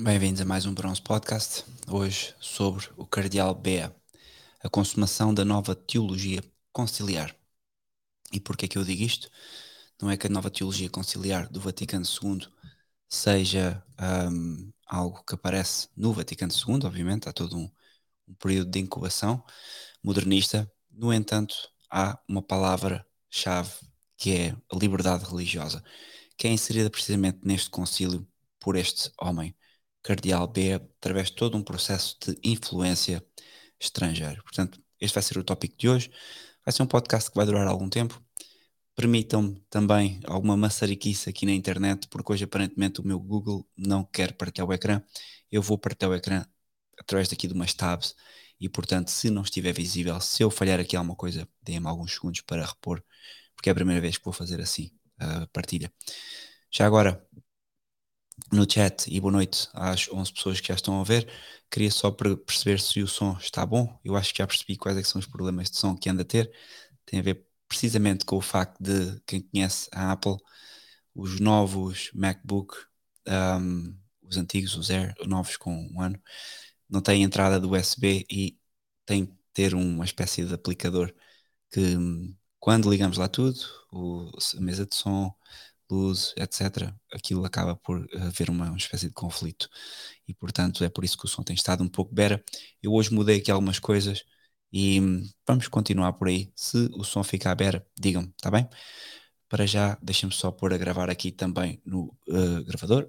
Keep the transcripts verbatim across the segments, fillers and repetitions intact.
Bem-vindos a mais um Bronze Podcast, hoje sobre o Cardeal Bea, a consumação da nova teologia conciliar. E porquê que eu digo isto? Não é que a nova teologia conciliar do Vaticano segundo seja um, algo que aparece no Vaticano segundo, obviamente, há todo um, um período de incubação modernista. No entanto, há uma palavra-chave que é a liberdade religiosa, que é inserida precisamente neste concílio por este homem, Cardeal Bea, através de todo um processo de influência estrangeira. Portanto, este vai ser o tópico de hoje. Vai ser um podcast que vai durar algum tempo. Permitam-me também alguma maçariquice aqui na internet, porque hoje aparentemente o meu Google não quer partilhar o ecrã. Eu vou partilhar o ecrã através daqui de umas tabs e, portanto, se não estiver visível, se eu falhar aqui alguma coisa, deem-me alguns segundos para repor, porque é a primeira vez que vou fazer assim a partilha. Já agora, no chat, e boa noite às onze pessoas que já estão a ver, queria só perceber se o som está bom. Eu acho que já percebi quais é que são os problemas de som que anda a ter. Tem a ver precisamente com o facto de, quem conhece a Apple, os novos MacBook, um, os antigos, os Air, novos com um ano, não têm entrada do U S B e tem que ter uma espécie de aplicador que, quando ligamos lá tudo, o, a mesa de som, luz, etcétera, aquilo acaba por haver uma, uma espécie de conflito e, portanto, é por isso que o som tem estado um pouco bera. Eu hoje mudei aqui algumas coisas e hum, vamos continuar por aí. Se o som ficar bera, digam-me, está bem? Para já, deixem-me só pôr a gravar aqui também no uh, gravador.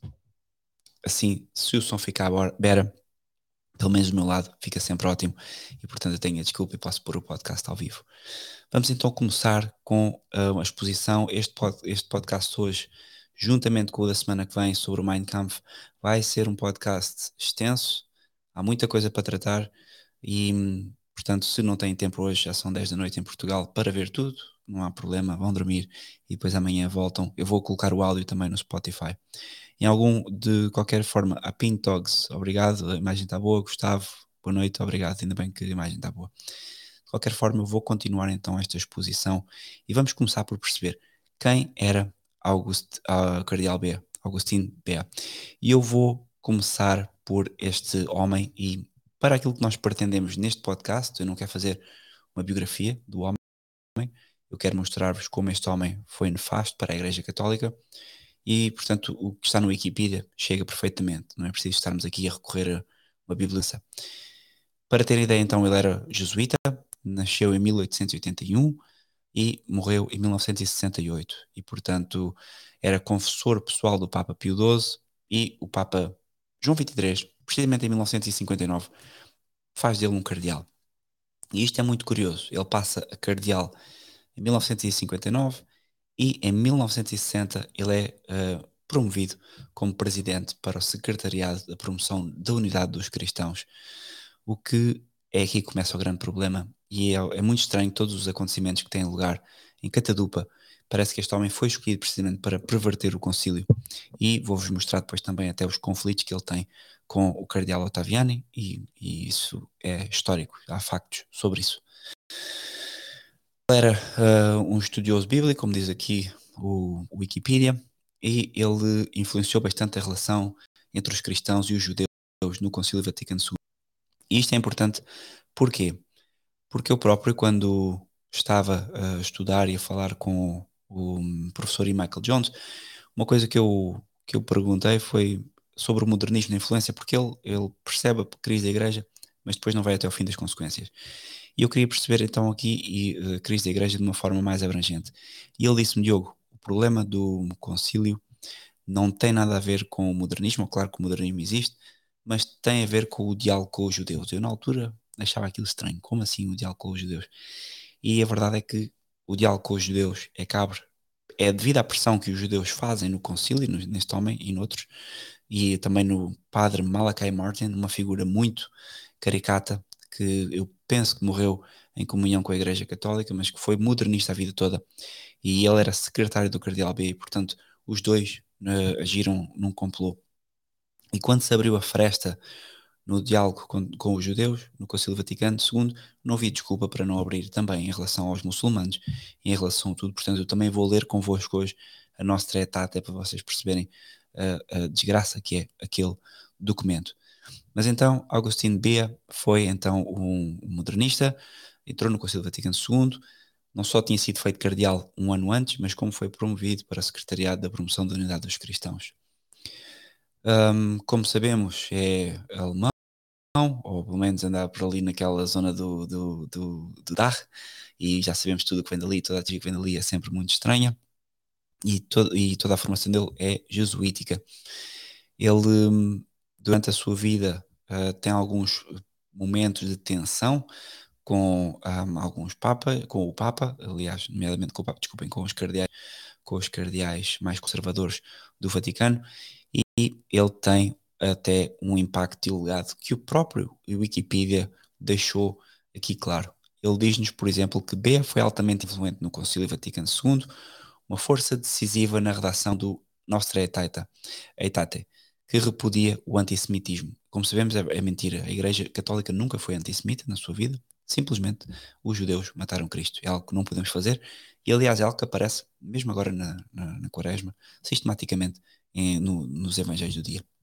Assim, se o som ficar bera, pelo menos do meu lado, fica sempre ótimo e, portanto, eu tenho a desculpa e posso pôr o podcast ao vivo. Vamos então começar com uh, a exposição. Este, pod, este podcast hoje, juntamente com o da semana que vem sobre o Mein Kampf, vai ser um podcast extenso. Há muita coisa para tratar e, portanto, se não têm tempo hoje, já são dez da noite em Portugal, para ver tudo, não há problema, vão dormir e depois amanhã voltam. Eu vou colocar o áudio também no Spotify. Em algum, de qualquer forma, a Pintogs, obrigado, a imagem está boa. Gustavo, boa noite, obrigado, ainda bem que a imagem está boa. De qualquer forma, eu vou continuar então esta exposição e vamos começar por perceber quem era August, uh, Cardeal Bea, Augustin Bea. E eu vou começar por este homem e, para aquilo que nós pretendemos neste podcast, eu não quero fazer uma biografia do homem, eu quero mostrar-vos como este homem foi nefasto para a Igreja Católica e, portanto, o que está no Wikipedia chega perfeitamente, não é preciso estarmos aqui a recorrer a uma bíblia. Para ter ideia, então, ele era jesuíta, nasceu em mil oitocentos e oitenta e um e morreu em mil novecentos e sessenta e oito e, portanto, era confessor pessoal do Papa Pio doze e o Papa João vinte e três, precisamente em mil novecentos e cinquenta e nove, faz dele um cardeal. E isto é muito curioso, ele passa a cardeal em mil novecentos e cinquenta e nove e em mil novecentos e sessenta ele é uh, promovido como presidente para o Secretariado da Promoção da Unidade dos Cristãos, o que é aqui que começa o grande problema e é, é muito estranho todos os acontecimentos que têm lugar em Catadupa. Parece que este homem foi escolhido precisamente para perverter o concílio e vou-vos mostrar depois também até os conflitos que ele tem com o cardeal Ottaviani e, e isso é histórico, há factos sobre isso. Ele era uh, um estudioso bíblico, como diz aqui o, o Wikipedia, e ele influenciou bastante a relação entre os cristãos e os judeus no Concílio Vaticano segundo. E isto é importante, porquê? Porque eu próprio, quando estava a estudar e a falar com o professor E. Michael Jones, uma coisa que eu, que eu perguntei foi sobre o modernismo na influência, porque ele, ele percebe a crise da igreja, mas depois não vai até ao fim das consequências. E eu queria perceber então aqui a crise da igreja de uma forma mais abrangente. E ele disse-me, Diogo, o problema do concílio não tem nada a ver com o modernismo, claro que o modernismo existe, mas tem a ver com o diálogo com os judeus. Eu na altura achava aquilo estranho, como assim o diálogo com os judeus? E a verdade é que o diálogo com os judeus é cabre, é devido à pressão que os judeus fazem no concílio, neste homem e noutros, e também no padre Malachi Martin, uma figura muito caricata, que eu penso que morreu em comunhão com a Igreja Católica, mas que foi modernista a vida toda, e ele era secretário do Cardeal B, e portanto os dois uh, agiram num complô. E quando se abriu a fresta no diálogo com, com os judeus, no Concílio Vaticano segundo, não havia desculpa para não abrir também em relação aos muçulmanos, em relação a tudo. Portanto, eu também vou ler convosco hoje a nossa treta, até para vocês perceberem a, a desgraça que é aquele documento. Mas então Agostinho Bea foi então um modernista, entrou no Concílio Vaticano segundo, não só tinha sido feito cardeal um ano antes, mas como foi promovido para secretariado da promoção da unidade dos cristãos. Um, como sabemos, é alemão, ou pelo menos andava por ali naquela zona do, do, do, do Dar, e já sabemos tudo o que vem dali, toda a teoria que vem dali é sempre muito estranha, e, to e toda a formação dele é jesuítica. Ele, durante a sua vida, uh, tem alguns momentos de tensão com um, alguns papas, com o Papa, aliás, nomeadamente com o Papa, desculpem, com os cardeais, com os cardeais mais conservadores do Vaticano, e ele tem até um impacto e legado que o próprio Wikipedia deixou aqui claro. Ele diz-nos, por exemplo, que Bea foi altamente influente no Concílio Vaticano segundo, uma força decisiva na redação do Nostra Aetate, que repudia o antissemitismo. Como sabemos, é mentira. A Igreja Católica nunca foi antissemita na sua vida. Simplesmente os judeus mataram Cristo. É algo que não podemos fazer. E, aliás, é algo que aparece, mesmo agora na, na, na Quaresma, sistematicamente em, no, nos Evangelhos do dia.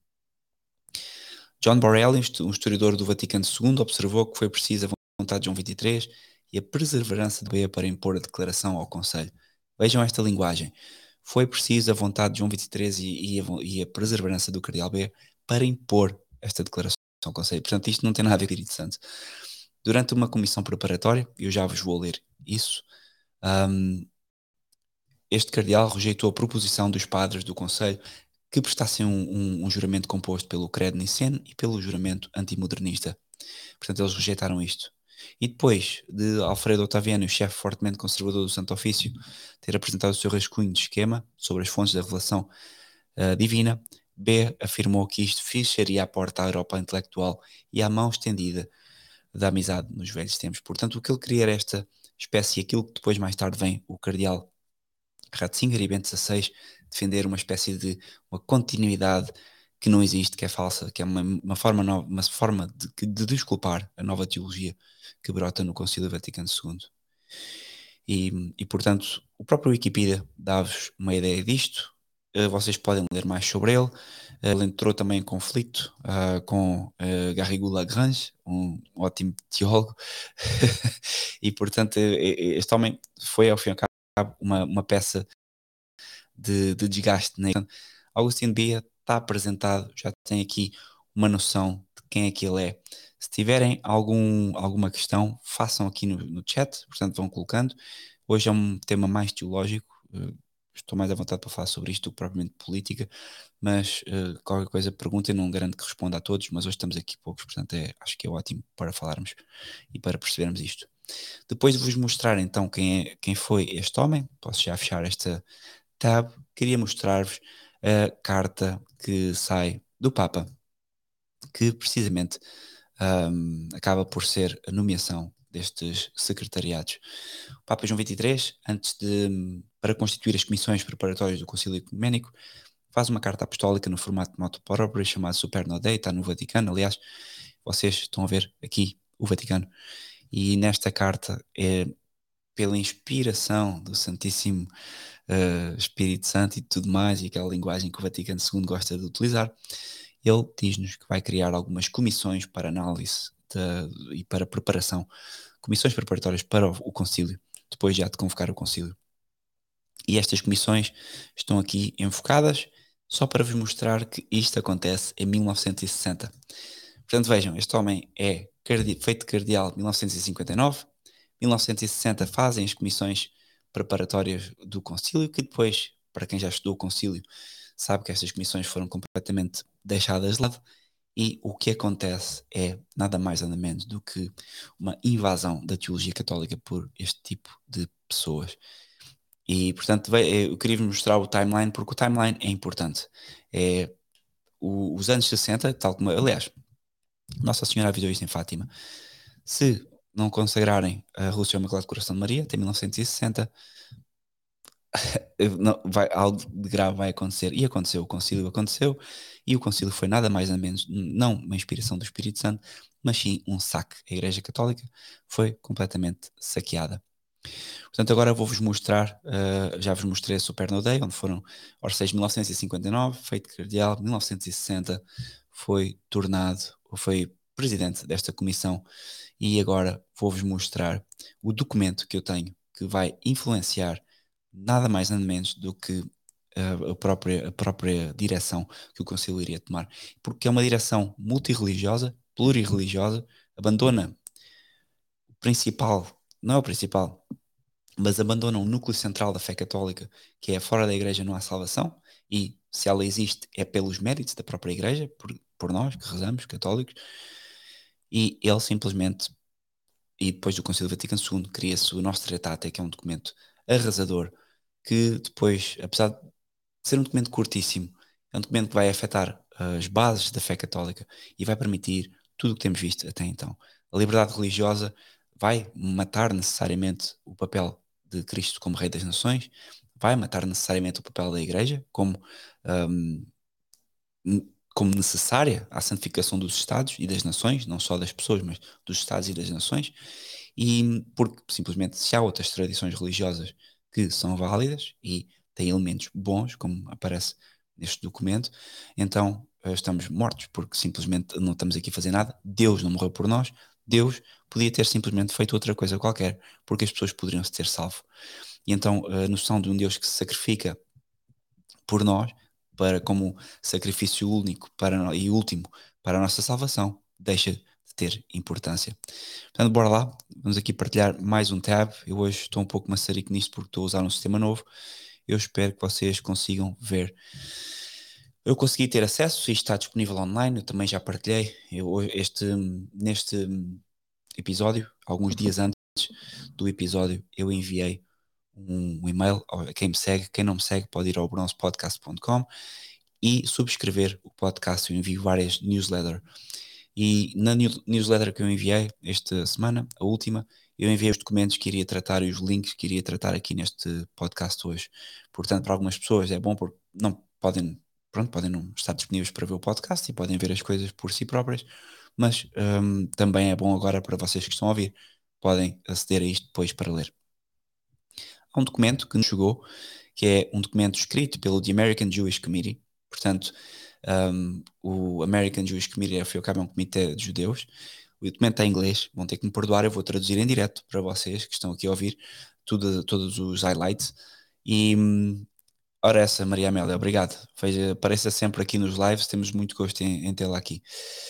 John Borrelli, um historiador do Vaticano segundo, observou que foi preciso a vontade de João vinte e três e a perseverança de Bea para impor a declaração ao Conselho. Vejam esta linguagem. Foi preciso a vontade de João vinte e três e, e, a, e a perseverança do cardeal Bea para impor esta declaração ao Conselho. Portanto, isto não tem nada a ver com o Espírito Santo. Durante uma comissão preparatória, eu já vos vou ler isso, um, este cardeal rejeitou a proposição dos padres do Conselho que prestassem um, um, um juramento composto pelo credo niceno e pelo juramento antimodernista. Portanto, eles rejeitaram isto. E depois de Alfredo Ottaviano, chefe fortemente conservador do Santo Ofício, ter apresentado o seu rascunho de esquema sobre as fontes da revelação uh, divina, B afirmou que isto fecharia a porta à Europa intelectual e à mão estendida da amizade nos velhos tempos. Portanto, o que ele queria era esta espécie, aquilo que depois mais tarde vem o cardeal Ratzinger e Bento dezasseis defender uma espécie de uma continuidade que não existe, que é falsa, que é uma, uma forma, nova, uma forma de, de desculpar a nova teologia que brota no Concílio Vaticano segundo. E, e portanto, o próprio Wikipedia dá-vos uma ideia disto. Uh, vocês podem ler mais sobre ele. Uh, ele entrou também em conflito uh, com uh, Garrigou Lagrange, um ótimo teólogo, e portanto este homem foi ao fim e ao cabo uma, uma peça de, de desgaste. Né? Agostinho Bea está apresentado, já tem aqui uma noção de quem é que ele é. Se tiverem algum, alguma questão, façam aqui no, no chat, portanto vão colocando. Hoje é um tema mais teológico, uh, estou mais à vontade para falar sobre isto do que propriamente política, mas uh, qualquer coisa perguntem, não garanto que responda a todos, mas hoje estamos aqui poucos, portanto é, acho que é ótimo para falarmos e para percebermos isto. Depois de vos mostrar então quem, é, quem foi este homem, posso já fechar esta tab, queria mostrar-vos a carta que sai do Papa, que precisamente um, acaba por ser a nomeação destes secretariados. O Papa João vinte e três, antes de, para constituir as comissões preparatórias do Concílio Ecuménico, faz uma carta apostólica no formato de motu proprio, chamado Superno Dei, está no Vaticano, aliás, vocês estão a ver aqui o Vaticano, e nesta carta é pela inspiração do Santíssimo uh, Espírito Santo e tudo mais, e aquela linguagem que o Vaticano segundo gosta de utilizar, ele diz-nos que vai criar algumas comissões para análise de, e para preparação, comissões preparatórias para o, o concílio, depois já de convocar o concílio. E estas comissões estão aqui enfocadas só para vos mostrar que isto acontece em mil novecentos e sessenta. Portanto, vejam, este homem é cardi feito cardeal em mil novecentos e cinquenta e nove, mil novecentos e sessenta fazem as comissões preparatórias do concílio, que depois, para quem já estudou o concílio, sabe que estas comissões foram completamente deixadas de lado, e o que acontece é nada mais nada menos do que uma invasão da teologia católica por este tipo de pessoas. E, portanto, eu queria vos mostrar o timeline, porque o timeline é importante. É o, os anos sessenta, tal como, aliás, Nossa Senhora avisou isto em Fátima. Se não consagrarem a Rússia ao Imaculado Coração de Maria, até mil novecentos e sessenta, não, vai, algo de grave vai acontecer. E aconteceu, o concílio aconteceu, e o concílio foi nada mais nada menos, não uma inspiração do Espírito Santo, mas sim um saque. A Igreja Católica foi completamente saqueada. Portanto, agora vou-vos mostrar, uh, já vos mostrei a Superno Day, onde foram, ora seja, mil novecentos e cinquenta e nove, feito cardeal, mil novecentos e sessenta foi tornado, ou foi presidente desta comissão, e agora vou-vos mostrar o documento que eu tenho, que vai influenciar nada mais nada menos do que a, a, própria, a própria direção que o Concílio iria tomar, porque é uma direção multirreligiosa, plurirreligiosa, abandona o principal, não é o principal, mas abandona o núcleo central da fé católica, que é fora da igreja não há salvação, e se ela existe é pelos méritos da própria igreja, por, por nós que rezamos, católicos, e ele simplesmente, e depois do Concílio Vaticano segundo, cria-se o Nostra Aetate, que é um documento arrasador, que depois, apesar de ser um documento curtíssimo, é um documento que vai afetar as bases da fé católica e vai permitir tudo o que temos visto até então. A liberdade religiosa vai matar necessariamente o papel de Cristo como Rei das Nações, vai matar necessariamente o papel da Igreja como, um, como necessária à santificação dos Estados e das nações, não só das pessoas, mas dos Estados e das nações, e porque simplesmente se há outras tradições religiosas que são válidas e têm elementos bons, como aparece neste documento, então estamos mortos, porque simplesmente não estamos aqui a fazer nada, Deus não morreu por nós, Deus podia ter simplesmente feito outra coisa qualquer, porque as pessoas poderiam se ter salvo. E então a noção de um Deus que se sacrifica por nós, para como sacrifício único para, e último para a nossa salvação, deixa de ter importância. Portanto, bora lá, vamos aqui partilhar mais um tab. Eu hoje estou um pouco maçarico nisto porque estou a usar um sistema novo. Eu espero que vocês consigam ver. Eu consegui ter acesso, isto está disponível online, eu também já partilhei. Eu, este, neste episódio, alguns dias antes do episódio, eu enviei um e-mail a quem me segue. Quem não me segue pode ir ao bronze podcast ponto com e subscrever o podcast. Eu envio várias newsletters. E na newsletter que eu enviei esta semana, a última, eu enviei os documentos que iria tratar e os links que iria tratar aqui neste podcast hoje. Portanto, para algumas pessoas é bom porque não podem, pronto, podem não estar disponíveis para ver o podcast e podem ver as coisas por si próprias, mas um, também é bom agora para vocês que estão a ouvir, podem aceder a isto depois para ler. Há um documento que nos chegou, que é um documento escrito pelo The American Jewish Committee. Portanto, um, o American Jewish Committee, ao fim e ao cabo, é um comitê de judeus. O documento está em inglês, vão ter que me perdoar, eu vou traduzir em direto para vocês que estão aqui a ouvir tudo, todos os highlights. E, ora essa, Maria Amélia, obrigado. Veja, apareça sempre aqui nos lives, temos muito gosto em, em tê-la aqui.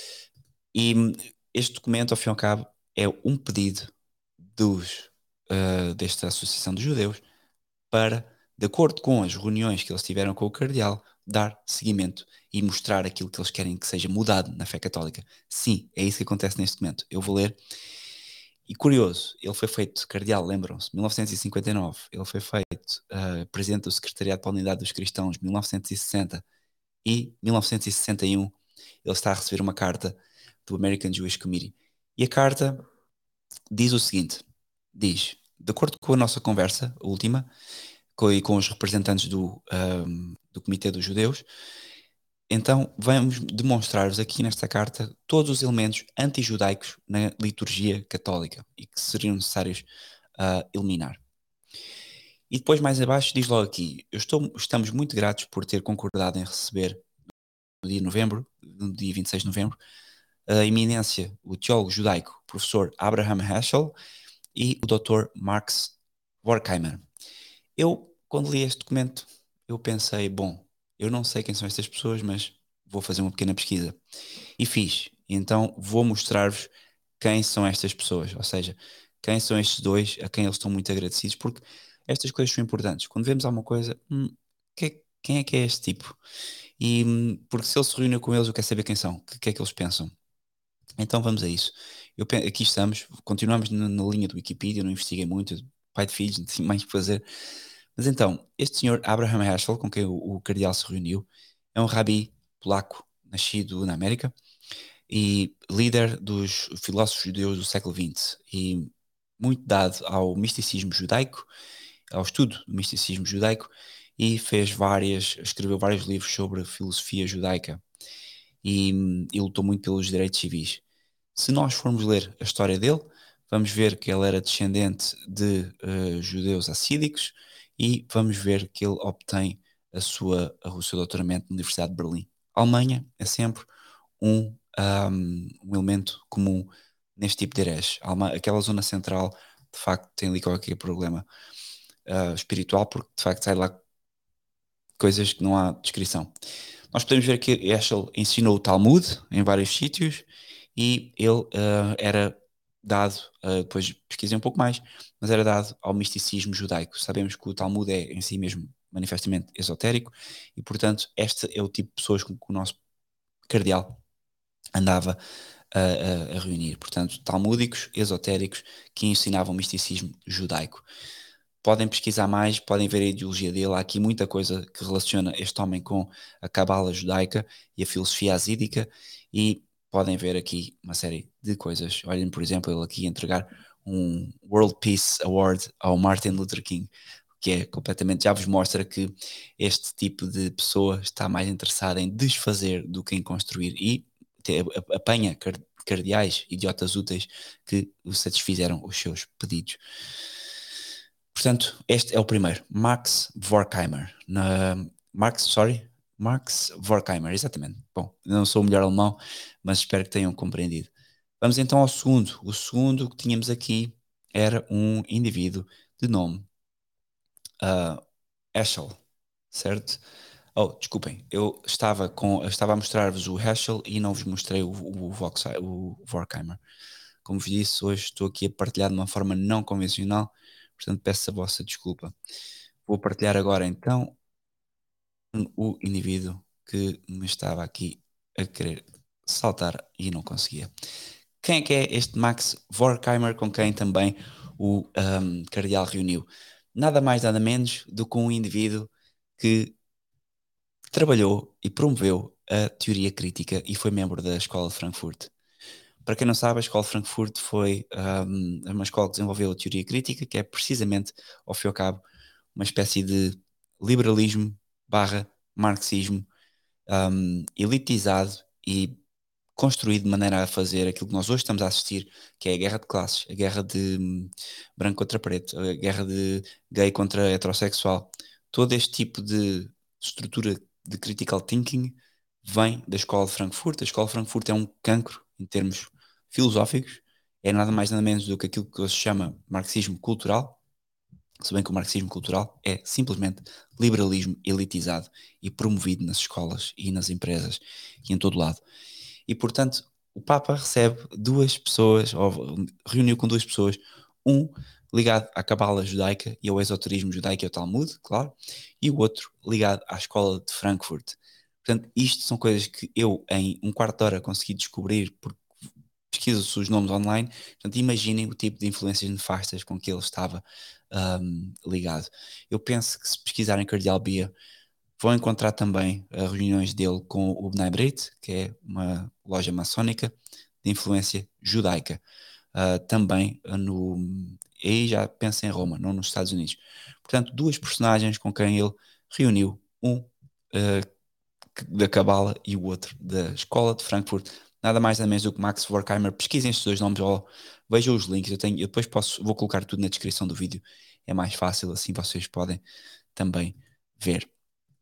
E este documento, ao fim e ao cabo, é um pedido dos, uh, desta Associação de Judeus para, de acordo com as reuniões que eles tiveram com o cardeal, dar seguimento e mostrar aquilo que eles querem que seja mudado na fé católica. Sim, é isso que acontece neste momento. Eu vou ler. E curioso, ele foi feito cardeal, lembram-se, mil novecentos e cinquenta e nove. Ele foi feito uh, presidente do Secretariado para a Unidade dos Cristãos, mil novecentos e sessenta. E mil novecentos e sessenta e um, ele está a receber uma carta do American Jewish Committee. E a carta diz o seguinte, diz, de acordo com a nossa conversa, a última, com, com os representantes do, um, do Comitê dos Judeus, então vamos demonstrar-vos aqui nesta carta todos os elementos anti-judaicos na liturgia católica e que seriam necessários uh, eliminar. E depois mais abaixo diz logo aqui, eu estou, estamos muito gratos por ter concordado em receber no dia de novembro, no dia vinte e seis de novembro, a eminência, o teólogo judaico, professor Abraham Heschel e o doutor Marx Horkheimer. Eu, quando li este documento, eu pensei, bom, eu não sei quem são estas pessoas, mas vou fazer uma pequena pesquisa. E fiz. Então vou mostrar-vos quem são estas pessoas, ou seja, quem são estes dois a quem eles estão muito agradecidos, porque estas coisas são importantes. Quando vemos alguma coisa, hum, que, quem é que é este tipo? E hum, porque se ele se reúne com eles, eu quero saber quem são, o que, que é que eles pensam. Então vamos a isso. Eu, aqui estamos, continuamos na, na linha do Wikipedia, não investiguei muito, pai de filhos, não tinha mais que fazer. Mas então, este senhor Abraham Heschel, com quem o, o cardeal se reuniu, é um rabi polaco, nascido na América, e líder dos filósofos judeus do século vinte, e muito dado ao misticismo judaico, ao estudo do misticismo judaico, e fez várias, escreveu vários livros sobre filosofia judaica, e, e lutou muito pelos direitos civis. Se nós formos ler a história dele, vamos ver que ele era descendente de uh, judeus assídicos e vamos ver que ele obtém a sua, o seu doutoramento na Universidade de Berlim. A Alemanha é sempre um, um, um elemento comum neste tipo de herege. Aquela zona central, de facto, tem ali qualquer problema uh, espiritual, porque de facto sai lá coisas que não há descrição. Nós podemos ver que Heschel ensinou o Talmud em vários sítios e ele uh, era dado, uh, depois pesquisei um pouco mais, mas era dado ao misticismo judaico. Sabemos que o Talmud é em si mesmo manifestamente esotérico e, portanto, este é o tipo de pessoas com que o nosso cardeal andava a, a, a reunir. Portanto, talmúdicos, esotéricos, que ensinavam misticismo judaico. Podem pesquisar mais, podem ver a ideologia dele. Há aqui muita coisa que relaciona este homem com a cabala judaica e a filosofia asídica e podem ver aqui uma série de coisas. Olhem, por exemplo, ele aqui entregar um World Peace Award ao Martin Luther King, que é completamente, já vos mostra que este tipo de pessoa está mais interessada em desfazer do que em construir e apanha cardeais, idiotas úteis que satisfizeram os seus pedidos. Portanto, este é o primeiro, Max Horkheimer. Na, Max, sorry, Max Horkheimer, exatamente. Bom, não sou o melhor alemão, mas espero que tenham compreendido. Vamos então ao segundo. O segundo que tínhamos aqui era um indivíduo de nome uh, Heschel, certo? Oh, desculpem, eu estava, com, eu estava a mostrar-vos o Heschel e não vos mostrei o, o, o, o Horkheimer. Como vos disse, hoje estou aqui a partilhar de uma forma não convencional, portanto peço a vossa desculpa. Vou partilhar agora então o indivíduo que me estava aqui a querer saltar e não conseguia. Quem é que é este Max Horkheimer com quem também o um, cardeal reuniu? Nada mais nada menos do que um indivíduo que trabalhou e promoveu a teoria crítica e foi membro da Escola de Frankfurt. Para quem não sabe, a Escola de Frankfurt foi um, uma escola que desenvolveu a teoria crítica, que é precisamente, ao fim e ao cabo, uma espécie de liberalismo barra marxismo um, elitizado e construído de maneira a fazer aquilo que nós hoje estamos a assistir, que é a guerra de classes, a guerra de um, branco contra preto, a guerra de gay contra heterossexual. Todo este tipo de estrutura de critical thinking vem da Escola de Frankfurt. A Escola de Frankfurt é um cancro em termos filosóficos, é nada mais nada menos do que aquilo que se chama marxismo cultural, se bem que o marxismo cultural é simplesmente liberalismo elitizado e promovido nas escolas e nas empresas e em todo lado. E, portanto, o Papa recebe duas pessoas, ou reuniu com duas pessoas, um ligado à cabala judaica e ao esoterismo judaico e ao Talmud, claro, e o outro ligado à escola de Frankfurt. Portanto, isto são coisas que eu, em um quarto de hora, consegui descobrir porque pesquisa-se os nomes online. Portanto, imaginem o tipo de influências nefastas com que ele estava um, ligado. Eu penso que se pesquisarem Cardeal Bea, vão encontrar também uh, reuniões dele com o Bnei Brit, que é uma loja maçónica de influência judaica. Uh, também uh, no... Aí já penso em Roma, não nos Estados Unidos. Portanto, duas personagens com quem ele reuniu, um uh, da Cabala e o outro da Escola de Frankfurt. Nada mais nada menos do que Max Horkheimer. Pesquisem estes dois nomes ou vejam os links. Eu, tenho, eu depois posso, vou colocar tudo na descrição do vídeo. É mais fácil, assim vocês podem também ver.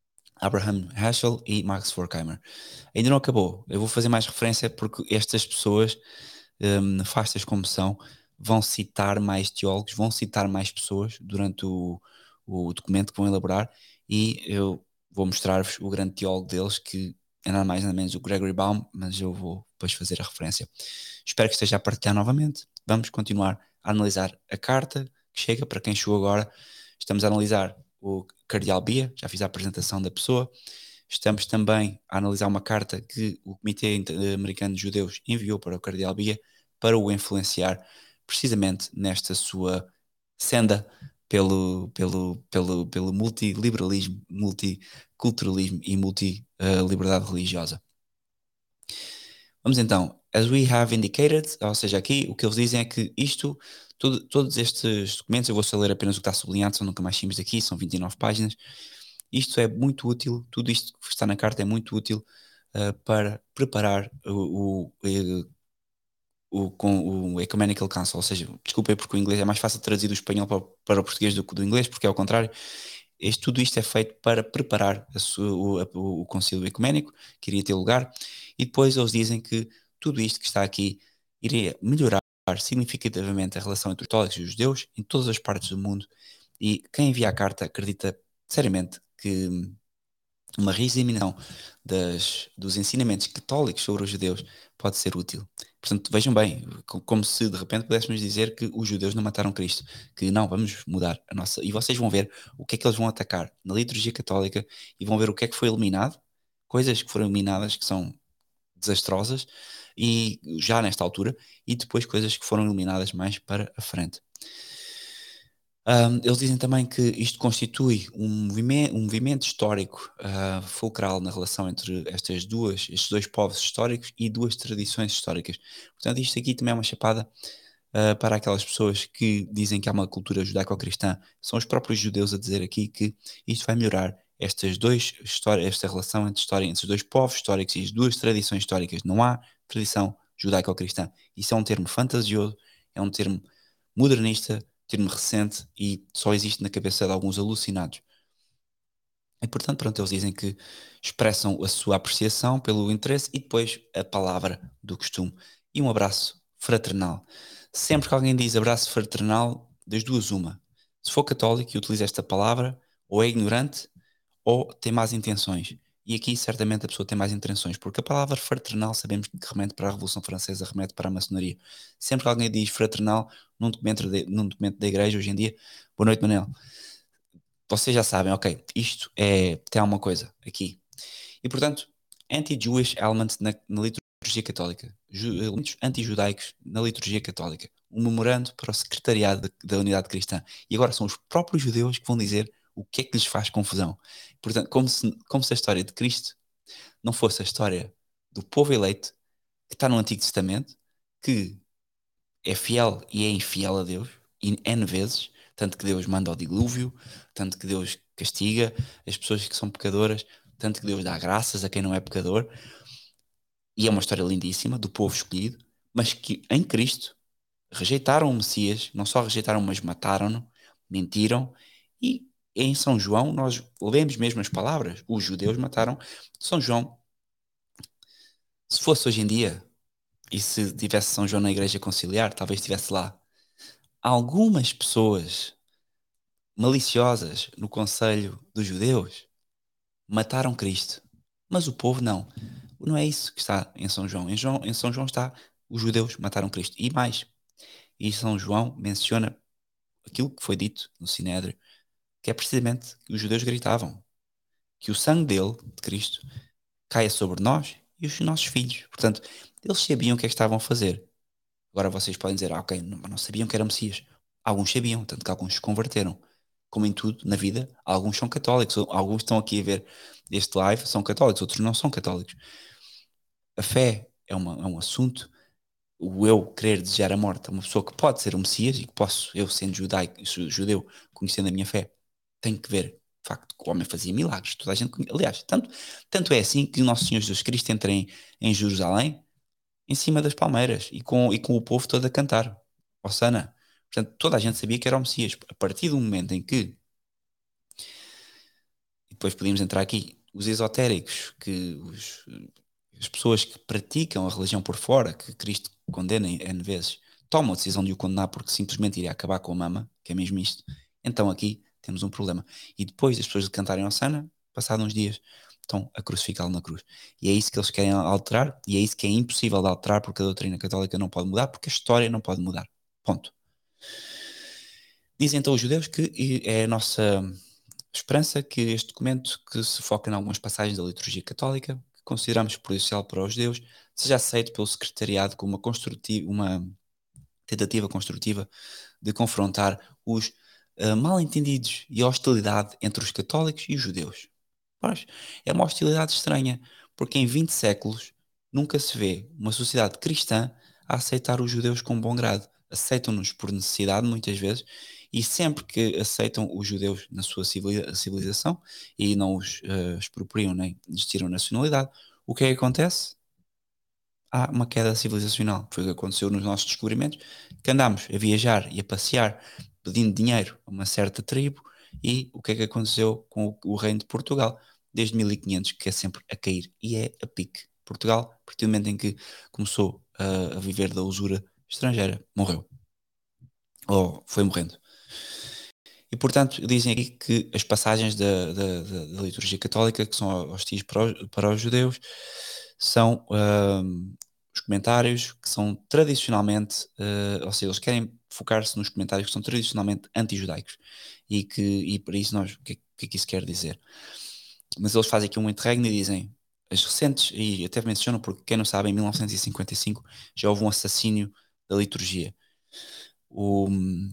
Abraham Heschel e Max Horkheimer. Ainda não acabou. Eu vou fazer mais referência porque estas pessoas, um, nefastas como são, vão citar mais teólogos, vão citar mais pessoas durante o, o documento que vão elaborar e eu vou mostrar-vos o grande teólogo deles, que é nada mais nada menos o Gregory Baum, mas eu vou depois fazer a referência. Espero que esteja a partilhar novamente. Vamos continuar a analisar a carta que chega para quem chegou agora. Estamos a analisar o Cardeal Bea, já fiz a apresentação da pessoa. Estamos também a analisar uma carta que o Comitê Americano de Judeus enviou para o Cardeal Bea para o influenciar precisamente nesta sua senda pelo, pelo, pelo, pelo multiliberalismo, multiculturalismo e multiliberdade uh, religiosa. Vamos então, as we have indicated, ou seja, aqui o que eles dizem é que isto, todo, todos estes documentos, eu vou só ler apenas o que está sublinhado, são nunca mais simples aqui, são vinte e nove páginas. Isto é muito útil, tudo isto que está na carta é muito útil uh, para preparar o, o, o, com o Ecumenical Council, ou seja, desculpem porque o inglês é mais fácil de traduzir do espanhol para, para o português do que do inglês, porque é ao contrário. Este, tudo isto é feito para preparar a sua, o, a, o concílio ecuménico que iria ter lugar, e depois eles dizem que tudo isto que está aqui iria melhorar significativamente a relação entre os católicos e os judeus em todas as partes do mundo, e quem envia a carta acredita seriamente que uma reexaminação das, dos ensinamentos católicos sobre os judeus pode ser útil. Portanto, vejam bem, como se de repente pudéssemos dizer que os judeus não mataram Cristo, que não, vamos mudar a nossa. E vocês vão ver o que é que eles vão atacar na liturgia católica e vão ver o que é que foi eliminado, coisas que foram eliminadas que são desastrosas, e já nesta altura, e depois coisas que foram eliminadas mais para a frente. Um, eles dizem também que isto constitui um movimento, um movimento histórico uh, fulcral na relação entre estas duas, estes dois povos históricos e duas tradições históricas. Portanto, isto aqui também é uma chapada uh, para aquelas pessoas que dizem que há uma cultura judaico-cristã. São os próprios judeus a dizer aqui que isto vai melhorar estas dois história, esta relação entre, história, entre os dois povos históricos e as duas tradições históricas. Não há tradição judaico-cristã. Isso é um termo fantasioso, é um termo modernista, termo recente, e só existe na cabeça de alguns alucinados. E portanto, pronto, eles dizem que expressam a sua apreciação pelo interesse e depois a palavra do costume. E um abraço fraternal. Sempre que alguém diz abraço fraternal, das duas uma. Se for católico e utiliza esta palavra, ou é ignorante ou tem más intenções. E aqui certamente a pessoa tem mais intenções, porque a palavra fraternal sabemos que remete para a Revolução Francesa, remete para a maçonaria. Sempre que alguém diz fraternal num documento, de, num documento da igreja hoje em dia, boa noite, Manel, vocês já sabem, ok, isto é, tem alguma coisa aqui. E portanto, anti-Jewish elements na, na liturgia católica, ju, elementos anti-judaicos na liturgia católica, um memorando para o secretariado da, da Unidade Cristã. E agora são os próprios judeus que vão dizer o que é que lhes faz confusão. Portanto, como se, como se a história de Cristo não fosse a história do povo eleito que está no Antigo Testamento, que é fiel e é infiel a Deus, N vezes, tanto que Deus manda o dilúvio, tanto que Deus castiga as pessoas que são pecadoras, tanto que Deus dá graças a quem não é pecador, e é uma história lindíssima do povo escolhido, mas que em Cristo rejeitaram o Messias, não só rejeitaram, mas mataram-no, mentiram, e em São João nós lemos mesmo as palavras, os judeus mataram São João. Se fosse hoje em dia, e se tivesse São João na igreja conciliar, talvez estivesse lá algumas pessoas maliciosas no conselho dos judeus mataram Cristo, mas o povo não. Não é isso que está em São João. Em, João, em São João está os judeus mataram Cristo. E mais, e São João menciona aquilo que foi dito no Sinédrio, que é precisamente que os judeus gritavam que o sangue dele, de Cristo, caia sobre nós e os nossos filhos. Portanto, eles sabiam o que é que estavam a fazer. Agora vocês podem dizer, ah, ok, não, não sabiam que era Messias. Alguns sabiam, tanto que alguns se converteram. Como em tudo na vida, alguns são católicos, alguns estão aqui a ver este live, são católicos, outros não são católicos. A fé é, uma, é um assunto, o eu querer desejar a morte a uma pessoa que pode ser um Messias e que posso, eu sendo judaico, judeu, conhecendo a minha fé, tenho que ver, de facto, que o homem fazia milagres, toda a gente, aliás, tanto, tanto é assim que o nosso Senhor Jesus Cristo entra em, em Jerusalém, em cima das palmeiras e com, e com o povo todo a cantar Hosanna. Portanto, toda a gente sabia que era o Messias. A partir do momento em que, e depois podíamos entrar aqui, os esotéricos, que os, as pessoas que praticam a religião por fora, que Cristo condena N vezes, tomam a decisão de o condenar porque simplesmente iria acabar com a mama, que é mesmo isto, então aqui temos um problema. E depois das pessoas de cantarem Hosanna, passados uns dias, estão a crucificá-lo na cruz. E é isso que eles querem alterar, e é isso que é impossível de alterar, porque a doutrina católica não pode mudar, porque a história não pode mudar. Ponto. Dizem então os judeus que é a nossa esperança que este documento, que se foca em algumas passagens da liturgia católica, que consideramos prejudicial para os judeus, seja aceito pelo secretariado como uma, construtiva, uma tentativa construtiva de confrontar os uh, mal-entendidos e a hostilidade entre os católicos e os judeus. Mas é uma hostilidade estranha, porque em vinte séculos nunca se vê uma sociedade cristã a aceitar os judeus com bom grado. Aceitam-nos por necessidade, muitas vezes, e sempre que aceitam os judeus na sua civilização e não os uh, expropriam nem lhes tiram nacionalidade, o que é que acontece? há uma queda civilizacional. Foi o que aconteceu nos nossos descobrimentos, que andámos a viajar e a passear pedindo dinheiro a uma certa tribo, e o que é que aconteceu com o, o reino de Portugal desde mil e quinhentos, que é sempre a cair, e é a pique. Portugal, a partir do momento em que começou a, a viver da usura estrangeira, morreu. Ou foi morrendo. E, portanto, dizem aqui que as passagens da, da, da, da liturgia católica, que são hostis para os, para os judeus, são um, os comentários que são tradicionalmente, uh, ou seja, eles querem focar-se nos comentários que são tradicionalmente anti-judaicos. E, que, e para isso nós, o que, que é que isso quer dizer? Mas eles fazem aqui um interregno e dizem, as recentes, e até mencionam, porque quem não sabe, em mil novecentos e cinquenta e cinco já houve um assassínio da liturgia. O,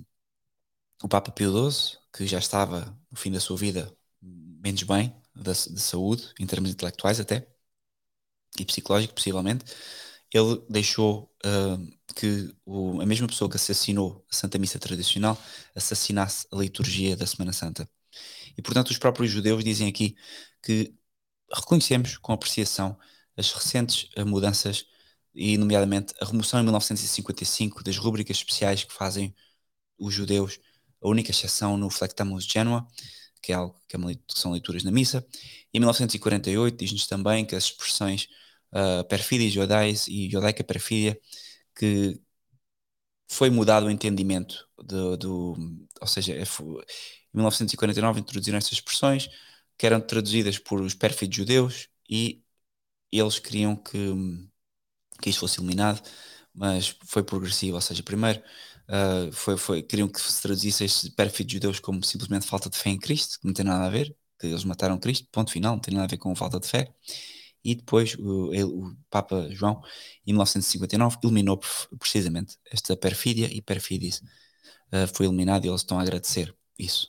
o Papa Pio doze, que já estava no fim da sua vida menos bem da, de saúde, em termos intelectuais até, e psicológico possivelmente, ele deixou uh, que o, a mesma pessoa que assassinou a Santa Missa tradicional assassinasse a liturgia da Semana Santa. E, portanto, os próprios judeus dizem aqui que reconhecemos com apreciação as recentes uh, mudanças, e nomeadamente a remoção em mil novecentos e cinquenta e cinco das rúbricas especiais que fazem os judeus, a única exceção no Flectamus Genua, que é algo que, é uma, que são leituras na missa. E em mil novecentos e quarenta e oito diz-nos também que as expressões uh, perfídia judais e judaica perfídia, que foi mudado o entendimento do, do ou seja, é, foi, em mil novecentos e quarenta e nove introduziram estas expressões que eram traduzidas por os pérfidos judeus, e eles queriam que, que isto fosse eliminado, mas foi progressivo, ou seja, primeiro uh, foi, foi, queriam que se traduzisse estes pérfidos judeus como simplesmente falta de fé em Cristo, que não tem nada a ver, que eles mataram Cristo, ponto final, não tem nada a ver com falta de fé. E depois o, ele, o Papa João, em mil novecentos e cinquenta e nove, eliminou precisamente esta perfídia e perfidis. Uh, foi eliminado e eles estão a agradecer isso.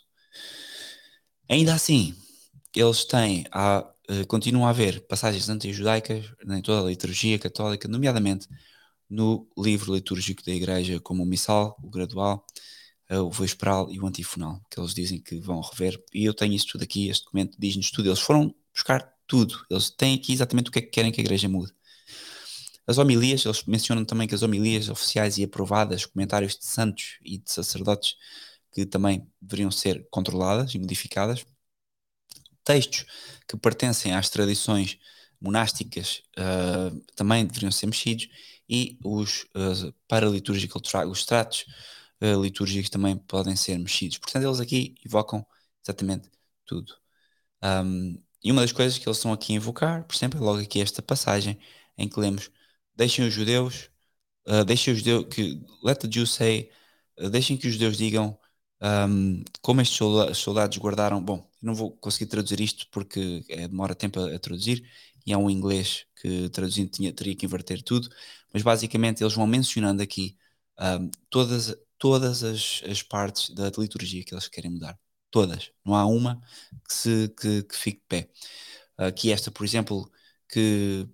Ainda assim, eles têm, há, uh, continuam a haver passagens anti-judaicas em toda a liturgia católica, nomeadamente no livro litúrgico da Igreja, como o Missal, o Gradual, uh, o Vesperal e o Antifonal, que eles dizem que vão rever. E eu tenho isso tudo aqui, este documento diz-nos tudo. Eles foram buscar tudo, eles têm aqui exatamente o que é que querem que a Igreja mude. As homilias, eles mencionam também que as homilias oficiais e aprovadas, comentários de santos e de sacerdotes, que também deveriam ser controladas e modificadas. Textos que pertencem às tradições monásticas uh, também deveriam ser mexidos, e os uh, paraliturgical os tratos uh, litúrgicos também podem ser mexidos. Portanto, eles aqui evocam exatamente tudo. Um, e uma das coisas que eles estão aqui a invocar, por exemplo, é logo aqui esta passagem em que lemos: deixem os judeus, uh, deixem os judeus, que, let the Jews say, uh, deixem que os judeus digam um, como estes soldados guardaram. Bom, não vou conseguir traduzir isto porque é, demora tempo a, a traduzir, e há um inglês que traduzindo tinha, teria que inverter tudo, mas basicamente eles vão mencionando aqui um, todas, todas as, as partes da liturgia que eles querem mudar. Todas, não há uma que, se, que, que fique de pé. Aqui esta, por exemplo, que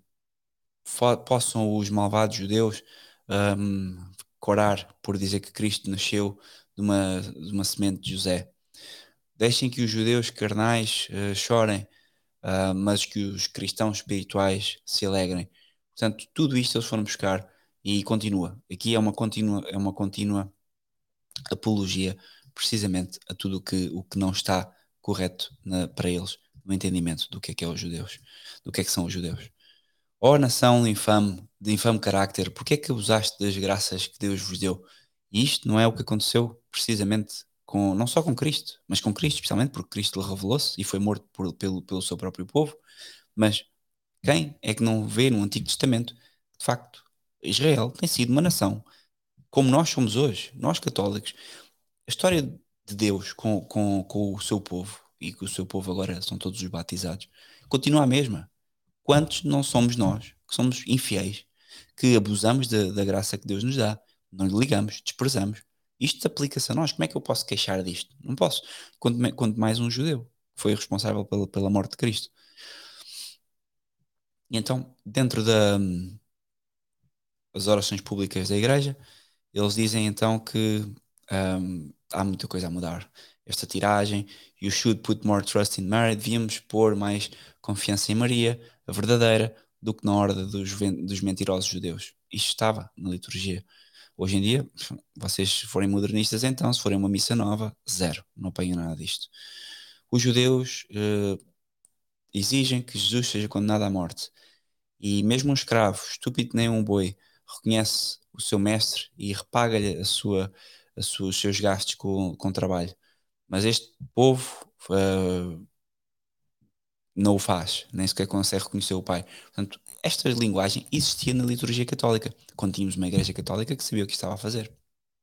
possam os malvados judeus um, corar por dizer que Cristo nasceu de uma, de uma semente de José. Deixem que os judeus carnais uh, chorem, uh, mas que os cristãos espirituais se alegrem. Portanto, tudo isto eles foram buscar, e continua. Aqui é uma contínua, é uma contínua apologia, precisamente, a tudo que, o que não está correto na, para eles, no entendimento do que é que é os judeus, do que é que são os judeus. Ó nação infame, de infame carácter, porque é que abusaste das graças que Deus vos deu? E isto não é o que aconteceu precisamente com, não só com Cristo, mas com Cristo, especialmente porque Cristo lhe revelou-se e foi morto por, pelo, pelo seu próprio povo. Mas quem é que não vê no Antigo Testamento, de facto, Israel tem sido uma nação como nós somos hoje, nós católicos. A história de Deus com, com, com o seu povo, e que o seu povo agora são todos os batizados, continua a mesma. Quantos não somos nós, que somos infiéis, que abusamos da, da graça que Deus nos dá, não lhe ligamos, desprezamos? Isto aplica-se a nós. Como é que eu posso queixar disto? Não posso. Quanto, quanto mais um judeu que foi responsável pela, pela morte de Cristo. E então, dentro das orações públicas da Igreja, eles dizem então que um, há muita coisa a mudar. Esta tiragem, you should put more trust in Mary, devíamos pôr mais confiança em Maria, a verdadeira, do que na horda dos, dos mentirosos judeus. Isto estava na liturgia. Hoje em dia, vocês se forem modernistas então, se forem uma missa nova, zero, não apanham nada disto. Os judeus uh, exigem que Jesus seja condenado à morte. E mesmo um escravo, estúpido nem um boi, reconhece o seu mestre e repaga-lhe a sua, a sua, os seus gastos com, com trabalho. Mas este povo uh, não o faz, nem sequer consegue reconhecer o Pai. Portanto, esta linguagem existia na liturgia católica, quando tínhamos uma igreja católica que sabia o que estava a fazer.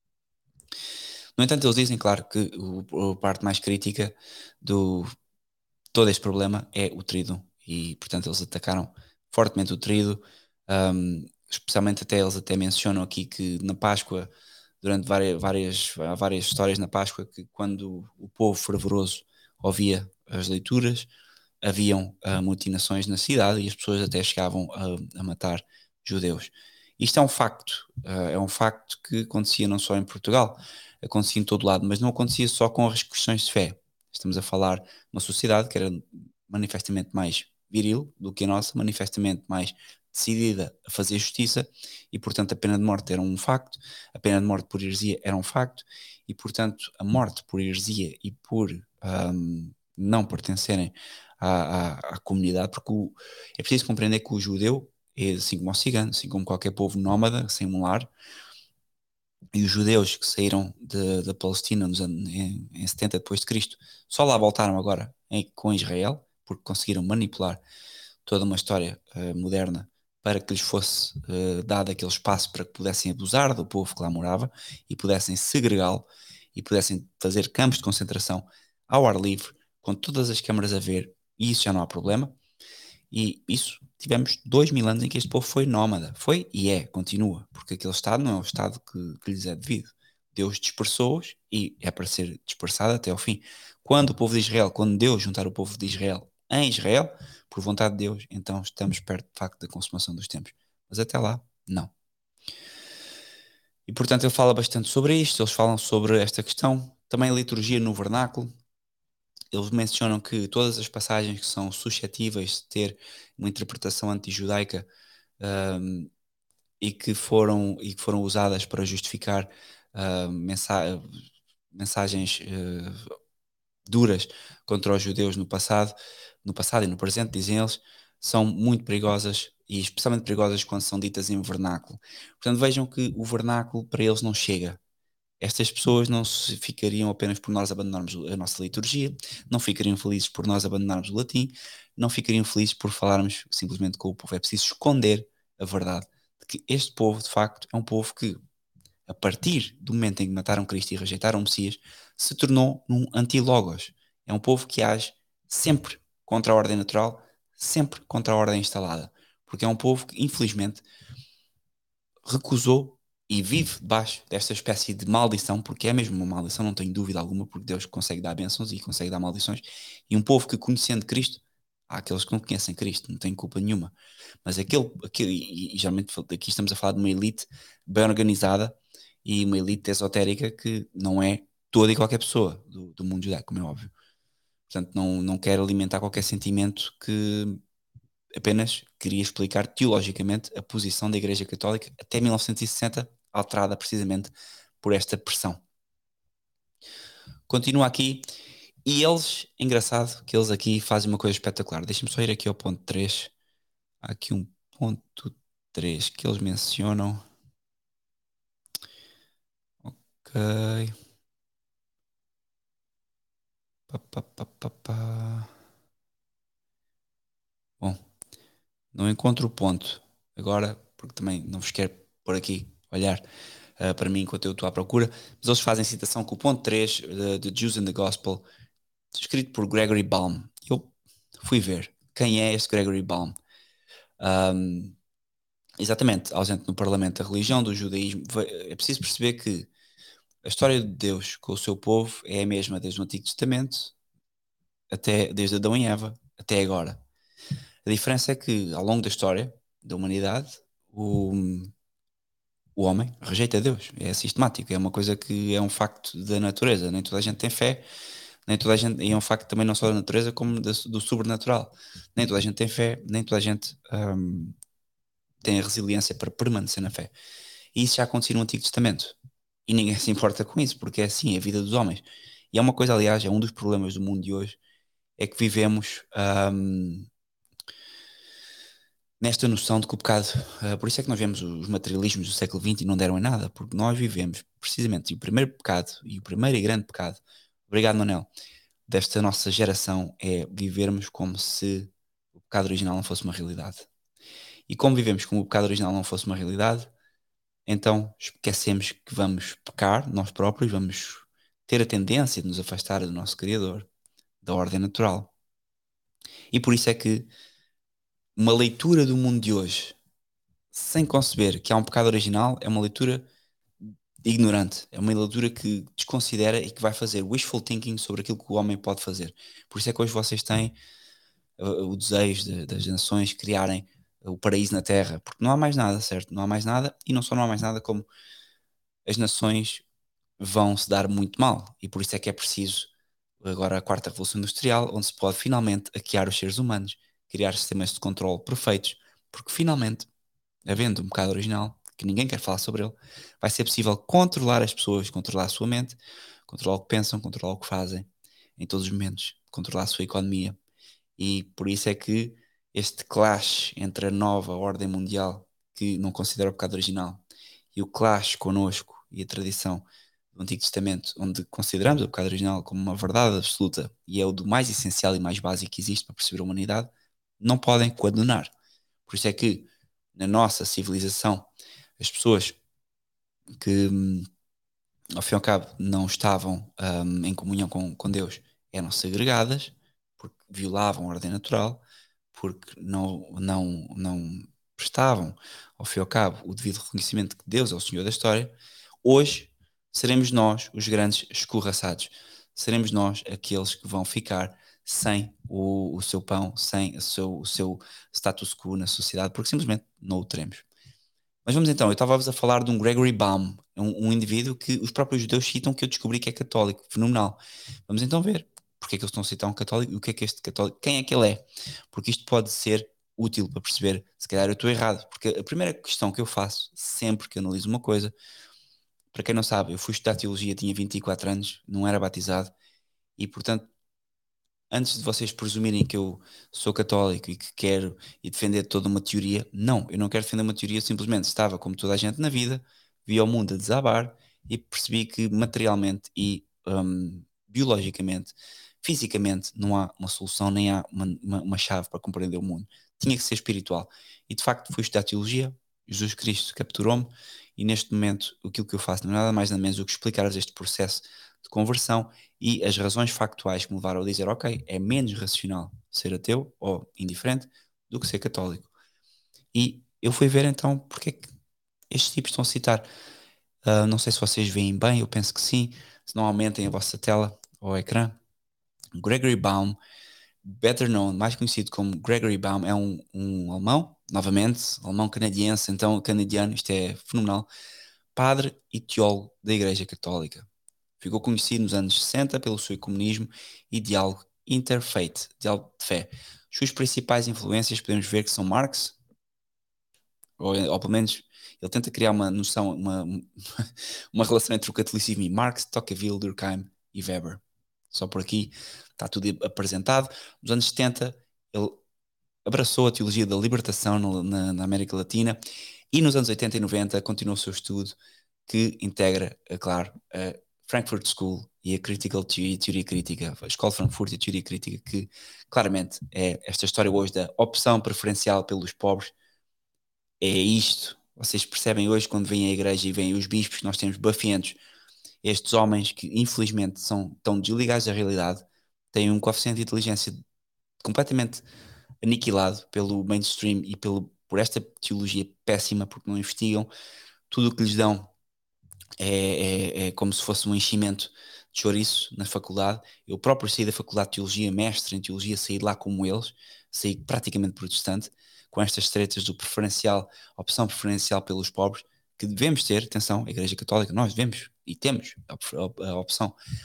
No entanto, eles dizem, claro, que o, a parte mais crítica do todo este problema é o trido. E, portanto, eles atacaram fortemente o trido. Um, especialmente até eles até mencionam aqui que na Páscoa, durante várias, várias, há várias histórias na Páscoa, que quando o povo fervoroso ouvia as leituras, haviam uh, mutinações na cidade e as pessoas até chegavam a, a matar judeus. Isto é um facto, uh, é um facto que acontecia não só em Portugal, acontecia em todo lado, mas não acontecia só com as questões de fé. Estamos a falar de uma sociedade que era manifestamente mais viril do que a nossa, manifestamente mais decidida a fazer justiça e, portanto, a pena de morte era um facto, a pena de morte por heresia era um facto e, portanto, a morte por heresia e por um, não pertencerem à, à, à comunidade, porque o, é preciso compreender que o judeu é assim como o cigano, assim como qualquer povo nómada, sem um lar, e os judeus que saíram da Palestina nos anos, em, em setenta depois de Cristo, só lá voltaram agora em, com Israel, porque conseguiram manipular toda uma história uh, moderna para que lhes fosse uh, dado aquele espaço para que pudessem abusar do povo que lá morava e pudessem segregá-lo e pudessem fazer campos de concentração ao ar livre, com todas as câmaras a ver, e isso já não há problema. E isso, tivemos dois mil anos em que este povo foi nómada. Foi e é, continua, porque aquele Estado não é o Estado que, que lhes é devido. Deus dispersou-os e é para ser dispersado até ao fim. Quando o povo de Israel, quando Deus juntar o povo de Israel em Israel, por vontade de Deus, então estamos perto de facto da consumação dos tempos. Mas até lá, não. E portanto ele fala bastante sobre isto, eles falam sobre esta questão. Também a liturgia no vernáculo. Eles mencionam que todas as passagens que são suscetíveis de ter uma interpretação anti-judaica um, e, que foram, e que foram usadas para justificar uh, mensa mensagens uh, duras contra os judeus no passado, no passado e no presente, dizem eles, são muito perigosas e especialmente perigosas quando são ditas em vernáculo. Portanto, vejam que o vernáculo para eles não chega. Estas pessoas não se ficariam apenas por nós abandonarmos a nossa liturgia, não ficariam felizes por nós abandonarmos o latim, não ficariam felizes por falarmos simplesmente com o povo. É preciso esconder a verdade de que este povo, de facto, é um povo que, a partir do momento em que mataram Cristo e rejeitaram o Messias, se tornou num anti-logos. É um povo que age sempre contra a ordem natural, sempre contra a ordem instalada. Porque é um povo que, infelizmente, recusou e vive debaixo desta espécie de maldição, porque é mesmo uma maldição, não tenho dúvida alguma, porque Deus consegue dar bênçãos e consegue dar maldições, e um povo que conhecendo Cristo, há aqueles que não conhecem Cristo, não têm culpa nenhuma, mas aquele, aquele e, e geralmente aqui estamos a falar de uma elite bem organizada e uma elite esotérica que não é toda e qualquer pessoa do, do mundo judaico, como é óbvio. Portanto, não, não quero alimentar qualquer sentimento que apenas queria explicar teologicamente a posição da Igreja Católica até mil novecentos e sessenta, alterada precisamente por esta pressão. Continua aqui, e eles, engraçado que eles aqui fazem uma coisa espetacular. Deixem-me só ir aqui ao ponto três. Há aqui um ponto três que eles mencionam. Ok. Pá, pá, pá, pá, pá. Bom, não encontro o ponto agora, porque também não vos quero por aqui olhar uh, para mim enquanto eu estou à procura, mas eles fazem citação com o ponto três de Jews in the Gospel, escrito por Gregory Baum. Eu fui ver quem é este Gregory Baum. Um, exatamente, ausente no Parlamento da religião, do judaísmo. É preciso perceber que a história de Deus com o seu povo é a mesma desde o Antigo Testamento, até, desde Adão e Eva, até agora. A diferença é que, ao longo da história da humanidade, o, o homem rejeita Deus. É sistemático, é uma coisa que é um facto da natureza. Nem toda a gente tem fé, Nem toda a gente, e é um facto também não só da natureza, como do, do sobrenatural. Nem toda a gente tem fé, nem toda a gente um, tem a resiliência para permanecer na fé. E isso já acontecia no Antigo Testamento. E ninguém se importa com isso, porque é assim, é a vida dos homens. E é uma coisa, aliás, é um dos problemas do mundo de hoje, é que vivemos um, nesta noção de que o pecado, uh, por isso é que nós vemos os materialismos do século vinte e não deram em nada, porque nós vivemos precisamente, e o primeiro pecado, e o primeiro e grande pecado, obrigado Manel, desta nossa geração é vivermos como se o pecado original não fosse uma realidade. E como vivemos como o pecado original não fosse uma realidade, então esquecemos que vamos pecar nós próprios, vamos ter a tendência de nos afastar do nosso Criador, da ordem natural. E por isso é que uma leitura do mundo de hoje, sem conceber que há um pecado original, é uma leitura ignorante, é uma leitura que desconsidera e que vai fazer wishful thinking sobre aquilo que o homem pode fazer. Por isso é que hoje vocês têm uh, o desejo de, das nações criarem o paraíso na Terra, porque não há mais nada, certo? Não há mais nada, e não só não há mais nada, como as nações vão se dar muito mal, e por isso é que é preciso agora a quarta revolução industrial, onde se pode finalmente hackear os seres humanos, criar sistemas de controle perfeitos, porque finalmente, havendo um bocado original, que ninguém quer falar sobre ele, vai ser possível controlar as pessoas, controlar a sua mente, controlar o que pensam, controlar o que fazem, em todos os momentos, controlar a sua economia. E por isso é que este clash entre a nova ordem mundial, que não considera o pecado original, e o clash connosco e a tradição do Antigo Testamento, onde consideramos o pecado original como uma verdade absoluta e é o do mais essencial e mais básico que existe para perceber a humanidade, não podem coadunar. Por isso é que na nossa civilização as pessoas que hum, ao fim e ao cabo não estavam hum, em comunhão com, com Deus eram segregadas porque violavam a ordem natural, porque não, não, não prestavam ao fim e ao cabo o devido reconhecimento que Deus é o Senhor da história. Hoje seremos nós os grandes escorraçados, seremos nós aqueles que vão ficar sem o, o seu pão, sem o seu, o seu status quo na sociedade, porque simplesmente não o teremos. Mas vamos então, eu estava-vos a falar de um Gregory Baum, um, um indivíduo que os próprios judeus citam, que eu descobri que é católico, fenomenal. Vamos então ver porque é que eles estão a citar um católico e o que é que este católico, quem é que ele é? Porque isto pode ser útil para perceber, se calhar eu estou errado, porque a primeira questão que eu faço, sempre que analiso uma coisa, para quem não sabe, eu fui estudar teologia, tinha vinte e quatro anos, não era batizado, e portanto antes de vocês presumirem que eu sou católico e que quero e defender toda uma teoria, não, eu não quero defender uma teoria, simplesmente estava como toda a gente na vida, vi o mundo a desabar e percebi que materialmente e um, biologicamente, fisicamente, não há uma solução, nem há uma, uma, uma chave para compreender o mundo. Tinha que ser espiritual. E de facto fui estudar teologia, Jesus Cristo capturou-me e neste momento aquilo que eu faço não é nada mais nada menos do que explicar-vos este processo de conversão e as razões factuais que me levaram a dizer, ok, é menos racional ser ateu ou indiferente do que ser católico. E eu fui ver então porque é que estes tipos estão a citar. Uh, não sei se vocês veem bem, eu penso que sim. Se não aumentem a vossa tela ou ecrã. Gregory Baum, better known, mais conhecido como Gregory Baum, é um, um alemão, novamente, alemão canadiense, então canadiano, isto é fenomenal, padre e teólogo da Igreja Católica. Ficou conhecido nos anos sessenta pelo seu ecumenismo e diálogo interfaith, diálogo de fé. As suas principais influências podemos ver que são Marx, ou, ou pelo menos ele tenta criar uma noção, uma, uma relação entre o catolicismo e Marx, Tocqueville, Durkheim e Weber. Só por aqui está tudo apresentado. Nos anos setenta ele abraçou a teologia da libertação na, na, na América Latina e nos anos oitenta e noventa continuou o seu estudo que integra, é claro, a Frankfurt School e a Critical Theory, teoria crítica, a Escola de Frankfurt e a teoria crítica, que claramente é esta história hoje da opção preferencial pelos pobres. É isto. Vocês percebem hoje quando vêm à igreja e vêm os bispos, nós temos bafientos, estes homens que infelizmente são tão desligados da realidade, têm um coeficiente de inteligência completamente aniquilado pelo mainstream e pelo, por esta teologia péssima, porque não investigam. Tudo o que lhes dão é, é, é como se fosse um enchimento de chouriço na faculdade. Eu próprio saí da faculdade de teologia, mestre em teologia, saí de lá como eles, saí praticamente protestante, com estas tretas do preferencial, opção preferencial pelos pobres, que devemos ter, atenção, a Igreja Católica, nós devemos e temos a, a, a opção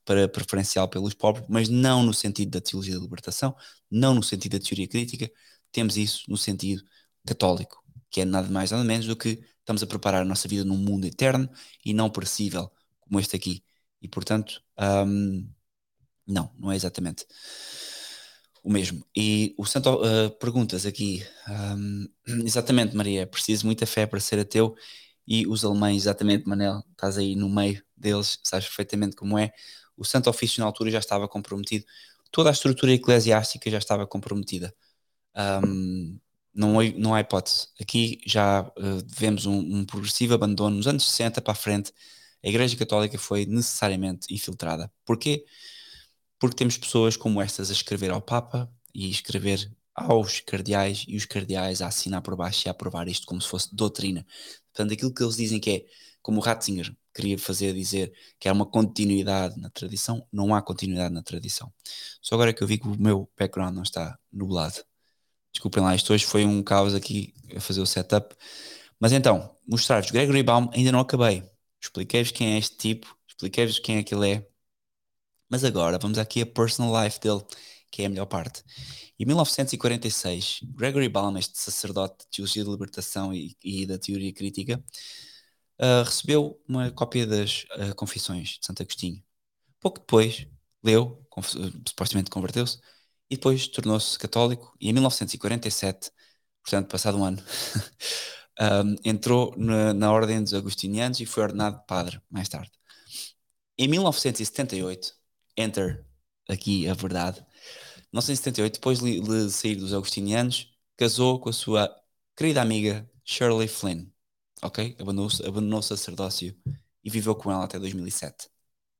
para preferencial pelos pobres, mas não no sentido da teologia da libertação, não no sentido da teoria crítica, temos isso no sentido católico, que é nada mais nada menos do que estamos a preparar a nossa vida num mundo eterno e não perecível, como este aqui. E portanto, um, não, não é exatamente o mesmo. E o Santo uh, perguntas aqui, um, exatamente, Maria, preciso muita fé para ser ateu. E os alemães, exatamente, Manel, estás aí no meio deles, sabes perfeitamente como é. O Santo Ofício na altura já estava comprometido, toda a estrutura eclesiástica já estava comprometida. Um, não, há, não há hipótese. Aqui já uh, vemos um, um progressivo abandono. Nos anos sessenta para a frente, a Igreja Católica foi necessariamente infiltrada. Porquê? Porque temos pessoas como estas a escrever ao Papa e escrever aos cardeais e os cardeais a assinar por baixo e a aprovar isto como se fosse doutrina. Portanto, aquilo que eles dizem que é, como o Ratzinger queria fazer dizer que há uma continuidade na tradição, não há continuidade na tradição. Só agora que eu vi que o meu background não está nublado. Desculpem lá, isto hoje foi um caos aqui a fazer o setup. Mas então, mostrar-vos Gregory Baum, ainda não acabei. Expliquei-vos quem é este tipo, expliquei-vos quem é que ele é. Mas agora vamos aqui a personal life dele, que é a melhor parte. Em mil novecentos e quarenta e seis, Gregory Baum, este sacerdote de teologia de libertação e, e da teoria crítica, uh, recebeu uma cópia das uh, Confissões de Santo Agostinho. Pouco depois, leu, supostamente converteu-se, e depois tornou-se católico, e em mil novecentos e quarenta e sete, portanto, passado um ano, um, entrou na, na Ordem dos Agostinianos e foi ordenado padre mais tarde. Em mil novecentos e setenta e oito, enter aqui a verdade, mil novecentos e setenta e oito, depois de, de sair dos Agostinianos, casou com a sua querida amiga Shirley Flynn, ok? Abandonou, abandonou o sacerdócio e viveu com ela até dois mil e sete.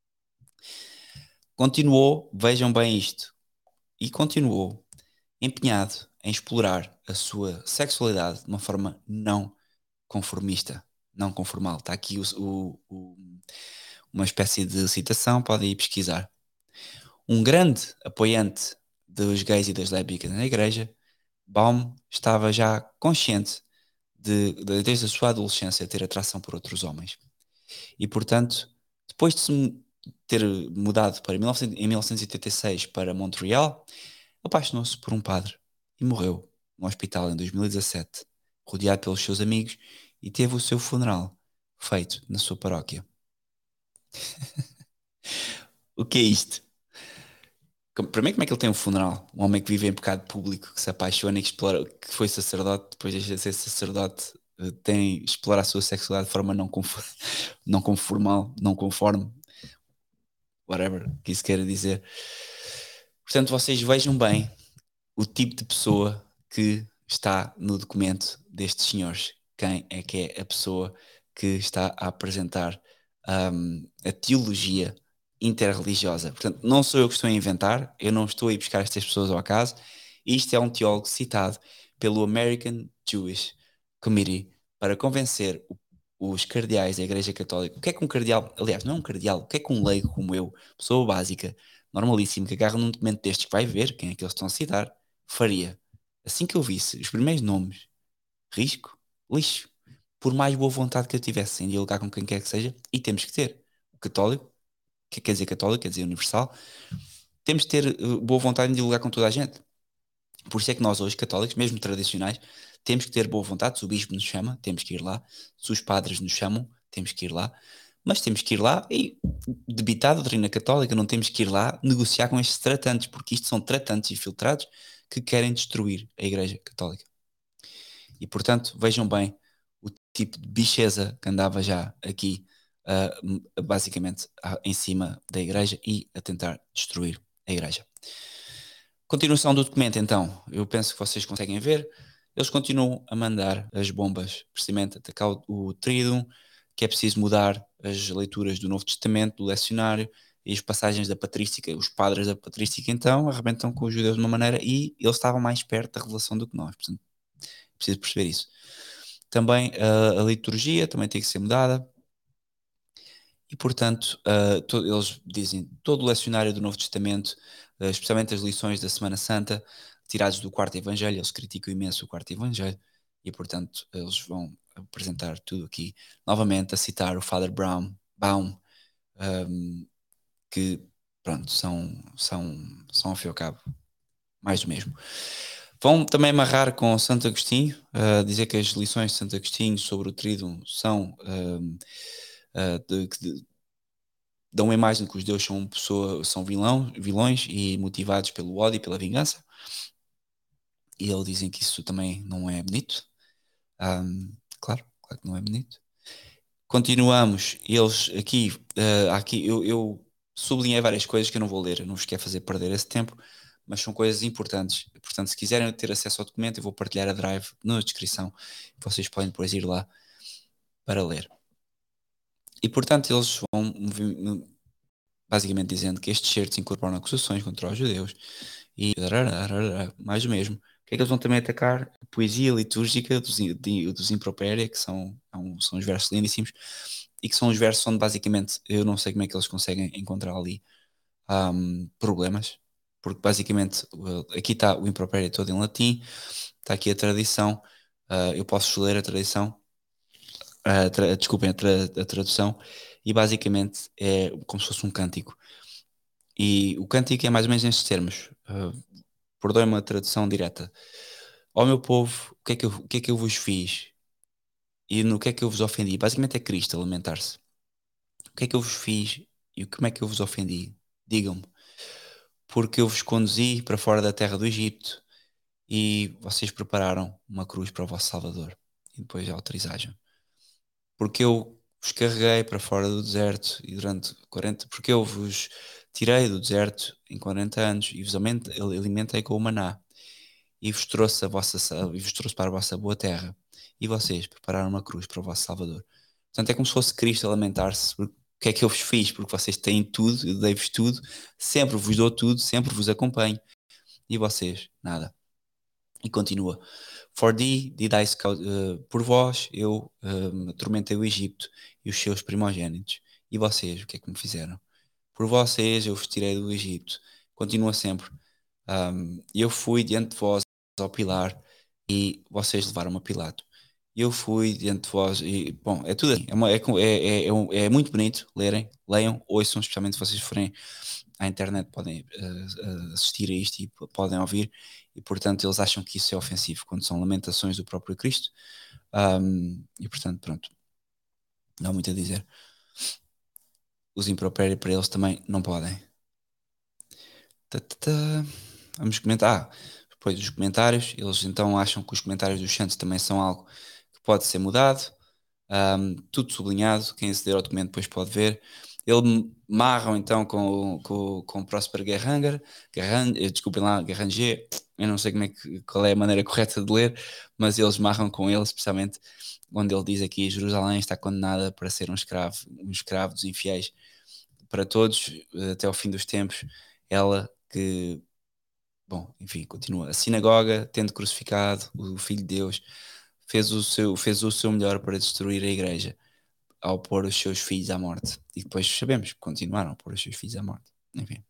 Continuou, vejam bem isto, e continuou empenhado em explorar a sua sexualidade de uma forma não conformista, não conformal. Está aqui o, o, o, uma espécie de citação, podem ir pesquisar. Um grande apoiante dos gays e das lésbicas na igreja, Baum estava já consciente de, de, desde a sua adolescência, ter atração por outros homens. E, portanto, depois de se ter mudado para mil novecentos, em mil novecentos e oitenta e seis para Montreal, apaixonou-se por um padre e morreu no hospital em dois mil e dezassete, rodeado pelos seus amigos, e teve o seu funeral feito na sua paróquia. O que é isto? Para mim, como é que ele tem um funeral? Um homem que vive em pecado público, que se apaixona e que explora, que foi sacerdote, depois deixa de ser sacerdote, eh, tem, explora a sua sexualidade de forma não, conform, não conformal, não conforme, whatever que isso queira dizer. Portanto, vocês vejam bem o tipo de pessoa que está no documento destes senhores. Quem é que é a pessoa que está a apresentar um, a teologia interreligiosa? Portanto, não sou eu que estou a inventar, eu não estou a ir buscar estas pessoas ao acaso. Isto é um teólogo citado pelo American Jewish Committee para convencer o, os cardeais da Igreja Católica. O que é que um cardeal, aliás, não é um cardeal, o que é que um leigo como eu, pessoa básica, normalíssimo, que agarra num documento destes que vai ver quem é que eles estão a citar, faria? Assim que eu visse os primeiros nomes, risco, lixo, por mais boa vontade que eu tivesse em dialogar com quem quer que seja, e temos que ter o católico, que quer dizer católico, quer dizer universal, temos que ter uh, boa vontade em dialogar com toda a gente. Por isso é que nós hoje, católicos, mesmo tradicionais, temos que ter boa vontade. Se o bispo nos chama, temos que ir lá. Se os padres nos chamam, temos que ir lá. Mas temos que ir lá e debitar a doutrina católica, não temos que ir lá negociar com estes tratantes, porque isto são tratantes infiltrados que querem destruir a Igreja Católica. E, portanto, vejam bem o tipo de bicheza que andava já aqui, uh, basicamente, uh, em cima da Igreja e a tentar destruir a Igreja. Continuação do documento, então. Eu penso que vocês conseguem ver. Eles continuam a mandar as bombas, precisamente atacar o, o Tríduo, que é preciso mudar as leituras do Novo Testamento, do lecionário, e as passagens da patrística. Os padres da patrística, então, arrebentam com os judeus de uma maneira, e eles estavam mais perto da revelação do que nós. Portanto, preciso perceber isso. Também uh, a liturgia também tem que ser mudada. E, portanto, uh, to, eles dizem todo o lecionário do Novo Testamento, uh, especialmente as lições da Semana Santa, tirados do quarto Evangelho, eles criticam imenso o quarto Evangelho, e, portanto, eles vão apresentar tudo aqui, novamente, a citar o Father Brown, Baum, um, que pronto, são, são, são ao fim e ao cabo mais do mesmo. Vão também amarrar com Santo Agostinho, uh, dizer que as lições de Santo Agostinho sobre o Tríduo são uh, uh, de, de, dão uma imagem de que os deuses são, pessoa, são vilão, vilões e motivados pelo ódio e pela vingança. E eles dizem que isso também não é bonito. Um, claro, claro que não é bonito. Continuamos, eles aqui, uh, aqui eu, eu sublinhei várias coisas que eu não vou ler, eu não vos quero fazer perder esse tempo, mas são coisas importantes. Portanto, se quiserem ter acesso ao documento, eu vou partilhar a drive na descrição. Vocês podem depois ir lá para ler. E, portanto, eles vão basicamente dizendo que estes certos incorporam acusações contra os judeus e mais do mesmo. O que é que eles vão também atacar? A poesia litúrgica dos, dos Impropéria, que são, são os versos lindíssimos, e que são os versos onde basicamente eu não sei como é que eles conseguem encontrar ali um, problemas, porque basicamente aqui está o Impropério todo em latim, está aqui a tradição, uh, eu posso ler a tradição, uh, tra desculpem, a, tra a tradução, e basicamente é como se fosse um cântico. E o cântico é mais ou menos nestes termos. Uh, Perdoe-me a tradução direta. Ó meu povo, o que, é que eu, o que é que eu vos fiz? E no que é que eu vos ofendi? Basicamente é Cristo a lamentar-se. O que é que eu vos fiz e como é que eu vos ofendi? Digam-me. Porque eu vos conduzi para fora da terra do Egito e vocês prepararam uma cruz para o vosso Salvador. E depois autorizagem. Porque eu vos carreguei para fora do deserto e durante quarenta, porque eu vos tirei do deserto em quarenta anos e vos alimentei com o maná e vos trouxe a vossa e vos trouxe para a vossa boa terra e vocês prepararam uma cruz para o vosso Salvador. Portanto, é como se fosse Cristo a lamentar-se. O que é que eu vos fiz? Porque vocês têm tudo, eu dei-vos tudo, sempre vos dou tudo, sempre vos acompanho e vocês, nada. E continua. For thee did I scout, uh, por vós eu uh, atormentei o Egito e os seus primogênitos. E vocês, o que é que me fizeram? Por vocês eu vos tirei do Egito. Continua sempre. Um, eu fui diante de vós ao Pilar e vocês levaram-me a Pilato. Eu fui diante de vós e, bom, é tudo assim. É, uma, é, é, é, é muito bonito lerem, leiam, ouçam, especialmente se vocês forem à internet, podem uh, assistir a isto e podem ouvir. E, portanto, eles acham que isso é ofensivo, quando são lamentações do próprio Cristo. Um, e, portanto, pronto, não há muito a dizer. Os impropérios para eles também não podem. Tá, tá, tá. Vamos comentar. Ah, depois dos comentários, eles então acham que os comentários dos santos também são algo que pode ser mudado. Um, tudo sublinhado. Quem aceder ao documento depois pode ver. Ele marram então com, com, com o Prosper Guerranger, Guerran, desculpem lá, Guerranger, eu não sei como é que, qual é a maneira correta de ler, mas eles marram com ele, especialmente quando ele diz aqui: Jerusalém está condenada para ser um escravo, um escravo dos infiéis para todos, até ao fim dos tempos. Ela que, bom, enfim, continua. A sinagoga, tendo crucificado o Filho de Deus, fez o seu, fez o seu melhor para destruir a igreja ao pôr os seus filhos à morte. E depois sabemos que continuaram a pôr os seus filhos à morte. Enfim.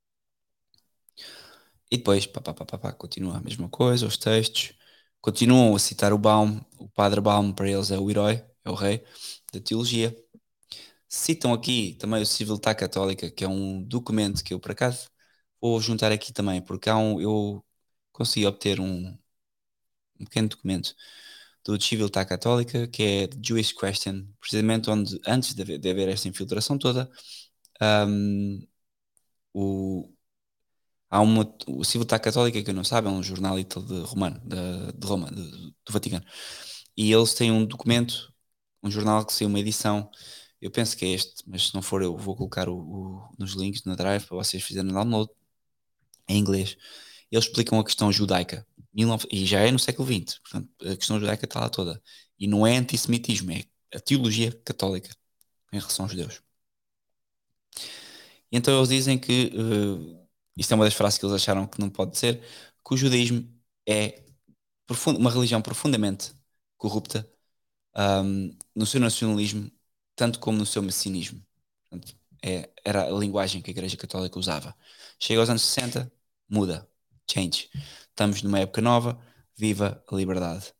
E depois, pá, pá, pá, pá, pá, continua a mesma coisa, os textos. Continuam a citar o Baum, o Padre Baum para eles é o herói, é o rei da teologia. Citam aqui também o Civiltà Católica, que é um documento que eu, por acaso, vou juntar aqui também, porque há um, eu consegui obter um, um pequeno documento do Civiltà Católica, que é The Jewish Question, precisamente onde, antes de haver, de haver esta infiltração toda, um, o, há uma, o Civiltà Católica, que eu não sabe, é um jornal de romano, de, de Roma, de, do Vaticano, e eles têm um documento, um jornal que saiu uma edição, eu penso que é este, mas se não for eu vou colocar o, o, nos links na Drive para vocês fizerem download, em inglês. Eles explicam a questão judaica, e já é no século vinte, portanto a questão judaica está lá toda, e não é antissemitismo, é a teologia católica em relação aos judeus. E então eles dizem que, uh, isto é uma das frases que eles acharam que não pode ser, que o judaísmo é uma religião profundamente corrupta, um, no seu nacionalismo, tanto como no seu messianismo. Portanto, é, era a linguagem que a Igreja Católica usava. Chega aos anos sessenta, muda, change. Estamos numa época nova, viva a liberdade.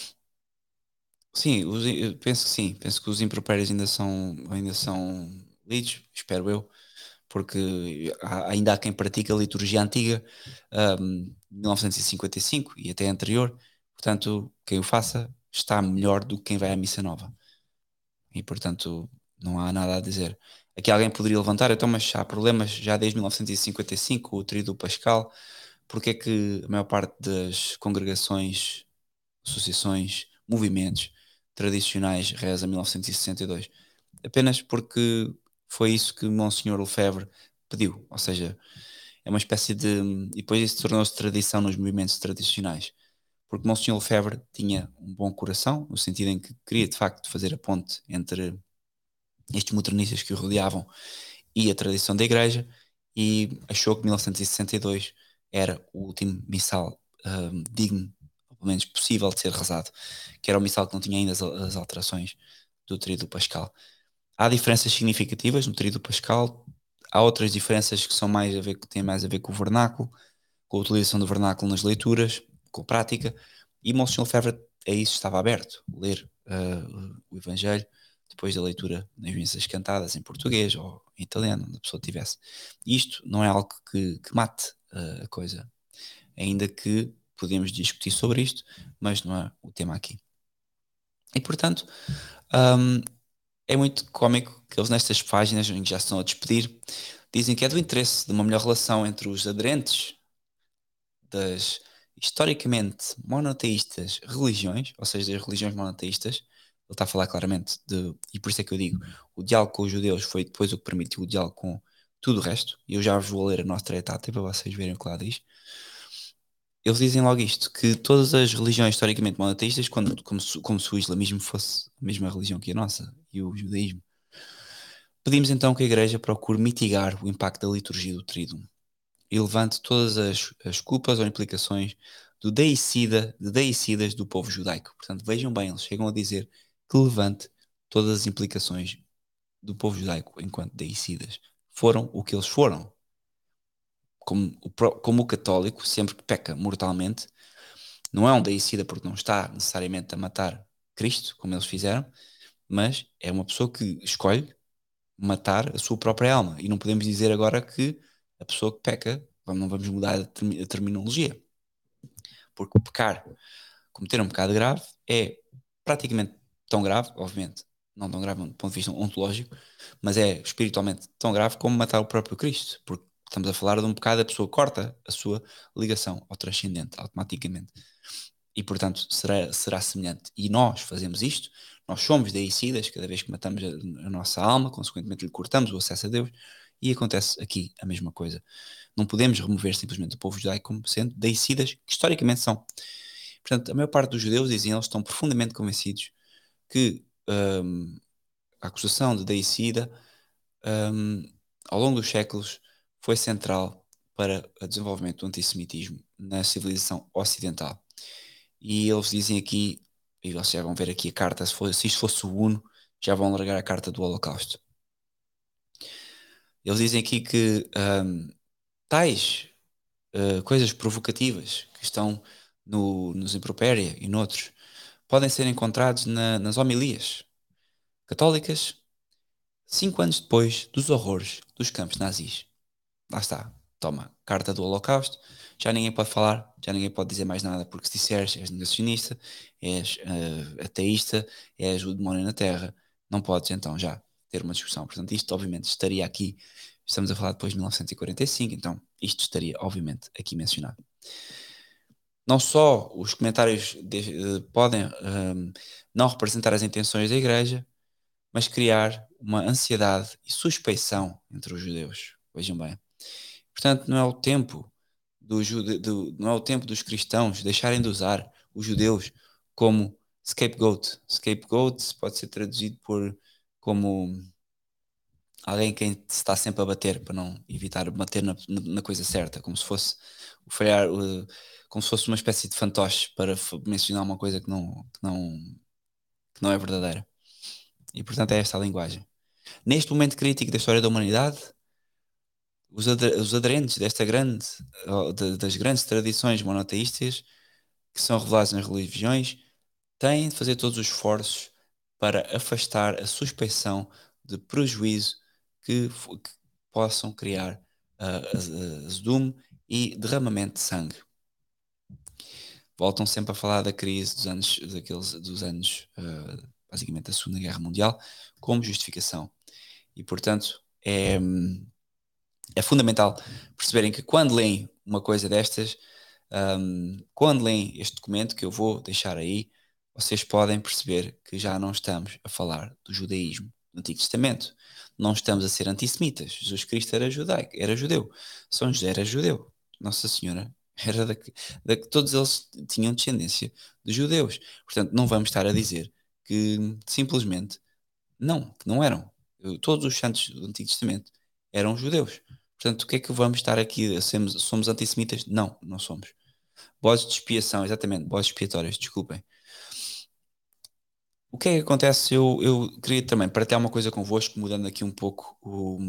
Sim, os, penso que sim, penso que os impropérios ainda são, ainda são lidos, espero eu, porque há, ainda há quem pratique a liturgia antiga, um, de mil novecentos e cinquenta e cinco e até anterior, portanto, quem o faça está melhor do que quem vai à missa nova. E, portanto, não há nada a dizer. Aqui alguém poderia levantar, então, mas há problemas já desde mil novecentos e cinquenta e cinco, o Tríduo Pascal, porque é que a maior parte das congregações, associações, movimentos tradicionais reza mil novecentos e sessenta e dois? Apenas porque foi isso que Monsenhor Lefebvre pediu, ou seja, é uma espécie de... E depois isso tornou-se tradição nos movimentos tradicionais, porque Monsenhor Lefebvre tinha um bom coração, no sentido em que queria de facto fazer a ponte entre estes modernistas que o rodeavam e a tradição da Igreja, e achou que mil novecentos e sessenta e dois era o último missal um, digno, pelo menos possível, de ser rezado, que era o missal que não tinha ainda as, as alterações do Tríduo Pascal. Há diferenças significativas no Tríduo Pascal, há outras diferenças que são mais a ver, que têm mais a ver com o vernáculo, com a utilização do vernáculo nas leituras, com a prática, e Monsenhor Lefebvre a isso estava aberto, ler uh, o Evangelho depois da leitura das missas cantadas em português ou em italiano, onde a pessoa tivesse. E isto não é algo que, que mate uh, a coisa, ainda que podemos discutir sobre isto, mas não é o tema aqui. E portanto, um, é muito cómico que eles nestas páginas em que já estão a despedir, dizem que é do interesse de uma melhor relação entre os aderentes das historicamente monoteístas religiões, ou seja, das religiões monoteístas. Ele está a falar claramente de, e por isso é que eu digo, o diálogo com os judeus foi depois o que permitiu o diálogo com tudo o resto, e eu já vos vou ler a Nostra Aetate para vocês verem o que lá diz. Eles dizem logo isto, que todas as religiões historicamente monoteístas, quando, como, se, como se o islamismo fosse a mesma religião que a nossa, e o judaísmo, pedimos então que a Igreja procure mitigar o impacto da liturgia do Tríduo e levante todas as, as culpas ou implicações do deicida, de deicidas do povo judaico. Portanto, vejam bem, eles chegam a dizer que levante todas as implicações do povo judaico enquanto deicidas. Foram o que eles foram. Como o, como o católico, sempre que peca mortalmente, não é um deicida porque não está necessariamente a matar Cristo, como eles fizeram, mas é uma pessoa que escolhe matar a sua própria alma. E não podemos dizer agora que a pessoa que peca, não vamos mudar a, term a terminologia, porque pecar, cometer um pecado grave, é praticamente tão grave, obviamente, não tão grave do ponto de vista ontológico, mas é espiritualmente tão grave como matar o próprio Cristo, porque estamos a falar de um pecado, a pessoa corta a sua ligação ao transcendente automaticamente. E, portanto, será, será semelhante. E nós fazemos isto, nós somos deicidas cada vez que matamos a, a nossa alma, consequentemente lhe cortamos o acesso a Deus, e acontece aqui a mesma coisa. Não podemos remover simplesmente o povo judaico como sendo deicidas, que historicamente são. Portanto, a maior parte dos judeus, dizem eles, estão profundamente convencidos que um, a acusação de deicida, um, ao longo dos séculos, foi central para o desenvolvimento do antissemitismo na civilização ocidental. E eles dizem aqui, e vocês já vão ver aqui a carta, se, for, se isto fosse o Uno, já vão largar a carta do Holocausto. Eles dizem aqui que um, tais uh, coisas provocativas que estão no, nos Impropéria e noutros podem ser encontrados na, nas homilias católicas cinco anos depois dos horrores dos campos nazis. Lá está, toma, carta do Holocausto, já ninguém pode falar, já ninguém pode dizer mais nada, porque se disseres és negacionista, és uh, ateísta, és o demónio na terra, não podes então já ter uma discussão. Portanto, isto obviamente estaria aqui, estamos a falar depois de mil novecentos e quarenta e cinco, então isto estaria obviamente aqui mencionado. Não só os comentários de, uh, podem um, não representar as intenções da Igreja, mas criar uma ansiedade e suspeição entre os judeus. Vejam bem. Portanto, não é o tempo do jude, do, não é o tempo dos cristãos deixarem de usar os judeus como scapegoat. Scapegoat pode ser traduzido por como alguém quem se está sempre a bater para não evitar bater na, na coisa certa, como se fosse o falhar, uh, como se fosse uma espécie de fantoche para mencionar uma coisa que não, que não, que não é verdadeira. E portanto é esta a linguagem. Neste momento crítico da história da humanidade, os, ader os aderentes desta grande, de, das grandes tradições monoteístas que são reveladas nas religiões têm de fazer todos os esforços para afastar a suspeição de prejuízo que, que possam criar uh, azedume e derramamento de sangue. Voltam sempre a falar da crise dos anos, daqueles, dos anos uh, basicamente da Segunda Guerra Mundial, como justificação. E, portanto, é, é fundamental perceberem que quando leem uma coisa destas, um, quando leem este documento que eu vou deixar aí, vocês podem perceber que já não estamos a falar do judaísmo do Antigo Testamento. Não estamos a ser antissemitas. Jesus Cristo era judaico, era judeu. São José era judeu. Nossa Senhora era da que, da que todos eles tinham descendência de judeus. Portanto, não vamos estar a dizer que simplesmente não, que não eram. Todos os santos do Antigo Testamento eram judeus. Portanto, o que é que vamos estar aqui? Somos, somos antissemitas? Não, não somos. Bodes de expiação, exatamente, bodes expiatórios, desculpem. O que é que acontece? Eu, eu queria também partilhar uma coisa convosco, mudando aqui um pouco o...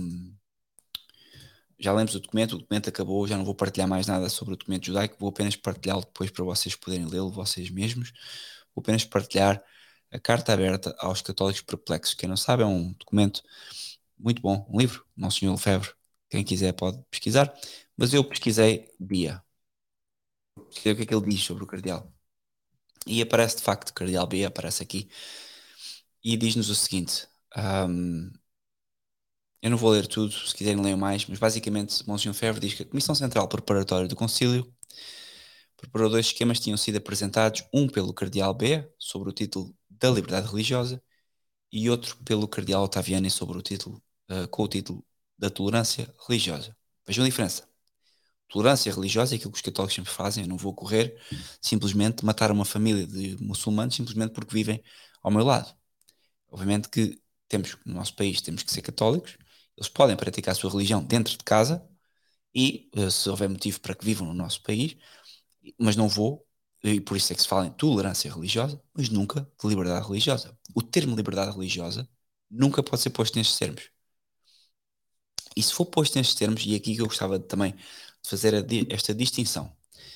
Já lemos o documento, o documento acabou, já não vou partilhar mais nada sobre o documento judaico, vou apenas partilhá-lo depois para vocês poderem lê-lo vocês mesmos. Vou apenas partilhar a Carta Aberta aos Católicos Perplexos. Quem não sabe, é um documento muito bom, um livro, Monsenhor Lefebvre. Quem quiser pode pesquisar, mas eu pesquisei Bia. Pesquisei o que é que ele diz sobre o cardeal. E aparece de facto, Cardeal Bia aparece aqui e diz-nos o seguinte... Um, eu não vou ler tudo, se quiserem leiam mais, mas basicamente Monsenhor Lefebvre diz que a Comissão Central Preparatória do Concílio preparou dois esquemas que tinham sido apresentados, um pelo Cardeal B, sobre o título da liberdade religiosa, e outro pelo Cardeal Ottaviani sobre o título, uh, com o título da tolerância religiosa. Vejam a diferença. Tolerância religiosa é aquilo que os católicos sempre fazem, eu não vou correr simplesmente matar uma família de muçulmanos simplesmente porque vivem ao meu lado. Obviamente que temos, no nosso país, temos que ser católicos, eles podem praticar a sua religião dentro de casa e, se houver motivo para que vivam no nosso país, mas não vou, e por isso é que se fala em tolerância religiosa, mas nunca de liberdade religiosa. O termo liberdade religiosa nunca pode ser posto nestes termos. E se for posto nestes termos, e aqui que eu gostava também de fazer a, esta distinção,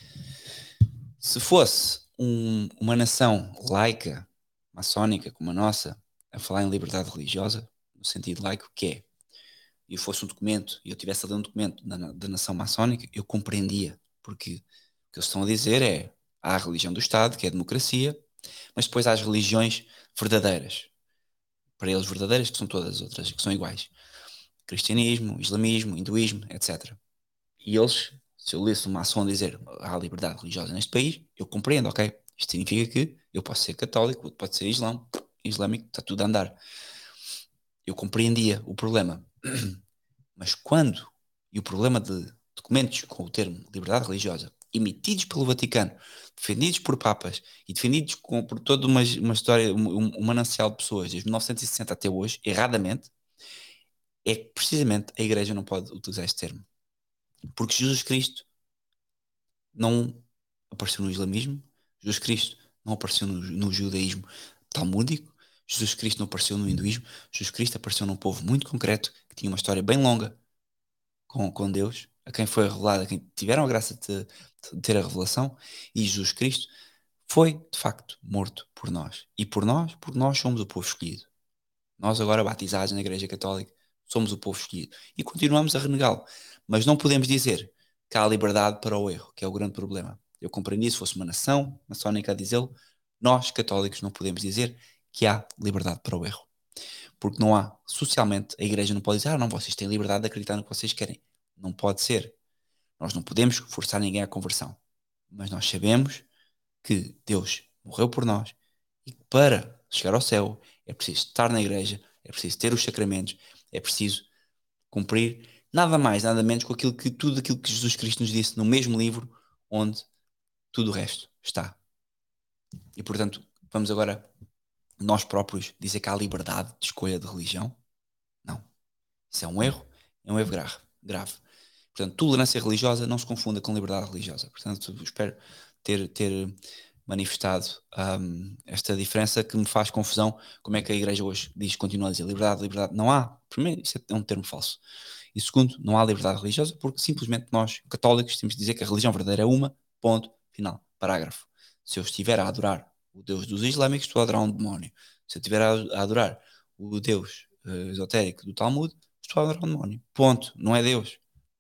se fosse um, uma nação laica, maçónica como a nossa, a falar em liberdade religiosa, no sentido laico, que é, e fosse um documento, e eu tivesse a ler um documento da, da nação maçónica, eu compreendia, porque o que eles estão a dizer é, há a religião do Estado, que é a democracia, mas depois há as religiões verdadeiras, para eles verdadeiras, que são todas as outras, que são iguais. Cristianismo, islamismo, hinduísmo, etcétera. E eles, se eu lesse uma ação a dizer há liberdade religiosa neste país, eu compreendo, ok? Isto significa que eu posso ser católico, pode ser islão, islâmico, está tudo a andar. Eu compreendia o problema. Mas quando, e o problema de documentos com o termo liberdade religiosa, emitidos pelo Vaticano, defendidos por papas e defendidos com, por toda uma, uma história, um, um manancial de pessoas, desde mil novecentos e sessenta até hoje, erradamente, é que precisamente a Igreja não pode utilizar este termo. Porque Jesus Cristo não apareceu no islamismo, Jesus Cristo não apareceu no, no judaísmo talmúdico, Jesus Cristo não apareceu no hinduísmo, Jesus Cristo apareceu num povo muito concreto, que tinha uma história bem longa com, com Deus, a quem foi revelada, a quem tiveram a graça de, de ter a revelação, e Jesus Cristo foi, de facto, morto por nós. E por nós, porque nós somos o povo escolhido. Nós agora batizados na Igreja Católica, somos o povo escolhido. E continuamos a renegá-lo. Mas não podemos dizer que há liberdade para o erro, que é o grande problema. Eu compreendi se fosse uma nação maçónica a dizê-lo, nós, católicos, não podemos dizer que há liberdade para o erro. Porque não há, socialmente, a Igreja não pode dizer, ah, não, vocês têm liberdade de acreditar no que vocês querem. Não pode ser. Nós não podemos forçar ninguém à conversão. Mas nós sabemos que Deus morreu por nós e que para chegar ao céu é preciso estar na igreja, é preciso ter os sacramentos, é preciso cumprir nada mais, nada menos com aquilo que, tudo aquilo que Jesus Cristo nos disse no mesmo livro onde tudo o resto está. E portanto, vamos agora nós próprios dizer que há liberdade de escolha de religião? Não. Isso é um erro, é um erro grave. grave. Portanto, tolerância religiosa não se confunda com liberdade religiosa. Portanto, espero ter, ter manifestado um, esta diferença que me faz confusão. Como é que a Igreja hoje diz, continua a dizer liberdade, liberdade? Não há. Primeiro, isso é um termo falso. E segundo, não há liberdade religiosa porque simplesmente nós, católicos, temos de dizer que a religião verdadeira é uma, ponto, final, parágrafo. Se eu estiver a adorar o Deus dos islâmicos, estou a adorar um demónio. Se eu estiver a adorar o Deus uh, esotérico do Talmud, estou estou a adorar um demónio. Ponto. Não é Deus.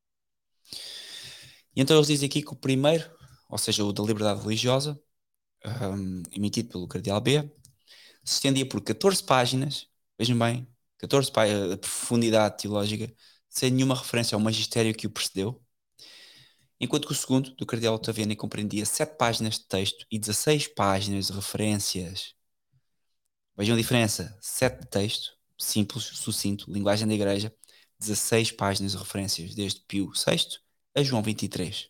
E então eles dizem aqui que o primeiro, ou seja, o da liberdade religiosa, um, emitido pelo Cardeal Bea, se estendia por catorze páginas, vejam bem, catorze páginas de profundidade teológica, sem nenhuma referência ao magistério que o precedeu, enquanto que o segundo, do Cardeal Ottaviani, compreendia sete páginas de texto e dezasseis páginas de referências. Vejam a diferença, sete de texto, simples, sucinto, linguagem da igreja, dezasseis páginas de referências, desde Pio sexto a João vinte e três.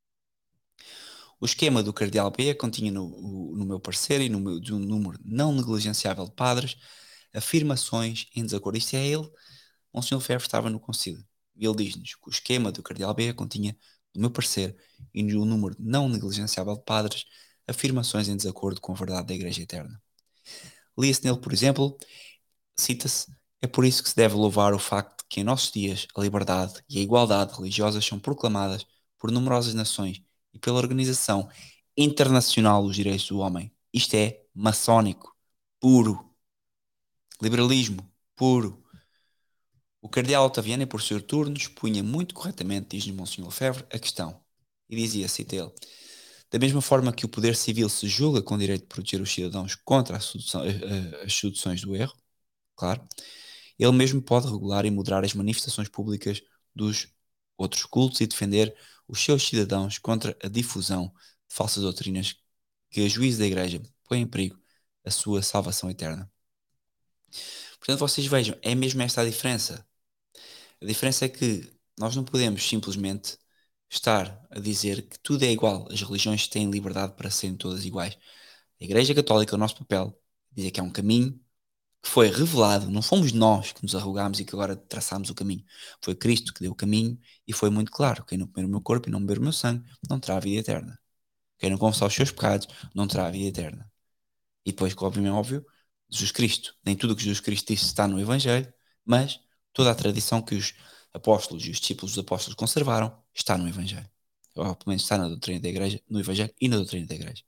O esquema do Cardeal Bea continha, no, no meu parecer, e no meu, de um número não negligenciável de padres, afirmações em desacordo. Isto é ele, Monsenhor Lefebvre estava no concílio, e ele diz-nos que o esquema do Cardeal Bea continha, no meu parecer, e de um número não negligenciável de padres, afirmações em desacordo com a verdade da Igreja Eterna. Lia-se nele, por exemplo, cita-se: é por isso que se deve louvar o facto de que em nossos dias a liberdade e a igualdade religiosas são proclamadas por numerosas nações e pela Organização Internacional dos Direitos do Homem. Isto é maçónico, puro. Liberalismo, puro. O cardeal Ottaviani, por seu turno, expunha muito corretamente, diz-nos Monsenhor Lefebvre, a questão. E dizia, cita ele: da mesma forma que o poder civil se julga com o direito de proteger os cidadãos contra as seduções do erro, claro, ele mesmo pode regular e moderar as manifestações públicas dos outros cultos e defender os seus cidadãos contra a difusão de falsas doutrinas que, a juízo da Igreja, põem em perigo a sua salvação eterna. Portanto, vocês vejam, é mesmo esta a diferença. A diferença é que nós não podemos simplesmente estar a dizer que tudo é igual, as religiões têm liberdade para serem todas iguais. A Igreja Católica, o nosso papel, dizer que é um caminho que foi revelado, não fomos nós que nos arrogámos e que agora traçámos o caminho. Foi Cristo que deu o caminho e foi muito claro: quem não comer o meu corpo e não beber o meu sangue não terá a vida eterna. Quem não confessar os seus pecados não terá a vida eterna. E depois, como é óbvio, Jesus Cristo, nem tudo o que Jesus Cristo disse está no Evangelho, mas toda a tradição que os apóstolos e os discípulos dos apóstolos conservaram está no Evangelho. Ou pelo menos está na doutrina da Igreja, no Evangelho e na doutrina da Igreja.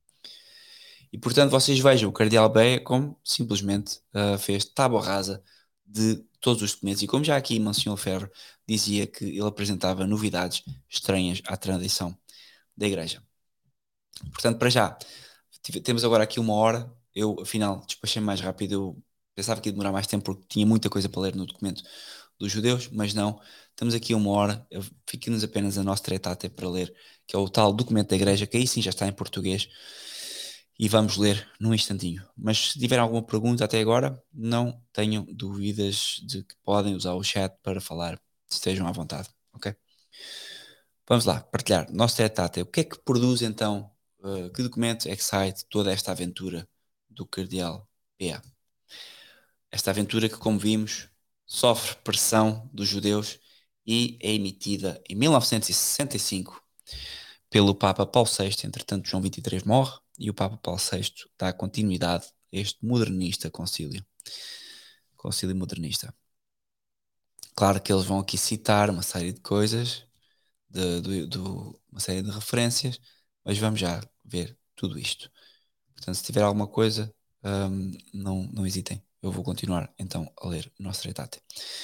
E portanto vocês vejam o Cardeal Bea como simplesmente uh, fez tábua rasa de todos os documentos, e como já aqui Monsenhor Lefebvre dizia que ele apresentava novidades estranhas à tradição da Igreja. Portanto, para já, temos agora aqui uma hora. Eu, afinal, despachei mais rápido. Eu pensava que ia demorar mais tempo porque tinha muita coisa para ler no documento dos judeus, mas não. Estamos aqui uma hora. Fique-nos apenas a nossa Traité para ler, que é o tal documento da Igreja, que aí sim já está em português, e vamos ler num instantinho. Mas se tiverem alguma pergunta até agora, não tenham dúvidas de que podem usar o chat para falar, estejam à vontade, ok? Vamos lá, partilhar. Nosso Traité. O que é que produz então? Uh, que documento é que sai de toda esta aventura do Cardeal Bea? Esta aventura que, como vimos, sofre pressão dos judeus e é emitida em mil novecentos e sessenta e cinco pelo Papa Paulo sexto. Entretanto, João vinte e três morre e o Papa Paulo sexto dá continuidade a este modernista concílio. Concílio modernista. Claro que eles vão aqui citar uma série de coisas, de, de, de uma série de referências, mas vamos já ver tudo isto. Portanto, se tiver alguma coisa, um, não, não hesitem. Eu vou continuar então a ler o nosso Traité.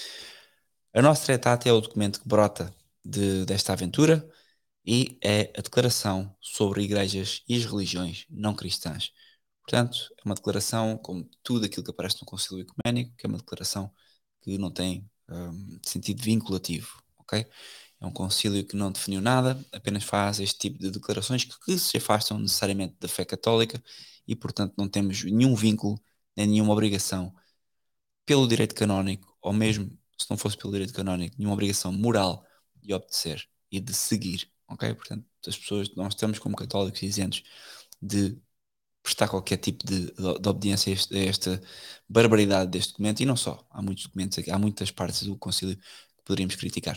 A nossa Traité é o documento que brota de, desta aventura e é a declaração sobre igrejas e as religiões não cristãs. Portanto, é uma declaração, como tudo aquilo que aparece no Concílio Ecuménico, que é uma declaração que não tem um, sentido vinculativo, ok? É um concílio que não definiu nada, apenas faz este tipo de declarações que, que se afastam necessariamente da fé católica e, portanto, não temos nenhum vínculo, nem nenhuma obrigação pelo direito canónico, ou mesmo, se não fosse pelo direito canónico, nenhuma obrigação moral de obedecer e de seguir, ok? Portanto, as pessoas, nós estamos como católicos isentos de prestar qualquer tipo de, de, de obediência a, este, a esta barbaridade deste documento, e não só, há muitos documentos aqui, há muitas partes do concílio que poderíamos criticar.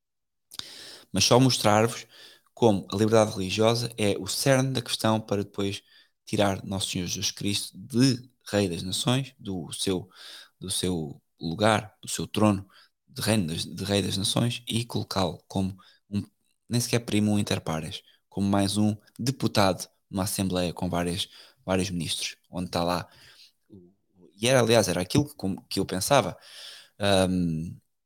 Mas só mostrar-vos como a liberdade religiosa é o cerne da questão para depois tirar Nosso Senhor Jesus Cristo de Rei das Nações, do seu, do seu lugar, do seu trono de, reino das, de Rei das Nações, e colocá-lo como um, nem sequer primo inter pares, como mais um deputado numa Assembleia com várias, vários ministros, onde está lá. E era, aliás, era aquilo que, que eu pensava. Um,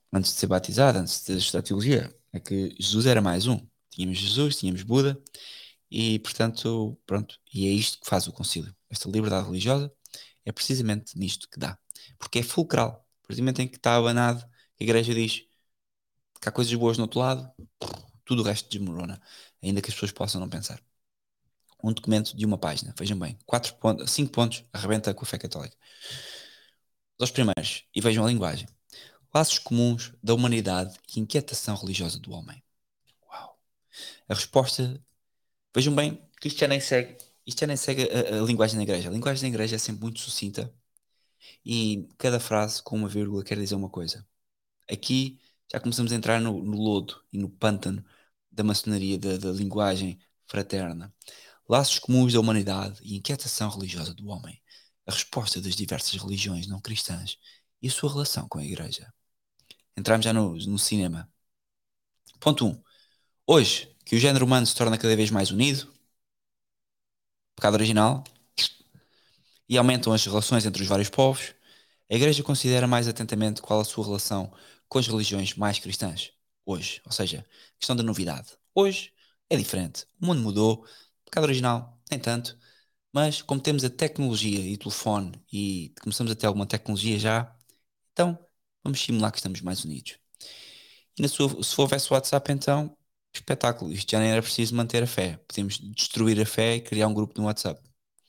antes de ser batizado, antes de estudar teologia, é que Jesus era mais um. Tínhamos Jesus, tínhamos Buda, e portanto, pronto, e é isto que faz o concílio. Esta liberdade religiosa é precisamente nisto que dá. Porque é fulcral. A partir do momento em que está abanado, a igreja diz que há coisas boas no outro lado, tudo o resto desmorona, ainda que as pessoas possam não pensar. Um documento de uma página, vejam bem, quatro pontos, cinco pontos, arrebenta com a fé católica. Os primeiros, e vejam a linguagem. Laços comuns da humanidade e inquietação religiosa do homem. Uau. A resposta, vejam bem, que isto já nem segue, isto já nem segue a, a linguagem da igreja. A linguagem da igreja é sempre muito sucinta e cada frase com uma vírgula quer dizer uma coisa. Aqui já começamos a entrar no, no lodo e no pântano da maçonaria, da, da linguagem fraterna. Laços comuns da humanidade e inquietação religiosa do homem. A resposta das diversas religiões não cristãs e a sua relação com a igreja. Entramos já no, no cinema. Ponto um. Hoje, que o género humano se torna cada vez mais unido, pecado original, e aumentam as relações entre os vários povos, a Igreja considera mais atentamente qual a sua relação com as religiões mais cristãs. Hoje, ou seja, questão da novidade. Hoje é diferente. O mundo mudou, pecado original, nem tanto, mas como temos a tecnologia e o telefone e começamos a ter alguma tecnologia já, então vamos simular que estamos mais unidos. E na sua, se houvesse o WhatsApp, então, espetáculo. Isto já nem era preciso manter a fé. Podemos destruir a fé e criar um grupo no WhatsApp.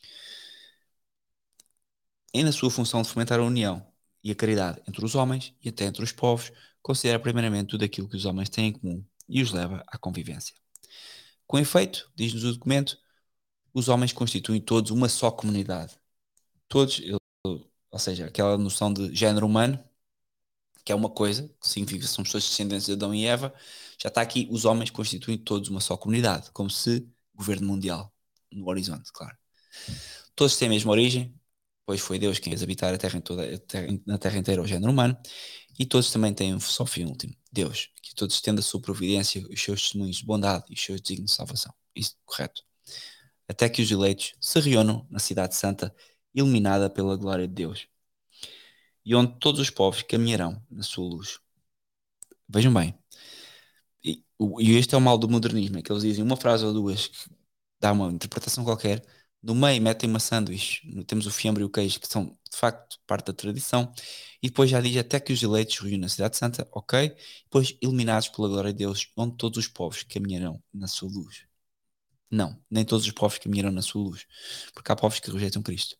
E na sua função de fomentar a união e a caridade entre os homens e até entre os povos, considera primeiramente tudo aquilo que os homens têm em comum e os leva à convivência. Com efeito, diz-nos o documento, os homens constituem todos uma só comunidade. Todos, ou seja, aquela noção de género humano, que é uma coisa, que significa que são pessoas descendentes de Adão e Eva, já está aqui, os homens constituem todos uma só comunidade, como se governo mundial, no horizonte, claro. Todos têm a mesma origem, pois foi Deus quem fez habitar a terra, em toda, a terra, na terra inteira o género humano, e todos também têm um só fim último, Deus, que todos estende a sua providência, os seus testemunhos de bondade e os seus desígnios de salvação. Isso é correto. Até que os eleitos se reúnam na cidade santa, iluminada pela glória de Deus, e onde todos os povos caminharão na sua luz. Vejam bem, e, e este é o mal do modernismo, é que eles dizem uma frase ou duas que dá uma interpretação qualquer, no meio metem uma sanduíche, temos o fiambre e o queijo, que são de facto parte da tradição, e depois já diz até que os eleitos se reúnem na cidade santa, ok, depois iluminados pela glória de Deus, onde todos os povos caminharão na sua luz. Não, nem todos os povos caminharão na sua luz, porque há povos que rejeitam Cristo.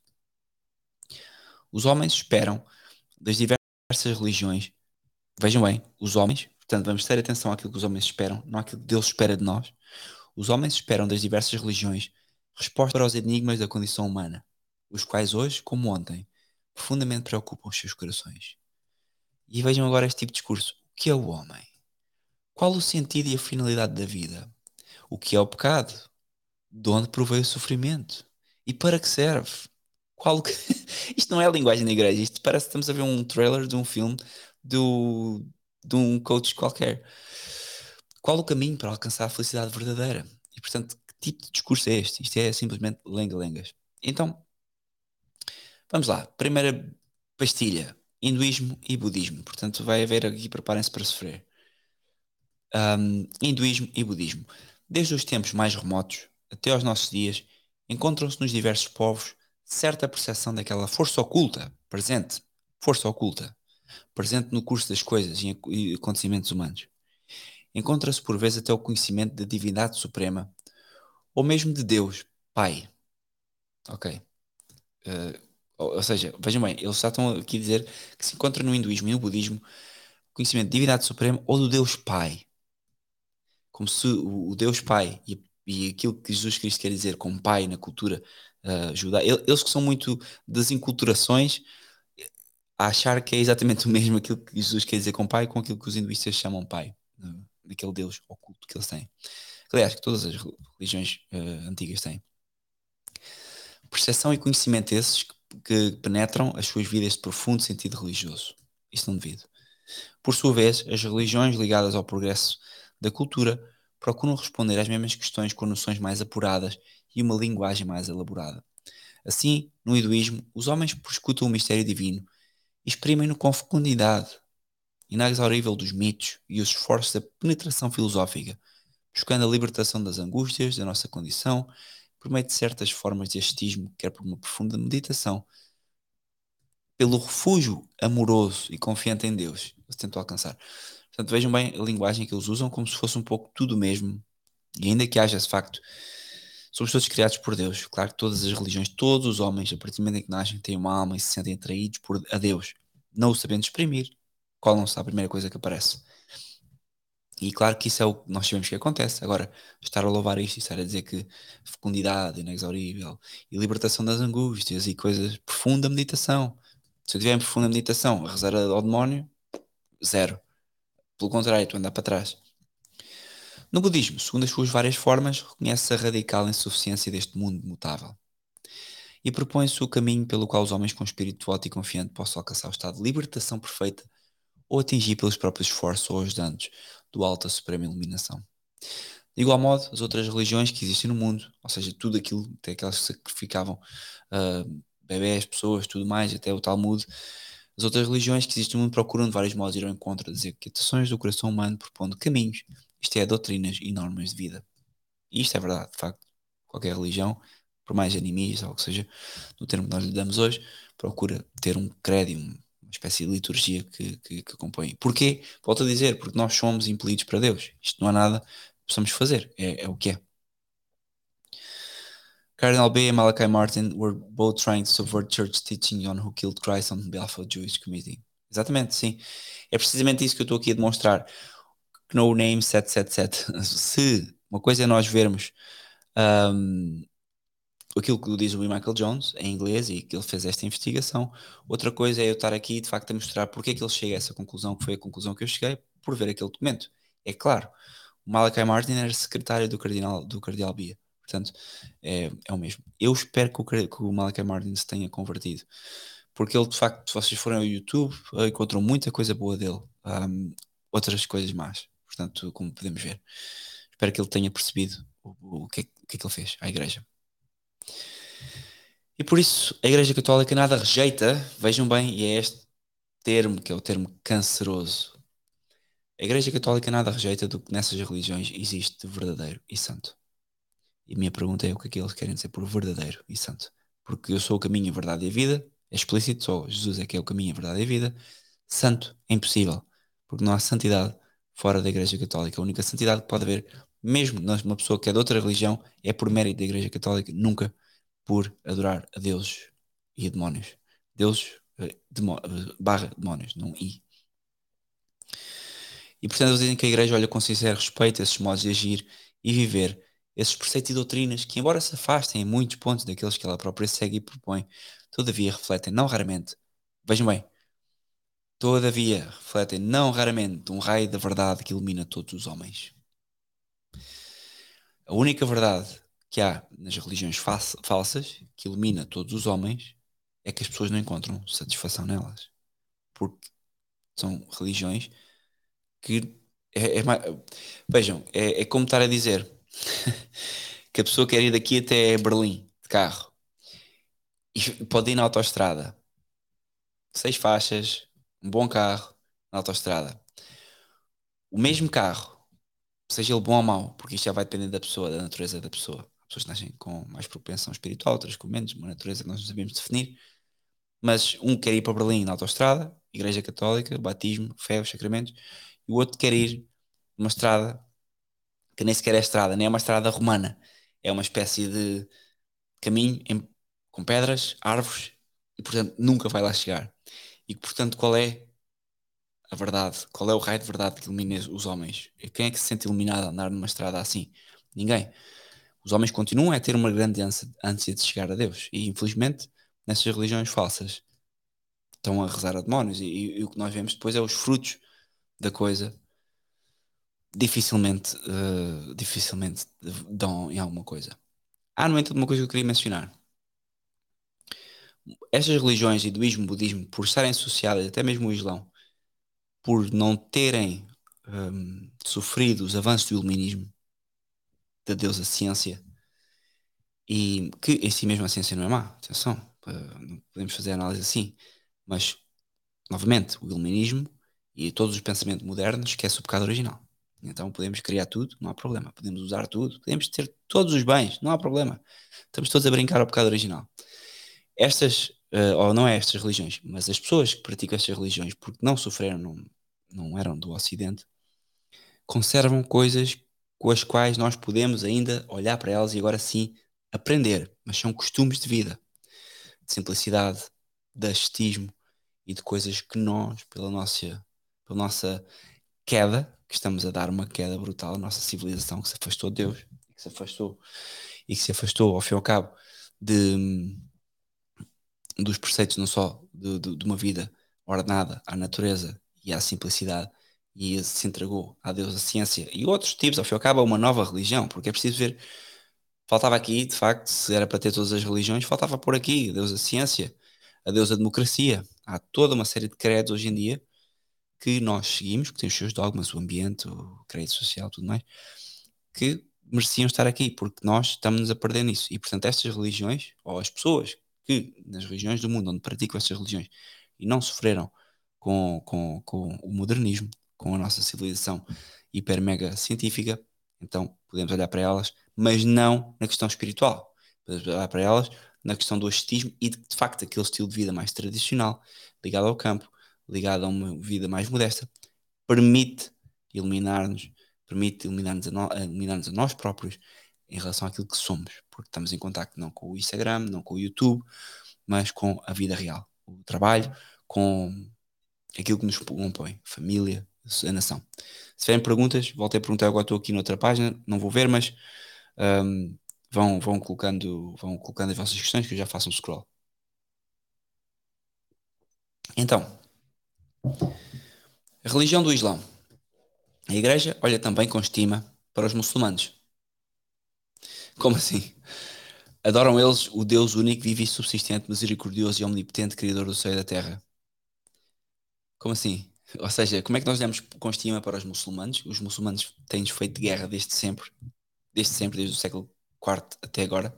Os homens esperam das diversas religiões, vejam bem, os homens, portanto vamos ter atenção àquilo que os homens esperam, não àquilo que Deus espera de nós. Os homens esperam das diversas religiões resposta para os enigmas da condição humana, os quais hoje, como ontem, profundamente preocupam os seus corações. E vejam agora este tipo de discurso. O que é o homem? Qual o sentido e a finalidade da vida? O que é o pecado? De onde provém o sofrimento? E para que serve? Qual que... Isto não é a linguagem da igreja, isto parece que estamos a ver um trailer de um filme do... de um coach qualquer. Qual o caminho para alcançar a felicidade verdadeira? E portanto, que tipo de discurso é este? Isto é simplesmente lenga-lengas. Então, vamos lá. Primeira pastilha: hinduísmo e budismo. Portanto, vai haver aqui, preparem-se para sofrer. Um, hinduísmo e budismo. Desde os tempos mais remotos até aos nossos dias, encontram-se nos diversos povos certa percepção daquela força oculta presente, força oculta, presente no curso das coisas e acontecimentos humanos. Encontra-se por vezes até o conhecimento da divindade suprema, ou mesmo de Deus, Pai. Ok. Uh, ou, ou seja, vejam bem, eles já estão aqui a dizer que se encontra no hinduísmo e no budismo conhecimento de divindade suprema ou do Deus Pai. Como se o, o Deus Pai e, e aquilo que Jesus Cristo quer dizer como Pai na cultura uh, judaica, eles que são muito das inculturações, a achar que é exatamente o mesmo aquilo que Jesus quer dizer com Pai com aquilo que os hinduístas chamam Pai, uh, daquele Deus oculto que eles têm. Aliás, que todas as religiões uh, antigas têm. Percepção e conhecimento esses que, que penetram as suas vidas de profundo sentido religioso. Isso não devido. Por sua vez, as religiões ligadas ao progresso da cultura procuram responder às mesmas questões com noções mais apuradas e uma linguagem mais elaborada. Assim, no hinduísmo, os homens prescutam o mistério divino e exprimem-no com fecundidade. inexaurível dos mitos e os esforços da penetração filosófica, buscando a libertação das angústias da nossa condição, por meio de certas formas de ascetismo, quer por uma profunda meditação, pelo refúgio amoroso e confiante em Deus, eles tentam alcançar. Portanto, vejam bem a linguagem que eles usam como se fosse um pouco tudo o mesmo, e ainda que haja esse facto, somos todos criados por Deus. Claro que todas as religiões, todos os homens, a partir do momento em que nascem, têm uma alma e se sentem atraídos por, a Deus, não o sabendo exprimir, colam-se à primeira coisa que aparece. E claro que isso é o que nós sabemos que acontece. Agora, estar a louvar isto e estar a dizer que fecundidade inexaurível e libertação das angústias e coisas, profunda meditação. Se eu tiver em profunda meditação a rezar ao demónio, zero. Pelo contrário, tu andar para trás. No budismo, segundo as suas várias formas, reconhece a radical insuficiência deste mundo mutável e propõe-se o caminho pelo qual os homens com espírito devoto e confiante possam alcançar o estado de libertação perfeita ou atingir pelos próprios esforços ou ajudantes do alta suprema iluminação. De igual modo, as outras religiões que existem no mundo, ou seja, tudo aquilo, até aquelas que sacrificavam uh, bebés, pessoas, tudo mais, até o Talmud, as outras religiões que existem no mundo procuram de vários modos ir ao encontro, a dizer que ações do coração humano propondo caminhos, isto é, doutrinas e normas de vida. E isto é verdade, de facto. Qualquer religião, por mais animista ou que seja, no termo que nós lhe damos hoje, procura ter um credo, uma espécie de liturgia que, que, que compõe. Porquê? Volto a dizer, porque nós somos impelidos para Deus. Isto não há nada que possamos fazer, é, é o que é. Cardinal B e Malachi Martin were both trying to subvert church teaching on who killed Christ on behalf of the Jewish community. Exatamente, sim. É precisamente isso que eu estou aqui a demonstrar. No Name sete sete sete. Se uma coisa é nós vermos um, aquilo que diz o Michael Jones em inglês e que ele fez esta investigação, outra coisa é eu estar aqui de facto a mostrar porque é que ele chega a essa conclusão, que foi a conclusão que eu cheguei por ver aquele documento. É claro, o Malachi Martin era secretário do Cardinal, do Cardeal Bia, portanto é, é o mesmo. Eu espero que o, que o Malachi Martin se tenha convertido, porque ele de facto, se vocês forem ao YouTube, encontram muita coisa boa dele, um, outras coisas más, portanto, como podemos ver. Espero que ele tenha percebido o, o, que, é, o que é que ele fez à igreja. E por isso a Igreja Católica nada rejeita, vejam bem, e é este termo que é o termo canceroso. A Igreja Católica nada rejeita do que nessas religiões existe de verdadeiro e santo. E a minha pergunta é o que é que eles querem dizer por verdadeiro e santo? Porque eu sou o caminho, a verdade e a vida, é explícito, só Jesus é que é o caminho, a verdade e a vida. Santo é impossível, porque não há santidade fora da Igreja Católica. A única santidade que pode haver, mesmo numa pessoa que é de outra religião, é por mérito da Igreja Católica, nunca por adorar a deuses e a demónios. Deuses demo, barra demónios, não i. E portanto eles dizem que a Igreja olha com sincero respeito a esses modos de agir e viver, esses preceitos e doutrinas que, embora se afastem em muitos pontos daqueles que ela própria segue e propõe, todavia refletem, não raramente, vejam bem, todavia refletem, não raramente, um raio da verdade que ilumina todos os homens. A única verdade que há nas religiões falsas, que ilumina todos os homens, é que as pessoas não encontram satisfação nelas. Porque são religiões que é, é mais, vejam, é, é como estar a dizer que a pessoa quer ir daqui até Berlim de carro e pode ir na autoestrada, seis faixas, um bom carro na autoestrada. O mesmo carro, seja ele bom ou mau, porque isto já vai depender da pessoa, da natureza da pessoa. Há pessoas que nascem com mais propensão espiritual, outras com menos, uma natureza que nós não sabemos definir. Mas um quer ir para Berlim na autoestrada, Igreja Católica, batismo, fé, os sacramentos, e o outro quer ir numa estrada que nem sequer é estrada, nem é uma estrada romana, é uma espécie de caminho em, com pedras, árvores, e portanto nunca vai lá chegar. E portanto, qual é a verdade? Qual é o raio de verdade que ilumina os homens? E quem é que se sente iluminado a andar numa estrada assim? Ninguém. Os homens continuam a ter uma grande ânsia de chegar a Deus, e infelizmente nessas religiões falsas estão a rezar a demónios, e, e, e o que nós vemos depois é os frutos da coisa dificilmente, uh, dificilmente dão em alguma coisa. Há, no entanto, uma coisa que eu queria mencionar. Estas religiões, hinduísmo, budismo, por estarem associadas, até mesmo o Islão, por não terem um, sofrido os avanços do iluminismo, da deusa ciência, e que em si mesmo a ciência não é má, atenção, uh, não podemos fazer análise assim, mas, novamente, o iluminismo E todos os pensamentos modernos esquecem o pecado original. Então podemos criar tudo, não há problema. Podemos usar tudo, podemos ter todos os bens, não há problema. Estamos todos a brincar ao pecado original. Estas, uh, ou não é estas religiões, mas as pessoas que praticam estas religiões, porque não sofreram, não, não eram do Ocidente, conservam coisas com as quais nós podemos ainda olhar para elas e agora sim aprender, mas são costumes de vida, de simplicidade, de ascetismo e de coisas que nós, pela nossa, pela nossa queda, que estamos a dar uma queda brutal à nossa civilização, que se afastou de Deus, que se afastou e que se afastou, ao fim e ao cabo, de, dos preceitos não só de, de, de uma vida ordenada à natureza e à simplicidade, e se entregou a Deus, a ciência e outros tipos, ao fim e ao cabo, a uma nova religião, porque é preciso ver, faltava aqui, de facto, se era para ter todas as religiões, faltava por aqui a Deus, a ciência, a Deus, a democracia. Há toda uma série de credos hoje em dia que nós seguimos, que têm os seus dogmas, o ambiente, o crédito social, tudo mais, que mereciam estar aqui, porque nós estamos a perder nisso. E, portanto, estas religiões, ou as pessoas que, nas regiões do mundo onde praticam estas religiões e não sofreram com, com, com o modernismo, com a nossa civilização hiper mega científica, então podemos olhar para elas, mas não na questão espiritual. Podemos olhar para elas na questão do ascetismo e, de, de facto, aquele estilo de vida mais tradicional, ligado ao campo, ligado a uma vida mais modesta, permite iluminar-nos, permite iluminar-nos a, no, iluminar a nós próprios em relação àquilo que somos, porque estamos em contacto não com o Instagram, não com o YouTube, mas com a vida real, o trabalho, com aquilo que nos compõe, família, a nação. Se tiverem perguntas, voltei a perguntar, agora estou aqui noutra página, não vou ver, mas um, vão, vão, colocando, vão colocando as vossas questões que eu já faço um scroll. Então, a religião do Islão. A igreja olha também com estima para os muçulmanos. Como assim? Adoram eles o Deus único, vivo e subsistente, misericordioso e omnipotente, Criador do céu e da terra. Como assim? Ou seja, como é que nós damos com estima para os muçulmanos? Os muçulmanos têm-nos feito guerra desde sempre, desde sempre, desde o século quarto até agora.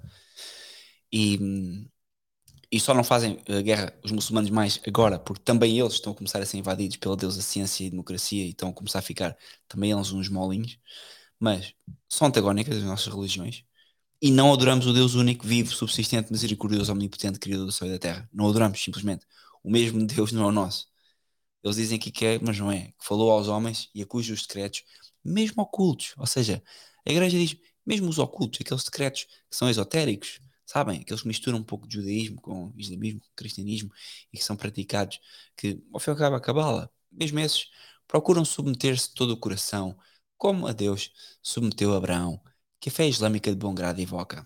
E, e só não fazem uh, guerra os muçulmanos mais agora, porque também eles estão a começar a ser invadidos pela deusa ciência e democracia e estão a começar a ficar também eles uns molinhos. Mas são antagónicas as nossas religiões. E não adoramos o Deus único, vivo, subsistente, misericordioso, omnipotente, Criador do céu e da terra. Não adoramos, simplesmente. O mesmo Deus não é o nosso. Eles dizem aqui que é, mas não é. Que falou aos homens e a cujos secretos, mesmo ocultos. Ou seja, a igreja diz, mesmo os ocultos, aqueles secretos que são esotéricos, sabem? Aqueles que misturam um pouco de judaísmo com islamismo, com cristianismo e que são praticados, que ao fim e ao cabo a cabala, mesmo esses, procuram submeter-se de todo o coração, como a Deus submeteu a Abraão, que a fé islâmica de bom grado evoca.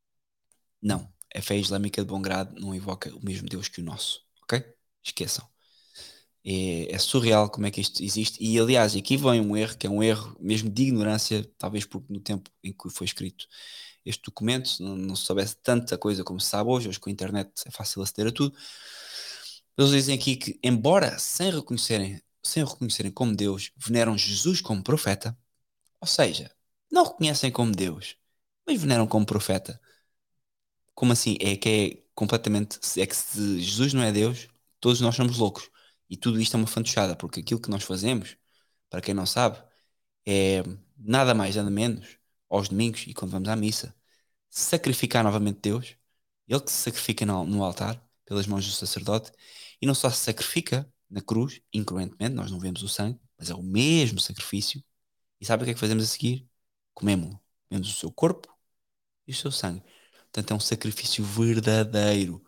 Não, a fé islâmica de bom grado não evoca o mesmo Deus que o nosso, ok? Esqueçam. É, é surreal como é que isto existe. E aliás, aqui vem um erro, que é um erro mesmo de ignorância, talvez porque no tempo em que foi escrito este documento não, não se soubesse tanta coisa como se sabe hoje, hoje com a internet é fácil aceder a tudo. Eles dizem aqui que, embora sem reconhecerem, sem o reconhecerem como Deus, veneram Jesus como profeta, ou seja, não reconhecem como Deus, mas veneram como profeta. Como assim? É que é completamente. É que se Jesus não é Deus, todos nós somos loucos. E tudo isto é uma fantochada, porque aquilo que nós fazemos, para quem não sabe, é nada mais, nada menos, aos domingos e quando vamos à missa, sacrificar novamente Deus, Ele que se sacrifica no, no altar, pelas mãos do sacerdote, e não só se sacrifica na cruz, incruentemente, nós não vemos o sangue, mas é o mesmo sacrifício. E sabe o que é que fazemos a seguir? Comemos-lo. Comemos o seu corpo e o seu sangue. Portanto, é um sacrifício verdadeiro.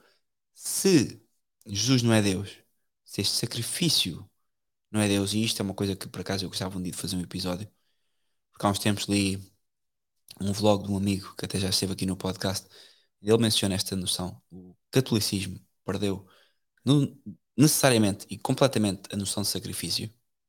Se Jesus não é Deus, se este sacrifício não é Deus, e isto é uma coisa que por acaso eu gostava um dia de fazer um episódio, porque há uns tempos li um vlog de um amigo que até já esteve aqui no podcast, e ele menciona esta noção. O catolicismo perdeu no- necessariamente e completamente a noção de sacrifício.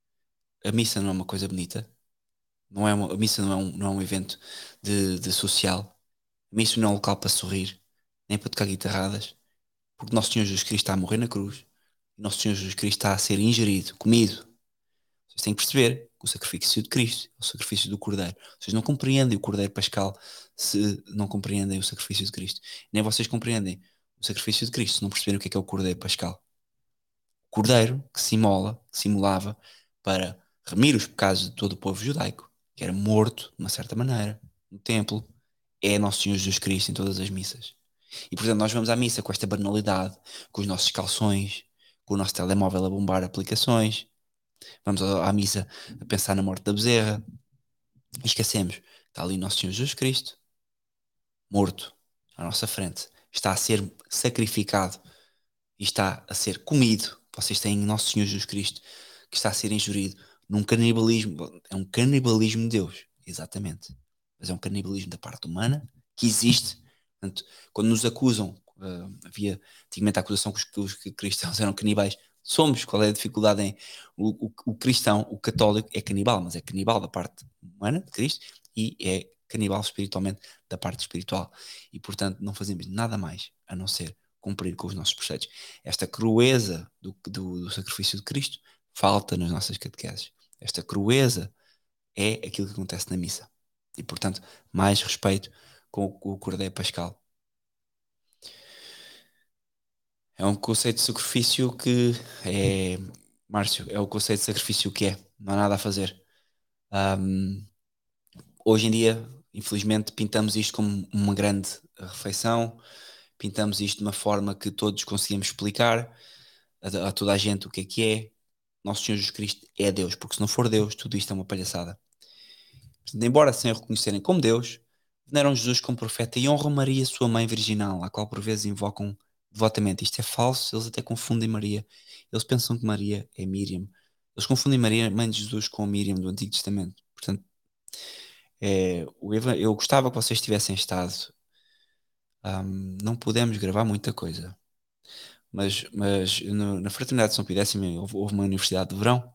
A missa não é uma coisa bonita, não é uma, a missa não é um, não é um evento de, de social, a missa não é um local para sorrir, nem para tocar guitarradas. Porque Nosso Senhor Jesus Cristo está a morrer na cruz, e Nosso Senhor Jesus Cristo está a ser ingerido, comido. Vocês têm que perceber que o sacrifício de Cristo é o sacrifício do Cordeiro. Vocês não compreendem o Cordeiro Pascal se não compreendem o sacrifício de Cristo. Nem vocês compreendem o sacrifício de Cristo se não perceberem o que é que é o Cordeiro Pascal. O Cordeiro que se imola, que se imolava para remir os pecados de todo o povo judaico, que era morto, de uma certa maneira, no templo, é Nosso Senhor Jesus Cristo em todas as missas. E, portanto, nós vamos à missa com esta banalidade, com os nossos calções, com o nosso telemóvel a bombar aplicações, vamos à missa a pensar na morte da bezerra, e esquecemos, está ali Nosso Senhor Jesus Cristo, morto, à nossa frente, está a ser sacrificado e está a ser comido. Vocês têm Nosso Senhor Jesus Cristo que está a ser ingerido num canibalismo. É um canibalismo de Deus, exatamente. Mas é um canibalismo da parte humana que existe. Portanto, quando nos acusam, uh, havia antigamente a acusação que os, que os cristãos eram canibais. Somos, qual é a dificuldade em o, o, o cristão, o católico é canibal, mas é canibal da parte humana de Cristo e é canibal espiritualmente da parte espiritual. E portanto não fazemos nada mais a não ser cumprir com os nossos preceitos. Esta crueza do, do, do sacrifício de Cristo falta nas nossas catequeses. Esta crueza é aquilo que acontece na missa. E, portanto, mais respeito com o, com o Cordeiro Pascal. É um conceito de sacrifício que é, Márcio, é o conceito de sacrifício que é. Não há nada a fazer. Um, hoje em dia, infelizmente, pintamos isto como uma grande refeição, pintamos isto de uma forma que todos conseguimos explicar a, a toda a gente o que é que é. Nosso Senhor Jesus Cristo é Deus, porque se não for Deus, tudo isto é uma palhaçada. Portanto, embora sem o reconhecerem como Deus, veneram Jesus como profeta e honram Maria, sua mãe virginal, a qual por vezes invocam devotamente. Isto é falso, eles até confundem Maria. Eles pensam que Maria é Miriam. Eles confundem Maria, mãe de Jesus, com Miriam do Antigo Testamento. Portanto, é, o Eva, eu gostava que vocês tivessem estado. Um, não pudemos gravar muita coisa. Mas, mas no, na Fraternidade de São Pio X houve, houve uma universidade de verão,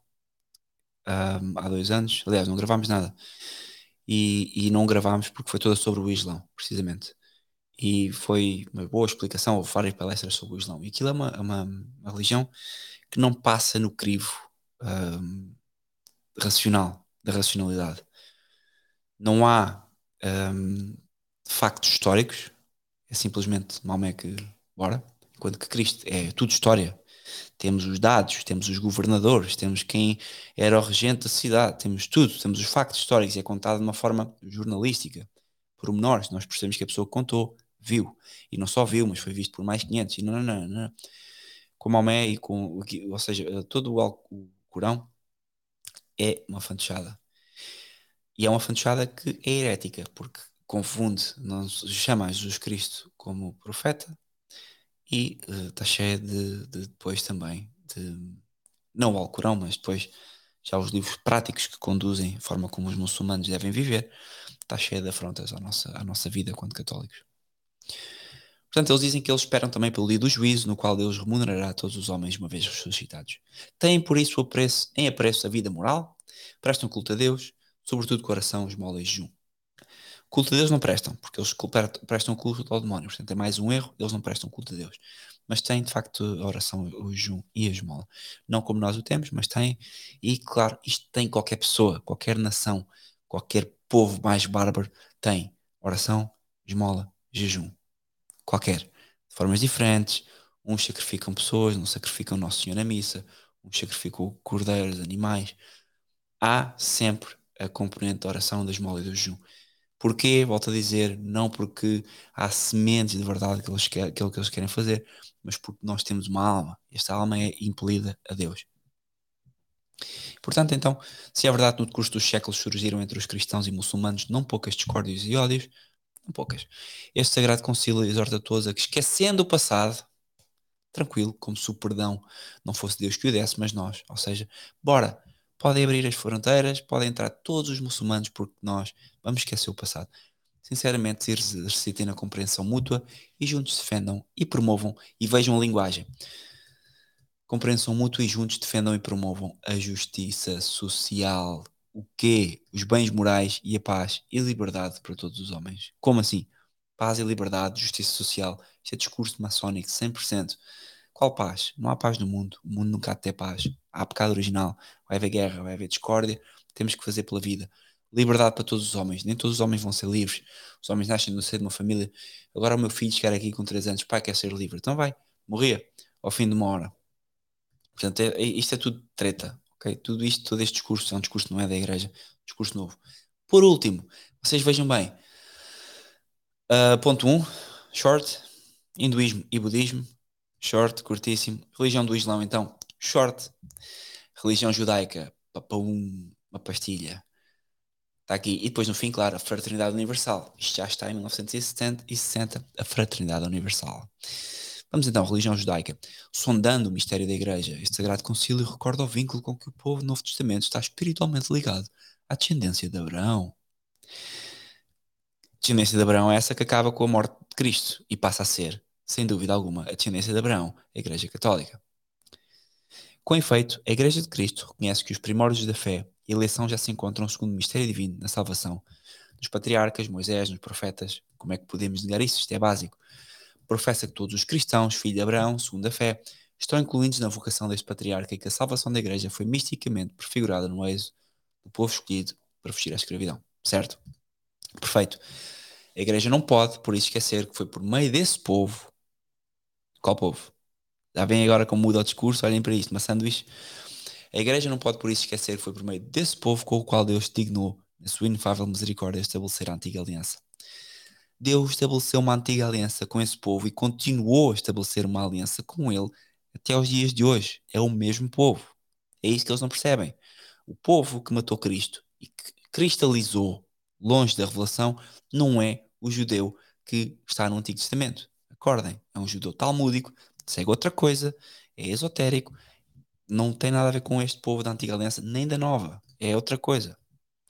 um, há dois anos. Aliás, não gravámos nada. E, e não gravámos porque foi toda sobre o Islão, precisamente. E foi uma boa explicação, houve várias palestras sobre o Islão. E aquilo é uma, uma, uma religião que não passa no crivo um, racional, da racionalidade. Não há um, factos históricos, é simplesmente Maomé que bora, enquanto que Cristo é tudo história. Temos os dados, temos os governadores, temos quem era o regente da cidade, temos tudo, temos os factos históricos e é contado de uma forma jornalística, pormenores. Nós percebemos que a pessoa que contou viu, e não só viu, mas foi visto por mais quinhentos, e não, não, não, não. Com Maomé e com, ou seja, todo o, o Corão é uma fantochada. E é uma fantochada que é herética, porque confunde, não se chama Jesus Cristo como profeta e está uh, cheia de, de depois também de não o Alcorão, mas depois já os livros práticos que conduzem a forma como os muçulmanos devem viver, está cheia de afrontas à nossa, à nossa vida quanto católicos. Portanto, eles dizem que eles esperam também pelo dia do juízo, no qual Deus remunerará todos os homens uma vez ressuscitados. Têm, por isso, apreço, em apreço a vida moral, prestam culto a Deus, sobretudo coração, esmola e jejum. Culto a Deus não prestam, porque eles prestam culto ao demónio. Portanto, é mais um erro, eles não prestam culto a Deus. Mas têm, de facto, a oração, o jejum e a esmola. Não como nós o temos, mas têm. E, claro, isto tem qualquer pessoa, qualquer nação, qualquer povo mais bárbaro tem oração, esmola, jejum. Qualquer. De formas diferentes. Uns sacrificam pessoas, uns sacrificam Nosso Senhor na missa, uns sacrificam cordeiros, animais. Há sempre a componente da oração, da esmola e do jejum. Porquê? Volto a dizer, não porque há sementes de verdade que eles querem, aquilo que eles querem fazer, mas porque nós temos uma alma. Esta alma é impelida a Deus. Portanto, então, se é verdade que no decurso dos séculos surgiram entre os cristãos e muçulmanos não poucas discórdias e ódios, não poucas, este Sagrado Concílio exorta a todos a que, esquecendo o passado, tranquilo, como se o perdão não fosse Deus que o desse, mas nós, ou seja, bora, podem abrir as fronteiras, podem entrar todos os muçulmanos, porque nós vamos esquecer o passado. Sinceramente, se exercitem na compreensão mútua e juntos se defendam e promovam e vejam a linguagem. Compreensão mútua e juntos defendam e promovam a justiça social, o quê? Os bens morais e a paz e liberdade para todos os homens. Como assim? Paz e liberdade, justiça social. Isto é discurso maçónico, cem por cento. Qual paz? Não há paz no mundo. O mundo nunca há de ter paz. Há pecado original. Vai haver guerra, vai haver discórdia. Temos que fazer pela vida. Liberdade para todos os homens. Nem todos os homens vão ser livres. Os homens nascem no seio de uma família. Agora o meu filho chegar aqui com três anos, pai, quer ser livre. Então vai, morrer ao fim de uma hora. Portanto, é, é, isto é tudo treta, ok? Tudo isto, todo este discurso é um discurso que não é da igreja, discurso novo. Por último, vocês vejam bem, uh, ponto um, short, hinduísmo e budismo, short, curtíssimo. Religião do Islão, então, short. Religião judaica, papum, uma pastilha. Está aqui. E depois, no fim, claro, a Fraternidade Universal. Isto já está em mil novecentos e sessenta, a Fraternidade Universal. Vamos então, religião judaica. Sondando o mistério da Igreja, este Sagrado Concílio recorda o vínculo com que o povo do Novo Testamento está espiritualmente ligado à descendência de Abraão. A descendência de Abraão é essa que acaba com a morte de Cristo e passa a ser, sem dúvida alguma, a descendência de Abraão, a Igreja Católica. Com efeito, a Igreja de Cristo reconhece que os primórdios da fé e eleição já se encontram segundo o mistério divino na salvação dos patriarcas, Moisés, nos profetas. Como é que podemos negar isso? Isto é básico. Professa que todos os cristãos, filhos de Abraão, segundo a fé, estão incluídos na vocação deste patriarca e que a salvação da Igreja foi misticamente prefigurada no êxodo do povo escolhido para fugir à escravidão. Certo? Perfeito. A Igreja não pode, por isso, esquecer que foi por meio desse povo. Qual povo? Já bem agora como muda o discurso, olhem para isto, uma sanduíche. A Igreja não pode por isso esquecer que foi por meio desse povo com o qual Deus dignou, na sua inefável misericórdia, estabelecer a antiga aliança. Deus estabeleceu uma antiga aliança com esse povo e continuou a estabelecer uma aliança com ele até aos dias de hoje. É o mesmo povo. É isso que eles não percebem. O povo que matou Cristo e que cristalizou longe da revelação não é o judeu que está no Antigo Testamento. Acordem, é um judeu talmúdico, segue outra coisa, é esotérico, não tem nada a ver com este povo da Antiga Aliança, nem da Nova. É outra coisa.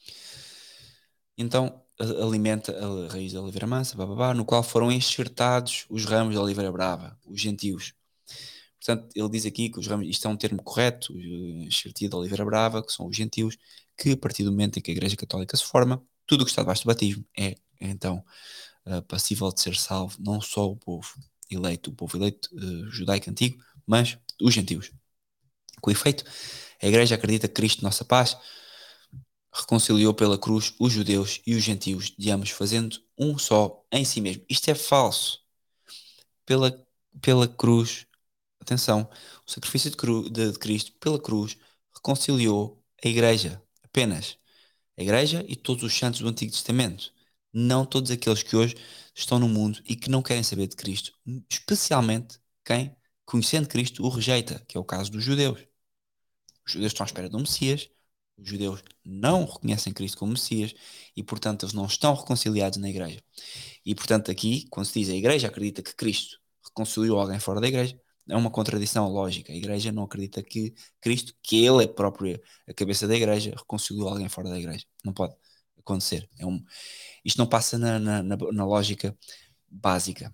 Então, alimenta a raiz da oliveira mansa, bababá, no qual foram enxertados os ramos da oliveira brava, os gentios. Portanto, ele diz aqui que os ramos, isto é um termo correto, enxertia da oliveira brava, que são os gentios, que a partir do momento em que a Igreja Católica se forma, tudo o que está debaixo do batismo é, então, uh, passível de ser salvo, não só o povo eleito, o povo eleito uh, judaico antigo, mas os gentios. Com efeito, a Igreja acredita que Cristo, nossa paz, reconciliou pela cruz os judeus e os gentios de ambos, fazendo um só em si mesmo. Isto é falso. Pela, pela cruz, atenção, o sacrifício de, cru, de, de Cristo pela cruz reconciliou a Igreja, apenas. A Igreja e todos os santos do Antigo Testamento. Não todos aqueles que hoje estão no mundo e que não querem saber de Cristo. Especialmente quem, conhecendo Cristo, o rejeita, que é o caso dos judeus. Os judeus estão à espera de um Messias, os judeus não reconhecem Cristo como Messias e, portanto, eles não estão reconciliados na Igreja. E, portanto, aqui, quando se diz a Igreja acredita que Cristo reconciliou alguém fora da Igreja, é uma contradição lógica. A Igreja não acredita que Cristo, que Ele é próprio a cabeça da Igreja, reconciliou alguém fora da Igreja. Não pode acontecer. É um... Isto não passa na, na, na, na lógica básica.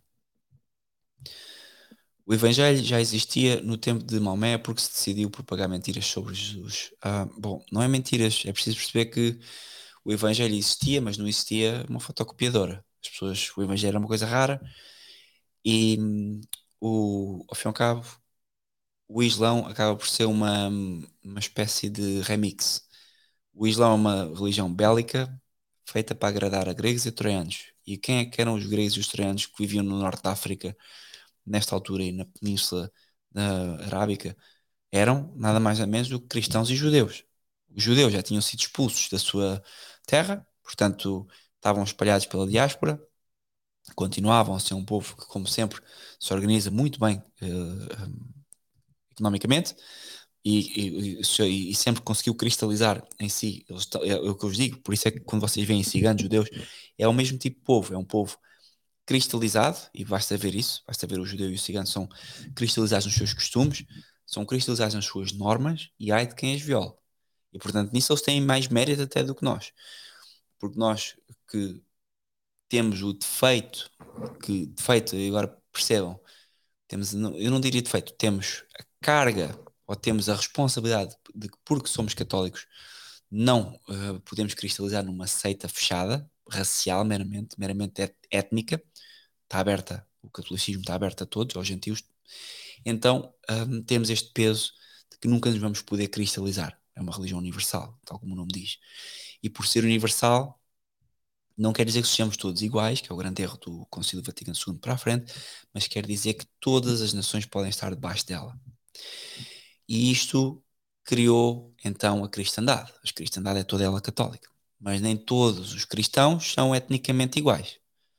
O Evangelho já existia no tempo de Maomé porque se decidiu propagar mentiras sobre Jesus. Ah, bom, não é mentiras, é preciso perceber que o Evangelho existia, mas não existia uma fotocopiadora. As pessoas, o Evangelho era uma coisa rara e o, ao fim e ao cabo, o Islão acaba por ser uma, uma espécie de remix. O Islão é uma religião bélica feita para agradar a gregos e troianos. E quem é que eram os gregos e os troianos que viviam no norte da África nesta altura e na Península uh, Arábica? Eram nada mais ou menos do que cristãos e judeus. Os judeus já tinham sido expulsos da sua terra, portanto estavam espalhados pela diáspora, continuavam a ser um povo que, como sempre, se organiza muito bem uh, economicamente e, e, e, sempre conseguiu cristalizar em si. Eles, é, é o que eu vos digo, por isso é que quando vocês veem ciganos, judeus, é o mesmo tipo de povo, é um povo cristalizado, e basta ver isso, basta ver o judeu e o cigano são cristalizados nos seus costumes, são cristalizados nas suas normas, e ai de quem as viola. E portanto nisso eles têm mais mérito até do que nós, porque nós que temos o defeito, que defeito, e agora percebam, temos, eu não diria defeito, temos a carga, ou temos a responsabilidade de que porque somos católicos não uh, podemos cristalizar numa seita fechada, racial meramente, meramente et étnica, está aberta, o catolicismo está aberto a todos, aos gentios, então um, temos este peso de que nunca nos vamos poder cristalizar. É uma religião universal, tal como o nome diz. E por ser universal, não quer dizer que sejamos todos iguais, que é o grande erro do Concílio Vaticano segundo para a frente, mas quer dizer que todas as nações podem estar debaixo dela. E isto criou então a cristandade. A cristandade é toda ela católica, mas nem todos os cristãos são etnicamente iguais.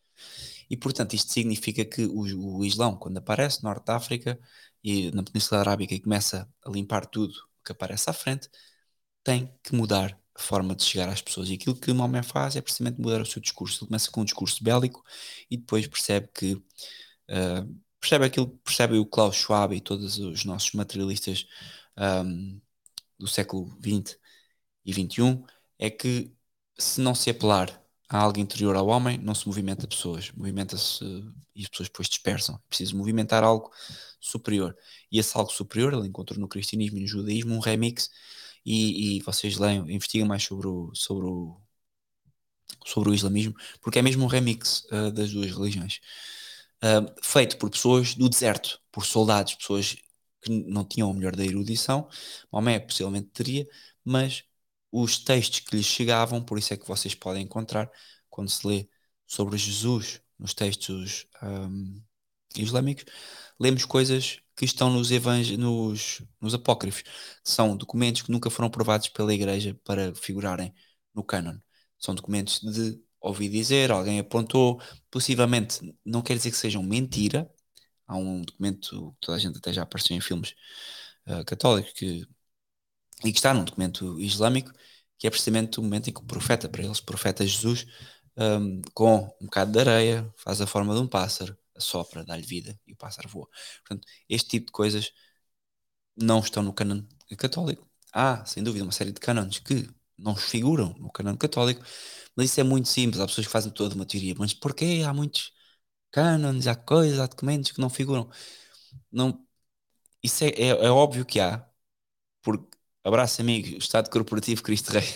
E, portanto, isto significa que o, o Islão, quando aparece no Norte da África e na Península Arábica e começa a limpar tudo que aparece à frente, tem que mudar a forma de chegar às pessoas. E aquilo que o Maomé faz é precisamente mudar o seu discurso. Ele começa com um discurso bélico e depois percebe que uh, percebe aquilo, percebe o Klaus Schwab e todos os nossos materialistas um, do século vinte e vinte e um, é que se não se apelar a algo interior ao homem, não se movimenta pessoas, movimenta-se e as pessoas depois dispersam. É preciso movimentar algo superior. E esse algo superior ele encontrou no cristianismo e no judaísmo um remix. E, e vocês leiam, investigam mais sobre o, sobre o, sobre o islamismo, porque é mesmo um remix uh, das duas religiões. Uh, feito por pessoas do deserto, por soldados, pessoas que não tinham o melhor da erudição. Maomé possivelmente teria, mas os textos que lhes chegavam, por isso é que vocês podem encontrar, quando se lê sobre Jesus nos textos um, islâmicos, lemos coisas que estão nos, evang- nos, nos apócrifos, que são documentos que nunca foram provados pela Igreja para figurarem no cânon. São documentos de ouvir dizer, alguém apontou, possivelmente não quer dizer que sejam mentira. Há um documento que toda a gente até já apareceu em filmes uh, católicos que, e que está num documento islâmico, que é precisamente o momento em que o profeta, para eles, o profeta Jesus, um, com um bocado de areia, faz a forma de um pássaro, assopra, dá-lhe vida e o pássaro voa. Portanto, este tipo de coisas não estão no cânon católico. Há, sem dúvida, uma série de cânones que não figuram no cânon católico, mas isso é muito simples. Há pessoas que fazem toda uma teoria. Mas porquê há muitos cânones, há coisas, há documentos que não figuram? Não, isso é, é, é óbvio que há, porque, abraço amigo, Estado Corporativo Cristo Rei.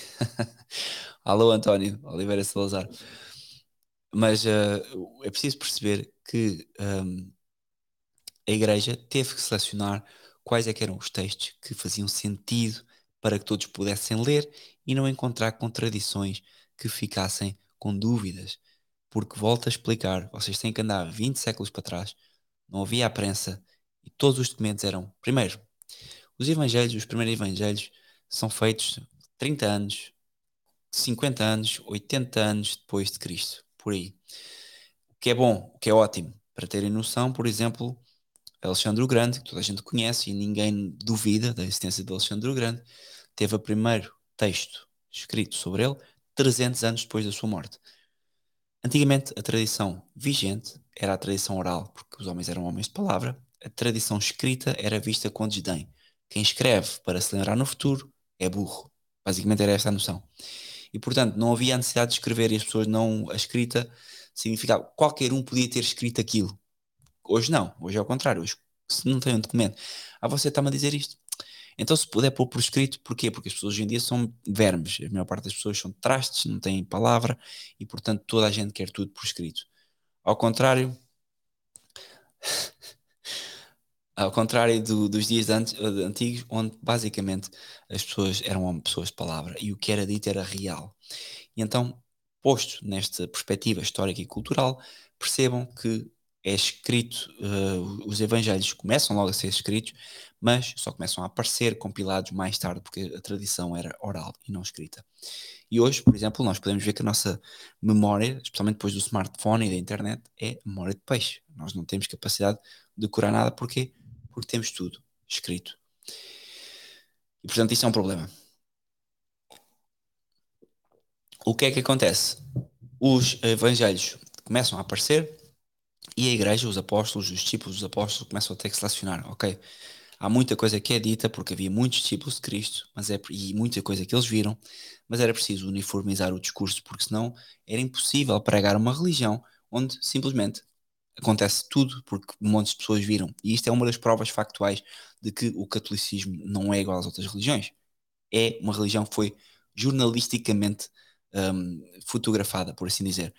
Alô António Oliveira Salazar. Mas uh, é preciso perceber que um, a Igreja teve que selecionar quais é que eram os textos que faziam sentido para que todos pudessem ler e não encontrar contradições que ficassem com dúvidas. Porque, volto a explicar, vocês têm que andar vinte séculos para trás, não havia a prensa e todos os documentos eram, primeiro, os evangelhos, os primeiros evangelhos são feitos trinta anos, cinquenta anos, oitenta anos depois de Cristo, por aí. O que é bom, o que é ótimo, para terem noção, por exemplo, Alexandre o Grande, que toda a gente conhece e ninguém duvida da existência de Alexandre o Grande, teve o primeiro texto escrito sobre ele trezentos anos depois da sua morte. Antigamente, a tradição vigente era a tradição oral, porque os homens eram homens de palavra. A tradição escrita era vista com desdém. Quem escreve para se lembrar no futuro é burro. Basicamente era esta a noção. E, portanto, não havia a necessidade de escrever e as pessoas não... A escrita significava... Qualquer um podia ter escrito aquilo. Hoje não. Hoje é ao contrário. Hoje, se não tem um documento... Ah, você está-me a dizer isto. Então, se puder pôr por escrito, porquê? Porque as pessoas hoje em dia são vermes. A maior parte das pessoas são trastes, não têm palavra e, portanto, toda a gente quer tudo por escrito. Ao contrário... Ao contrário do, dos dias antes, antigos, onde basicamente as pessoas eram pessoas de palavra e o que era dito era real. E então, posto nesta perspectiva histórica e cultural, percebam que é escrito, uh, os evangelhos começam logo a ser escritos, mas só começam a aparecer compilados mais tarde, porque a tradição era oral e não escrita. E hoje, por exemplo, nós podemos ver que a nossa memória, especialmente depois do smartphone e da internet, é memória de peixe. Nós não temos capacidade de decorar nada, porquê? Porque temos tudo escrito. E, portanto, isso é um problema. O que é que acontece? Os evangelhos começam a aparecer e a igreja, os apóstolos, os discípulos dos apóstolos começam a ter que selecionar. Ok, há muita coisa que é dita porque havia muitos discípulos de Cristo, mas é, e muita coisa que eles viram, mas era preciso uniformizar o discurso, porque senão era impossível pregar uma religião onde simplesmente acontece tudo porque um monte de pessoas viram. E isto é uma das provas factuais de que o catolicismo não é igual às outras religiões. É uma religião que foi jornalisticamente um, fotografada, por assim dizer.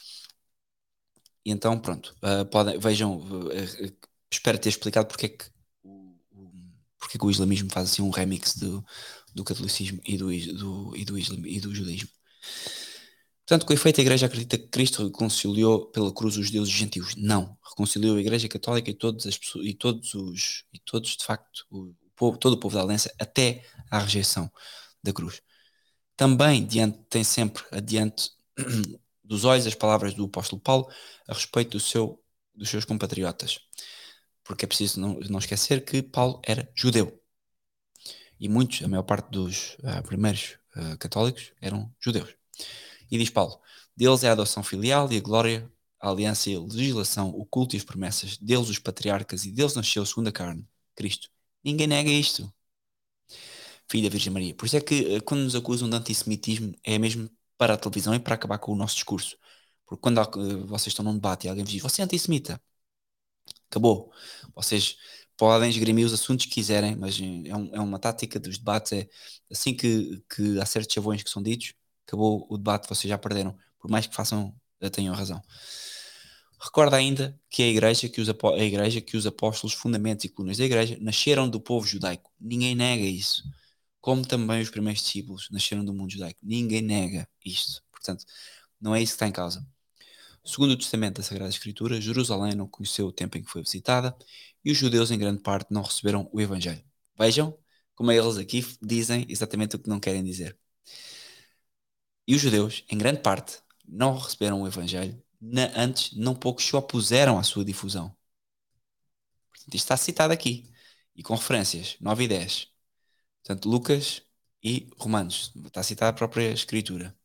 E então, pronto, uh, podem, vejam, uh, uh, espero ter explicado porque é que o, o, porque é que o islamismo faz assim um remix do, do catolicismo e do, do, e, do islam, e do judaísmo. Portanto, com efeito, a Igreja acredita que Cristo reconciliou pela cruz os deuses gentios. Não. Reconciliou a Igreja Católica e todas as pessoas, e todos os, e todos, de facto, o povo, todo o povo da aliança até à rejeição da cruz. Também diante, tem sempre adiante dos olhos as palavras do apóstolo Paulo a respeito do seu, dos seus compatriotas. Porque é preciso não, não esquecer que Paulo era judeu. E muitos, a maior parte dos uh, primeiros uh, católicos eram judeus. E diz Paulo, deles é a adoção filial e a glória, a aliança e a legislação, o culto e as promessas, deles os patriarcas e deles nasceu segundo a carne, Cristo. Ninguém nega isto. Filho da Virgem Maria. Por isso é que uh, quando nos acusam de antissemitismo é mesmo para a televisão e para acabar com o nosso discurso. Porque quando uh, vocês estão num debate e alguém vos diz, você é antissemita, acabou. Vocês podem esgrimir os assuntos que quiserem, mas é, um, é uma tática dos debates. É assim que, que há certos chavões que são ditos, acabou o debate, vocês já perderam. Por mais que façam, tenham razão. Recorda ainda que a igreja que, os, a igreja que os apóstolos, fundamentos e colunas da igreja nasceram do povo judaico. Ninguém nega isso. Como também os primeiros discípulos nasceram do mundo judaico. Ninguém nega isto. Portanto, não é isso que está em causa. Segundo o Testamento da Sagrada Escritura, Jerusalém não conheceu o tempo em que foi visitada e os judeus, em grande parte, não receberam o Evangelho. Vejam como eles aqui dizem exatamente o que não querem dizer. E os judeus, em grande parte, não receberam o Evangelho, na, antes, não poucos se opuseram à sua difusão. Portanto, isto está citado aqui, e com referências, nove e dez. Portanto, Lucas e Romanos, está citada a própria Escritura.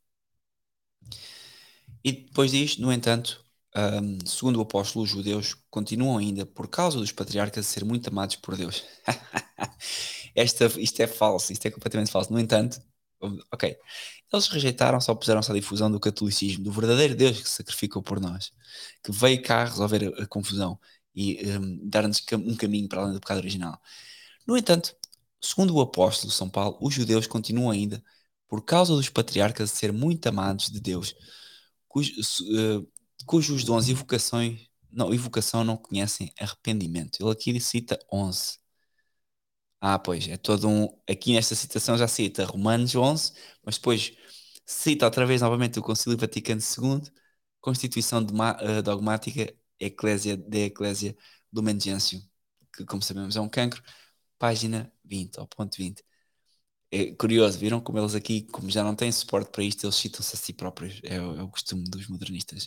E depois diz, no entanto, um, segundo o apóstolo, os judeus continuam ainda, por causa dos patriarcas, a ser muito amados por Deus. Esta, isto é falso, isto é completamente falso. No entanto, ok, eles rejeitaram, só puseram-se à difusão do catolicismo, do verdadeiro Deus que se sacrificou por nós, que veio cá resolver a, a confusão e um, dar-nos um caminho para além do pecado original. No entanto, segundo o apóstolo São Paulo, os judeus continuam ainda, por causa dos patriarcas, a ser muito amados de Deus, cujos, uh, cujos dons e vocações não, evocação não conhecem arrependimento. Ele aqui cita onze. Ah, pois, é todo um. Aqui nesta citação já cita Romanos onze, mas depois cita outra vez novamente o Concílio Vaticano segundo, Constituição uh, Dogmática Eclésia, de Eclésia Lumen Gentium, que, como sabemos, é um cancro, página vinte, ao ponto vinte. É curioso, viram como eles aqui, como já não têm suporte para isto, eles citam-se a si próprios. É, é o costume dos modernistas.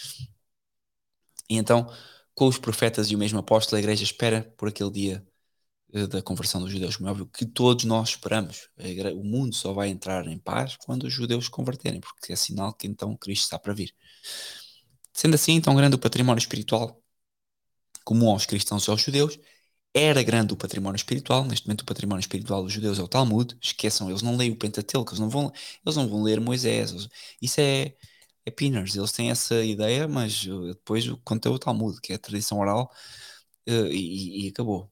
E então, com os profetas e o mesmo apóstolo, a igreja espera por aquele dia uh, da conversão dos judeus, como é óbvio que todos nós esperamos. Igreja, o mundo só vai entrar em paz quando os judeus se converterem, porque é sinal que então Cristo está para vir. Sendo assim, tão grande o património espiritual comum aos cristãos e aos judeus, era grande o património espiritual. Neste momento o património espiritual dos judeus é o Talmud. Esqueçam, eles não leem o Pentateuco, eles não vão, eles não vão ler Moisés. Eles, isso é, é pinners, eles têm essa ideia, mas uh, depois o conta é o Talmud, que é a tradição oral, uh, e, e acabou.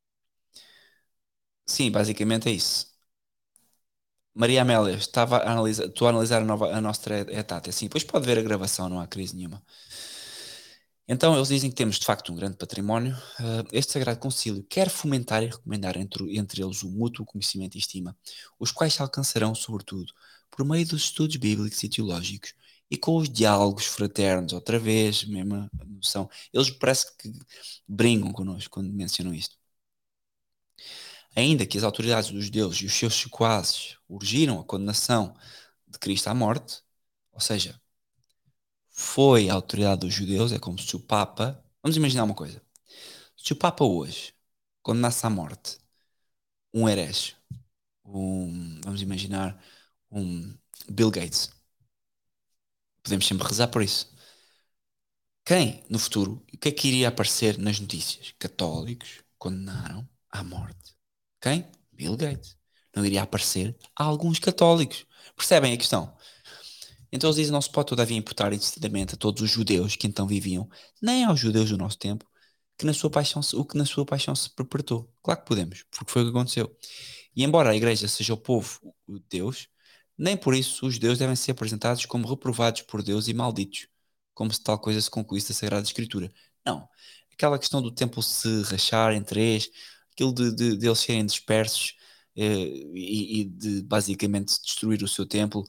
Sim, basicamente é isso. Maria Amélia, estava a analisar, estou a analisar a, nova, a nossa etata. Assim, depois pode ver a gravação, não há crise nenhuma. Então eles dizem que temos de facto um grande património. Uh, este Sagrado Concílio quer fomentar e recomendar entre, entre eles o mútuo conhecimento e estima, os quais se alcançarão, sobretudo, por meio dos estudos bíblicos e teológicos e com os diálogos fraternos, outra vez, mesma noção. Eles parece que brincam connosco quando mencionam isto. Ainda que as autoridades dos judeus e os seus sequazes urgiram a condenação de Cristo à morte, ou seja, foi a autoridade dos judeus, é como se o Papa. Vamos imaginar uma coisa. Se o Papa hoje condenasse à morte um herege, um, vamos imaginar um Bill Gates, podemos sempre rezar por isso. Quem, no futuro, o que é que iria aparecer nas notícias? Católicos condenaram à morte. Quem? Bill Gates. Não iria aparecer a alguns católicos. Percebem a questão? Então eles dizem, não se pode todavia imputar indecididamente a todos os judeus que então viviam, nem aos judeus do nosso tempo, que na sua paixão, o que na sua paixão se perpetuou. Claro que podemos, porque foi o que aconteceu. E embora a igreja seja o povo de Deus, nem por isso os judeus devem ser apresentados como reprovados por Deus e malditos, como se tal coisa se concluísse da Sagrada Escritura. Não. Aquela questão do templo se rachar em três, aquilo de, de, de eles serem dispersos eh, e, e de basicamente destruir o seu templo,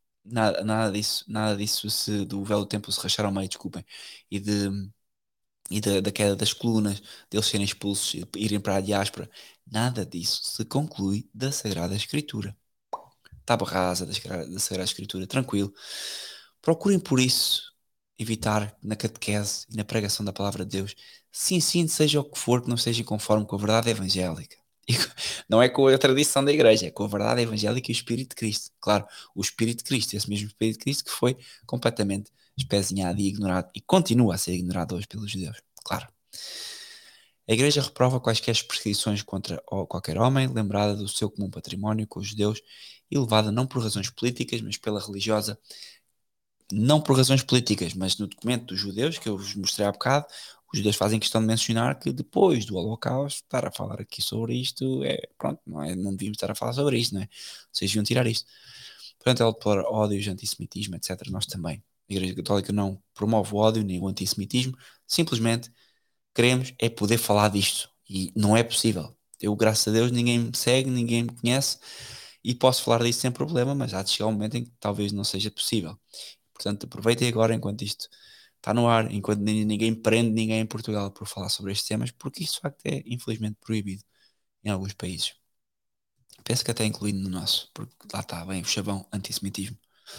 nada, nada disso, nada disso se do velho templo se rachar ao meio, desculpem, e de e da, da queda das colunas, deles serem expulsos e irem para a diáspora. Nada disso se conclui da Sagrada Escritura. Tábua rasa da, da Sagrada Escritura, tranquilo. Procurem por isso evitar na catequese e na pregação da palavra de Deus se ensine seja o que for que não esteja conforme com a verdade evangélica. E não é com a tradição da igreja, é com a verdade evangélica e o Espírito de Cristo. Claro, o Espírito de Cristo, esse mesmo Espírito de Cristo que foi completamente espezinhado e ignorado e continua a ser ignorado hoje pelos judeus. Claro. A Igreja reprova quaisquer prescrições contra qualquer homem, lembrada do seu comum património com os judeus e levada não por razões políticas, mas pela religiosa. Não por razões políticas, mas no documento dos judeus, que eu vos mostrei há bocado, os judeus fazem questão de mencionar que depois do Holocausto, estar a falar aqui sobre isto, é, pronto, não, é, não devíamos estar a falar sobre isto, não é? Vocês deviam tirar isto. Portanto, ela deplora ódios, antissemitismo, etcétera. Nós também. A Igreja Católica não promove o ódio nem o antissemitismo, simplesmente queremos é poder falar disto e não é possível. Eu, graças a Deus, ninguém me segue, ninguém me conhece e posso falar disto sem problema, mas há de chegar um momento em que talvez não seja possível. Portanto, aproveitem agora enquanto isto está no ar, enquanto ninguém prende ninguém em Portugal por falar sobre estes temas, porque isso de facto é infelizmente proibido em alguns países. Penso que até incluído no nosso, porque lá está bem o chavão antissemitismo.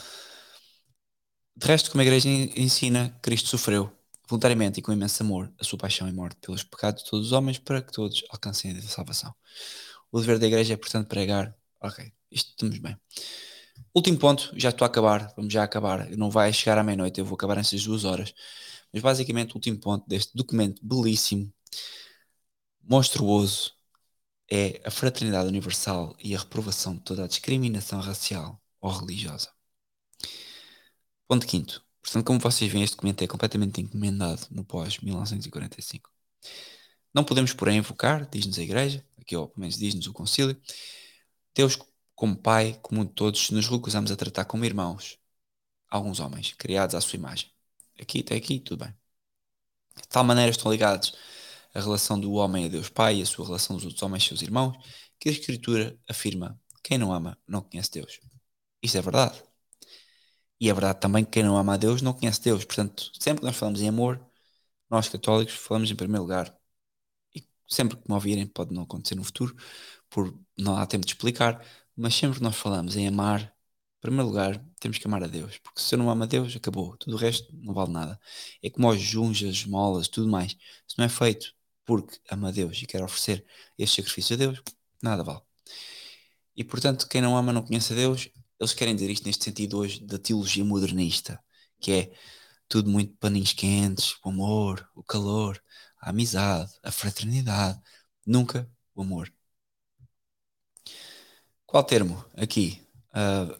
De resto, como a Igreja ensina, Cristo sofreu voluntariamente e com imenso amor a sua paixão e morte pelos pecados de todos os homens para que todos alcancem a salvação. O dever da Igreja é, portanto, pregar. Ok, isto estamos bem. Último ponto, já estou a acabar, vamos já acabar. Não vai chegar à meia-noite, eu vou acabar nessas duas horas. Mas basicamente o último ponto deste documento belíssimo, monstruoso, é a fraternidade universal e a reprovação de toda a discriminação racial ou religiosa. Ponto quinto. Portanto, como vocês veem, este documento é completamente encomendado no pós mil novecentos e quarenta e cinco. Não podemos, porém, invocar, diz-nos a Igreja, aqui ou pelo menos diz-nos o Concílio, Deus como Pai comum de todos, nos recusamos a tratar como irmãos alguns homens, criados à sua imagem. Aqui, até aqui, tudo bem. De tal maneira estão ligados a relação do homem a Deus Pai e a sua relação dos outros homens, seus irmãos, que a Escritura afirma, quem não ama não conhece Deus. Isto é verdade. E é verdade também que quem não ama a Deus não conhece Deus. Portanto, sempre que nós falamos em amor, nós católicos falamos em primeiro lugar. E sempre que me ouvirem, pode não acontecer no futuro, por não há tempo de explicar, mas sempre que nós falamos em amar, em primeiro lugar, temos que amar a Deus. Porque se eu não amo a Deus, acabou. Tudo o resto não vale nada. É como os junjas, as esmolas, tudo mais. Se não é feito porque ama a Deus e quer oferecer este sacrifício a Deus, nada vale. E portanto, quem não ama não conhece a Deus. Eles querem dizer isto neste sentido hoje da teologia modernista, que é tudo muito paninhos quentes, o amor, o calor, a amizade, a fraternidade, nunca o amor. Qual termo aqui? Uh,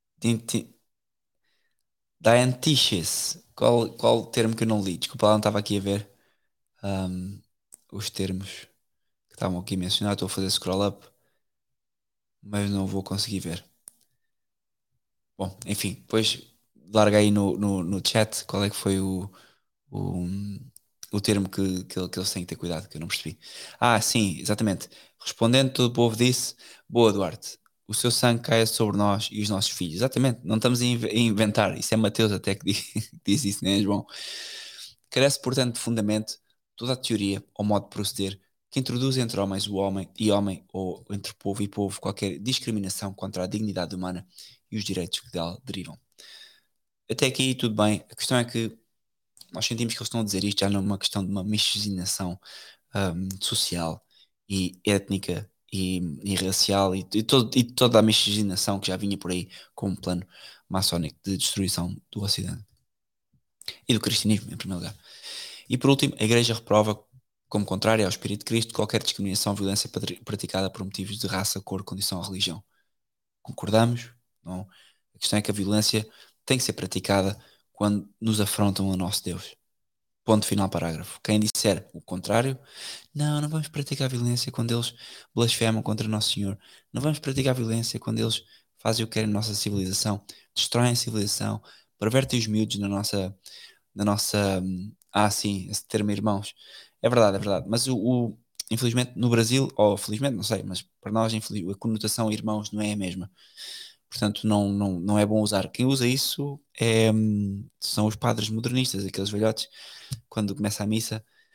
Diantiches. Qual, qual termo que eu não li? Desculpa, lá não estava aqui a ver um, os termos que estavam aqui mencionados. Estou a fazer scroll up, mas não vou conseguir ver. Bom, enfim, depois larga aí no, no, no chat qual é que foi o, o, o termo que, que, que eles têm que ter cuidado, que eu não percebi. Ah, sim, exatamente. Respondendo, todo o povo disse: Boa, Duarte, o seu sangue caia sobre nós e os nossos filhos. Exatamente, não estamos a inventar. Isso é Mateus até que diz, diz isso, não é, João? Carece, portanto, de fundamento toda a teoria ou modo de proceder que introduz entre homens o homem e homem ou entre povo e povo qualquer discriminação contra a dignidade humana e os direitos que dela derivam. Até aqui tudo bem. A questão é que nós sentimos que eles estão a dizer isto já numa questão de uma miscigenação um, social e étnica e, e racial e, e, todo, e toda a miscigenação que já vinha por aí com um plano maçónico de destruição do Ocidente e do cristianismo, em primeiro lugar. E por último, a Igreja reprova, como contrária ao Espírito de Cristo, qualquer discriminação ou violência praticada por motivos de raça, cor, condição ou religião. Concordamos? Não. A questão é que a violência tem que ser praticada quando nos afrontam a nosso Deus. Ponto final, parágrafo. Quem disser o contrário, não, não vamos praticar violência quando eles blasfemam contra Nosso Senhor. Não vamos praticar violência quando eles fazem o que querem na nossa civilização, destroem a civilização, pervertem os miúdos na nossa, na nossa, ah, sim, esse termo irmãos. É verdade, é verdade. Mas o, o infelizmente no Brasil, ou felizmente, não sei, mas para nós a conotação irmãos não é a mesma. Portanto, não, não, não é bom usar. Quem usa isso é, são os padres modernistas, aqueles velhotes, quando começa a missa,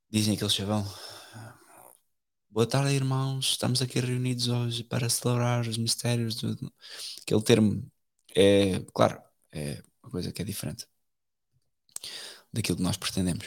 dizem aquele chavão: boa tarde, irmãos, estamos aqui reunidos hoje para celebrar os mistérios do... Aquele termo é, claro, é uma coisa que é diferente daquilo que nós pretendemos.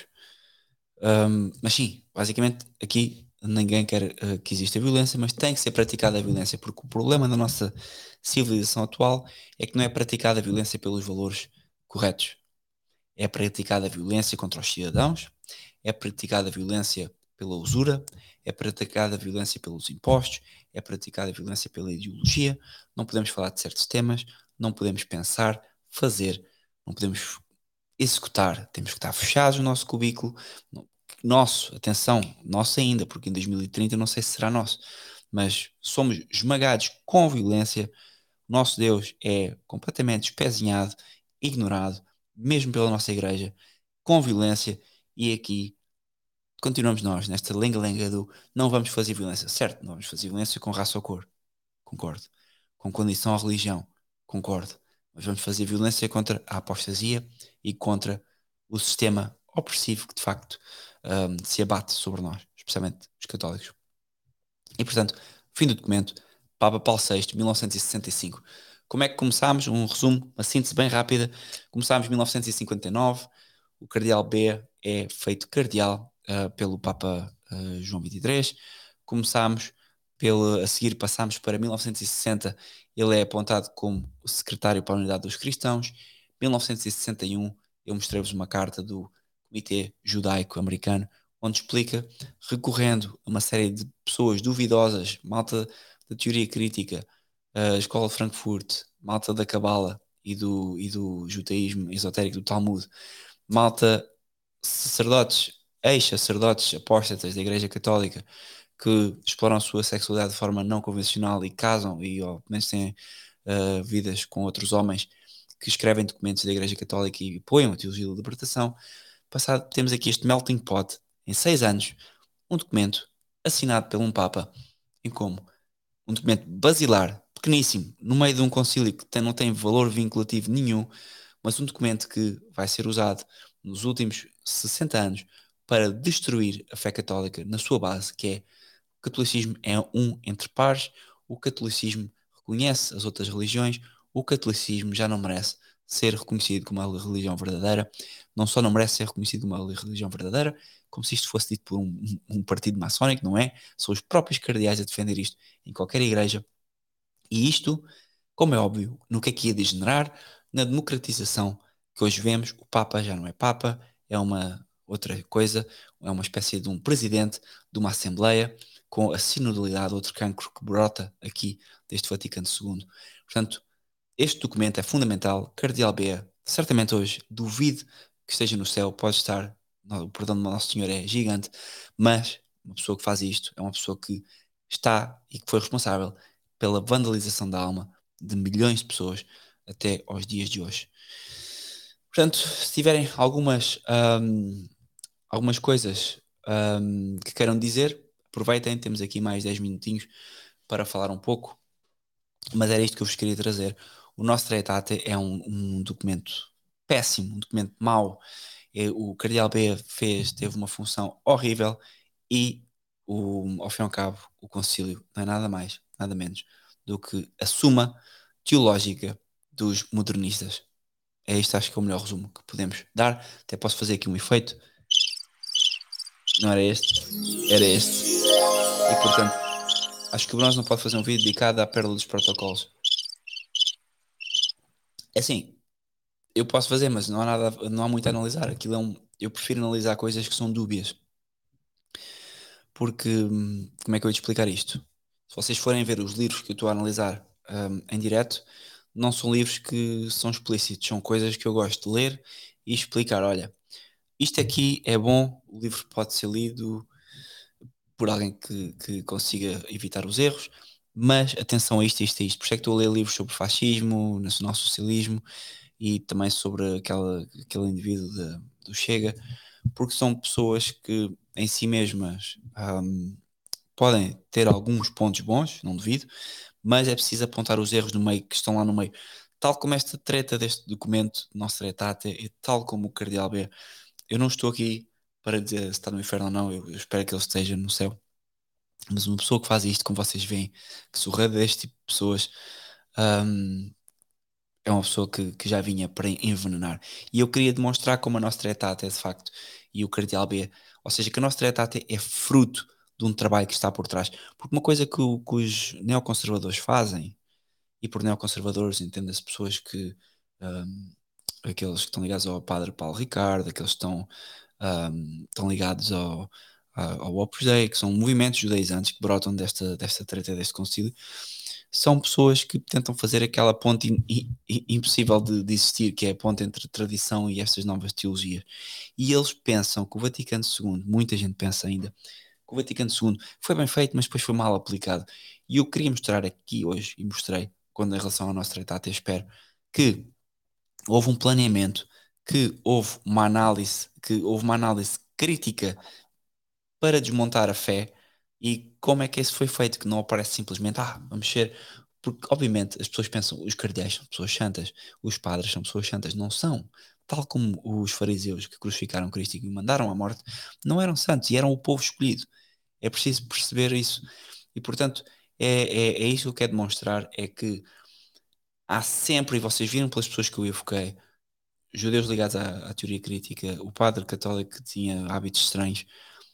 Um, mas sim, basicamente aqui ninguém quer uh, que exista violência, mas tem que ser praticada a violência, porque o problema da nossa civilização atual é que não é praticada a violência pelos valores corretos. É praticada a violência contra os cidadãos, é praticada a violência pela usura, é praticada a violência pelos impostos, é praticada a violência pela ideologia. Não podemos falar de certos temas, não podemos pensar, fazer, não podemos executar. Temos que estar fechados no nosso cubículo. Nosso, atenção, nosso ainda, porque em dois mil e trinta eu não sei se será nosso, mas somos esmagados com violência. Nosso Deus é completamente espezinhado, ignorado, mesmo pela nossa igreja, com violência, e aqui continuamos nós, nesta lenga-lenga do não vamos fazer violência. Certo, não vamos fazer violência com raça ou cor, concordo. Com condição ou religião, concordo. Mas vamos fazer violência contra a apostasia e contra o sistema opressivo que de facto um, se abate sobre nós, especialmente os católicos. E portanto, fim do documento, Papa Paulo sexto, mil novecentos e sessenta e cinco. Como é que começámos? Um resumo, uma síntese bem rápida. Começámos em mil novecentos e cinquenta e nove, o cardeal B é feito cardeal uh, pelo Papa uh, João vinte e três. Começámos pelo, a seguir passámos para mil novecentos e sessenta, ele é apontado como o secretário para a Unidade dos Cristãos. mil novecentos e sessenta e um, eu mostrei-vos uma carta do Comitê Judaico Americano, onde explica, recorrendo a uma série de pessoas duvidosas, malta da teoria crítica, a Escola de Frankfurt, malta da Cabala e do, e do judaísmo esotérico do Talmud, malta, sacerdotes, ex-sacerdotes apóstatas da Igreja Católica, que exploram a sua sexualidade de forma não convencional e casam e ou, pelo menos têm uh, vidas com outros homens que escrevem documentos da Igreja Católica e apoiam a teologia da libertação. Passado, temos aqui este melting pot, em seis anos, um documento assinado por um Papa, em como um documento basilar, pequeníssimo, no meio de um concílio que tem, não tem valor vinculativo nenhum, mas um documento que vai ser usado nos últimos sessenta anos para destruir a fé católica na sua base, que é o catolicismo é um entre pares, o catolicismo reconhece as outras religiões, o catolicismo já não merece ser reconhecido como uma religião verdadeira, não só não merece ser reconhecido como uma religião verdadeira, como se isto fosse dito por um, um partido maçónico, não é? São os próprios cardeais a defender isto em qualquer igreja. E isto, como é óbvio, no que é que ia degenerar? Na democratização que hoje vemos, o Papa já não é Papa, é uma outra coisa, é uma espécie de um presidente de uma Assembleia com a sinodalidade, outro cancro que brota aqui deste Vaticano segundo. Portanto, este documento é fundamental. Cardeal B, certamente hoje, duvido que esteja no céu, pode estar, o perdão do Nosso Senhor é gigante, mas uma pessoa que faz isto é uma pessoa que está e que foi responsável pela vandalização da alma de milhões de pessoas até aos dias de hoje. Portanto, se tiverem algumas, um, algumas coisas um, que queiram dizer, aproveitem, temos aqui mais dez minutinhos para falar um pouco, mas era isto que eu vos queria trazer. O nosso Traetate é um, um documento péssimo, um documento mau. É, o Cardeal B fez, teve uma função horrível e, o, ao fim e ao cabo, o concílio não é nada mais, nada menos do que a suma teológica dos modernistas. É isto, acho que é o melhor resumo que podemos dar. Até posso fazer aqui um efeito. Não era este, era este. E, portanto, acho que o Bronze não pode fazer um vídeo dedicado à pérola dos protocolos. É assim, eu posso fazer, mas não há nada, não há muito a analisar. Aquilo é um, eu prefiro analisar coisas que são dúbias. Porque, hum, como é que eu ia te explicar isto? Se vocês forem ver os livros que eu estou a analisar um, em direto, não são livros que são explícitos, são coisas que eu gosto de ler e explicar. Olha, isto aqui é bom, o livro pode ser lido por alguém que, que consiga evitar os erros, mas atenção a isto, isto, isto. Por isso é que estou a ler livros sobre fascismo, nacional-socialismo e também sobre aquela, aquele indivíduo de, do Chega, porque são pessoas que em si mesmas um, podem ter alguns pontos bons, não duvido, mas é preciso apontar os erros no meio, que estão lá no meio. Tal como esta treta deste documento, nosso Traetate, e tal como o Cardeal B, eu não estou aqui para dizer se está no inferno ou não, eu, eu espero que ele esteja no céu. Mas uma pessoa que faz isto, como vocês veem, que se rodeia deste tipo de pessoas, hum, é uma pessoa que, que já vinha para envenenar. E eu queria demonstrar como a nossa Aetate é de facto, e o Cardeal B, ou seja, que a nossa Aetate é fruto de um trabalho que está por trás. Porque uma coisa que, o- que os neoconservadores fazem, e por neoconservadores entenda-se pessoas que, hum, aqueles que estão ligados ao Padre Paulo Ricardo, aqueles que estão, hum, estão ligados ao, ao ao Opus Dei, que são movimentos judaizantes que brotam desta, desta treta, deste concílio, são pessoas que tentam fazer aquela ponte in- in- impossível de, de existir, que é a ponte entre tradição e estas novas teologias. E eles pensam que o Vaticano segundo, muita gente pensa ainda, que o Vaticano segundo foi bem feito, mas depois foi mal aplicado. E eu queria mostrar aqui hoje, e mostrei, quando em relação ao nosso tratado, eu espero, que houve um planeamento, que houve uma análise, que houve uma análise crítica para desmontar a fé e como é que isso foi feito, que não aparece simplesmente, ah, vamos ser, porque obviamente as pessoas pensam, os cardeais são pessoas santas, os padres são pessoas santas, não são, tal como os fariseus que crucificaram Cristo e que o mandaram à morte, não eram santos e eram o povo escolhido, é preciso perceber isso, e portanto é, é, é isso que eu quero demonstrar, é que há sempre, e vocês viram pelas pessoas que eu evoquei, judeus ligados à, à teoria crítica, o padre católico que tinha hábitos estranhos,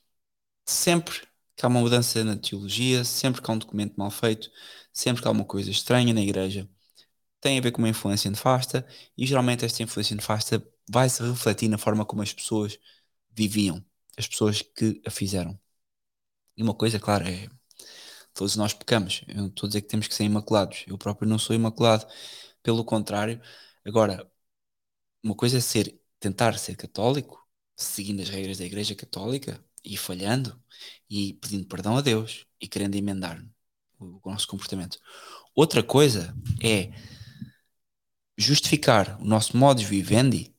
sempre que há uma mudança na teologia, sempre que há um documento mal feito, sempre que há uma coisa estranha na igreja, tem a ver com uma influência nefasta e geralmente esta influência nefasta vai se refletir na forma como as pessoas viviam, as pessoas que a fizeram. E uma coisa, claro, é todos nós pecamos. Eu não estou a dizer que temos que ser imaculados. Eu próprio não sou imaculado. Pelo contrário, agora, uma coisa é ser, tentar ser católico, seguindo as regras da Igreja Católica e falhando e pedindo perdão a Deus e querendo emendar o, o nosso comportamento. Outra coisa é justificar o nosso modus vivendi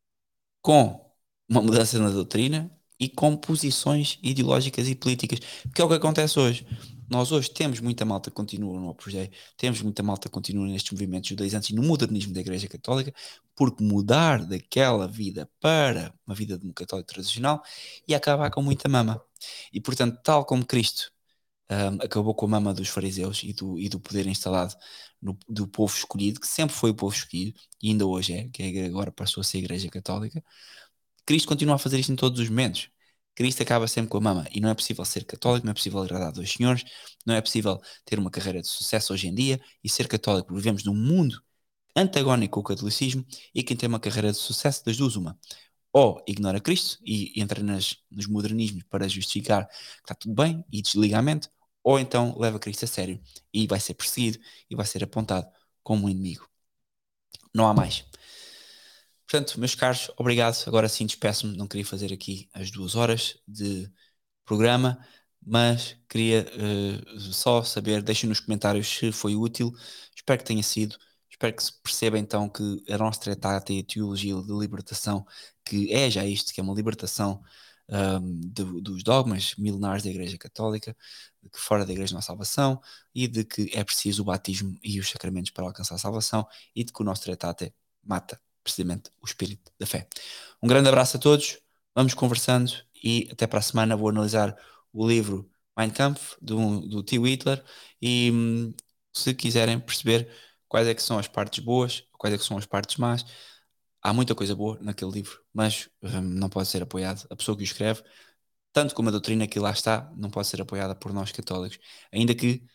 com uma mudança na doutrina e com posições ideológicas e políticas, porque é o que acontece hoje. Nós hoje temos muita malta que continua no Opus Dei, temos muita malta que continua nestes movimentos judaizantes e no modernismo da Igreja Católica, porque mudar daquela vida para uma vida de um católico tradicional e acabar com muita mama. E portanto, tal como Cristo um, acabou com a mama dos fariseus e do, e do poder instalado no, do povo escolhido, que sempre foi o povo escolhido, e ainda hoje é, que é agora passou a ser a Igreja Católica, Cristo continua a fazer isto em todos os momentos. Cristo acaba sempre com a mama. E não é possível ser católico, não é possível agradar a dois senhores, não é possível ter uma carreira de sucesso hoje em dia e ser católico. Vivemos num mundo antagónico ao catolicismo e quem tem uma carreira de sucesso, das duas, uma. Ou ignora Cristo e entra nas, nos modernismos para justificar que está tudo bem e desliga a mente, ou então leva Cristo a sério e vai ser perseguido e vai ser apontado como um inimigo. Não há mais. Portanto, meus caros, obrigado. Agora sim despeço-me. Não queria fazer aqui as duas horas de programa, mas queria uh, só saber, deixem nos comentários se foi útil. Espero que tenha sido. Espero que se perceba então que a nossa tratada e a teologia de libertação, que é já isto, que é uma libertação um, de, dos dogmas milenares da Igreja Católica, que fora da Igreja não há salvação, e de que é preciso o batismo e os sacramentos para alcançar a salvação, e de que o nosso tratado mata precisamente o espírito da fé. Um grande abraço a todos, vamos conversando e até para a semana vou analisar o livro Mein Kampf do, do tio Hitler e hum, se quiserem perceber quais é que são as partes boas, quais é que são as partes más, há muita coisa boa naquele livro, mas hum, não pode ser apoiado. A pessoa que o escreve, tanto como a doutrina que lá está, não pode ser apoiada por nós católicos, ainda que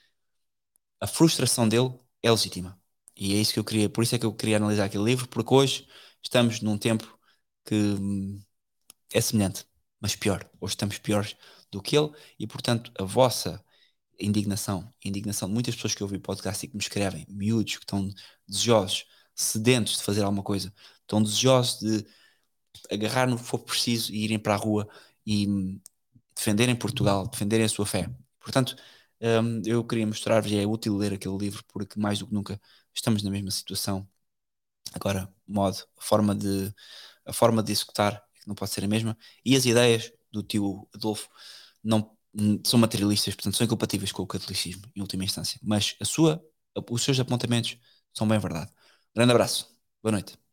a frustração dele é legítima. E é isso que eu queria, por isso é que eu queria analisar aquele livro, porque hoje estamos num tempo que hum, é semelhante, mas pior. Hoje estamos piores do que ele e, portanto, a vossa indignação, a indignação de muitas pessoas que eu ouvi podcast e que me escrevem, miúdos que estão desejosos, sedentos de fazer alguma coisa, estão desejosos de agarrar no que for preciso e irem para a rua e hum, defenderem Portugal, defenderem a sua fé. Portanto, hum, eu queria mostrar-vos, e é útil ler aquele livro, porque mais do que nunca estamos na mesma situação. Agora, modo, a forma de, a forma de executar é que não pode ser a mesma, e as ideias do tio Adolfo não são materialistas, portanto, são incompatíveis com o catolicismo, em última instância. Mas a sua, os seus apontamentos são bem verdade. Grande abraço. Boa noite.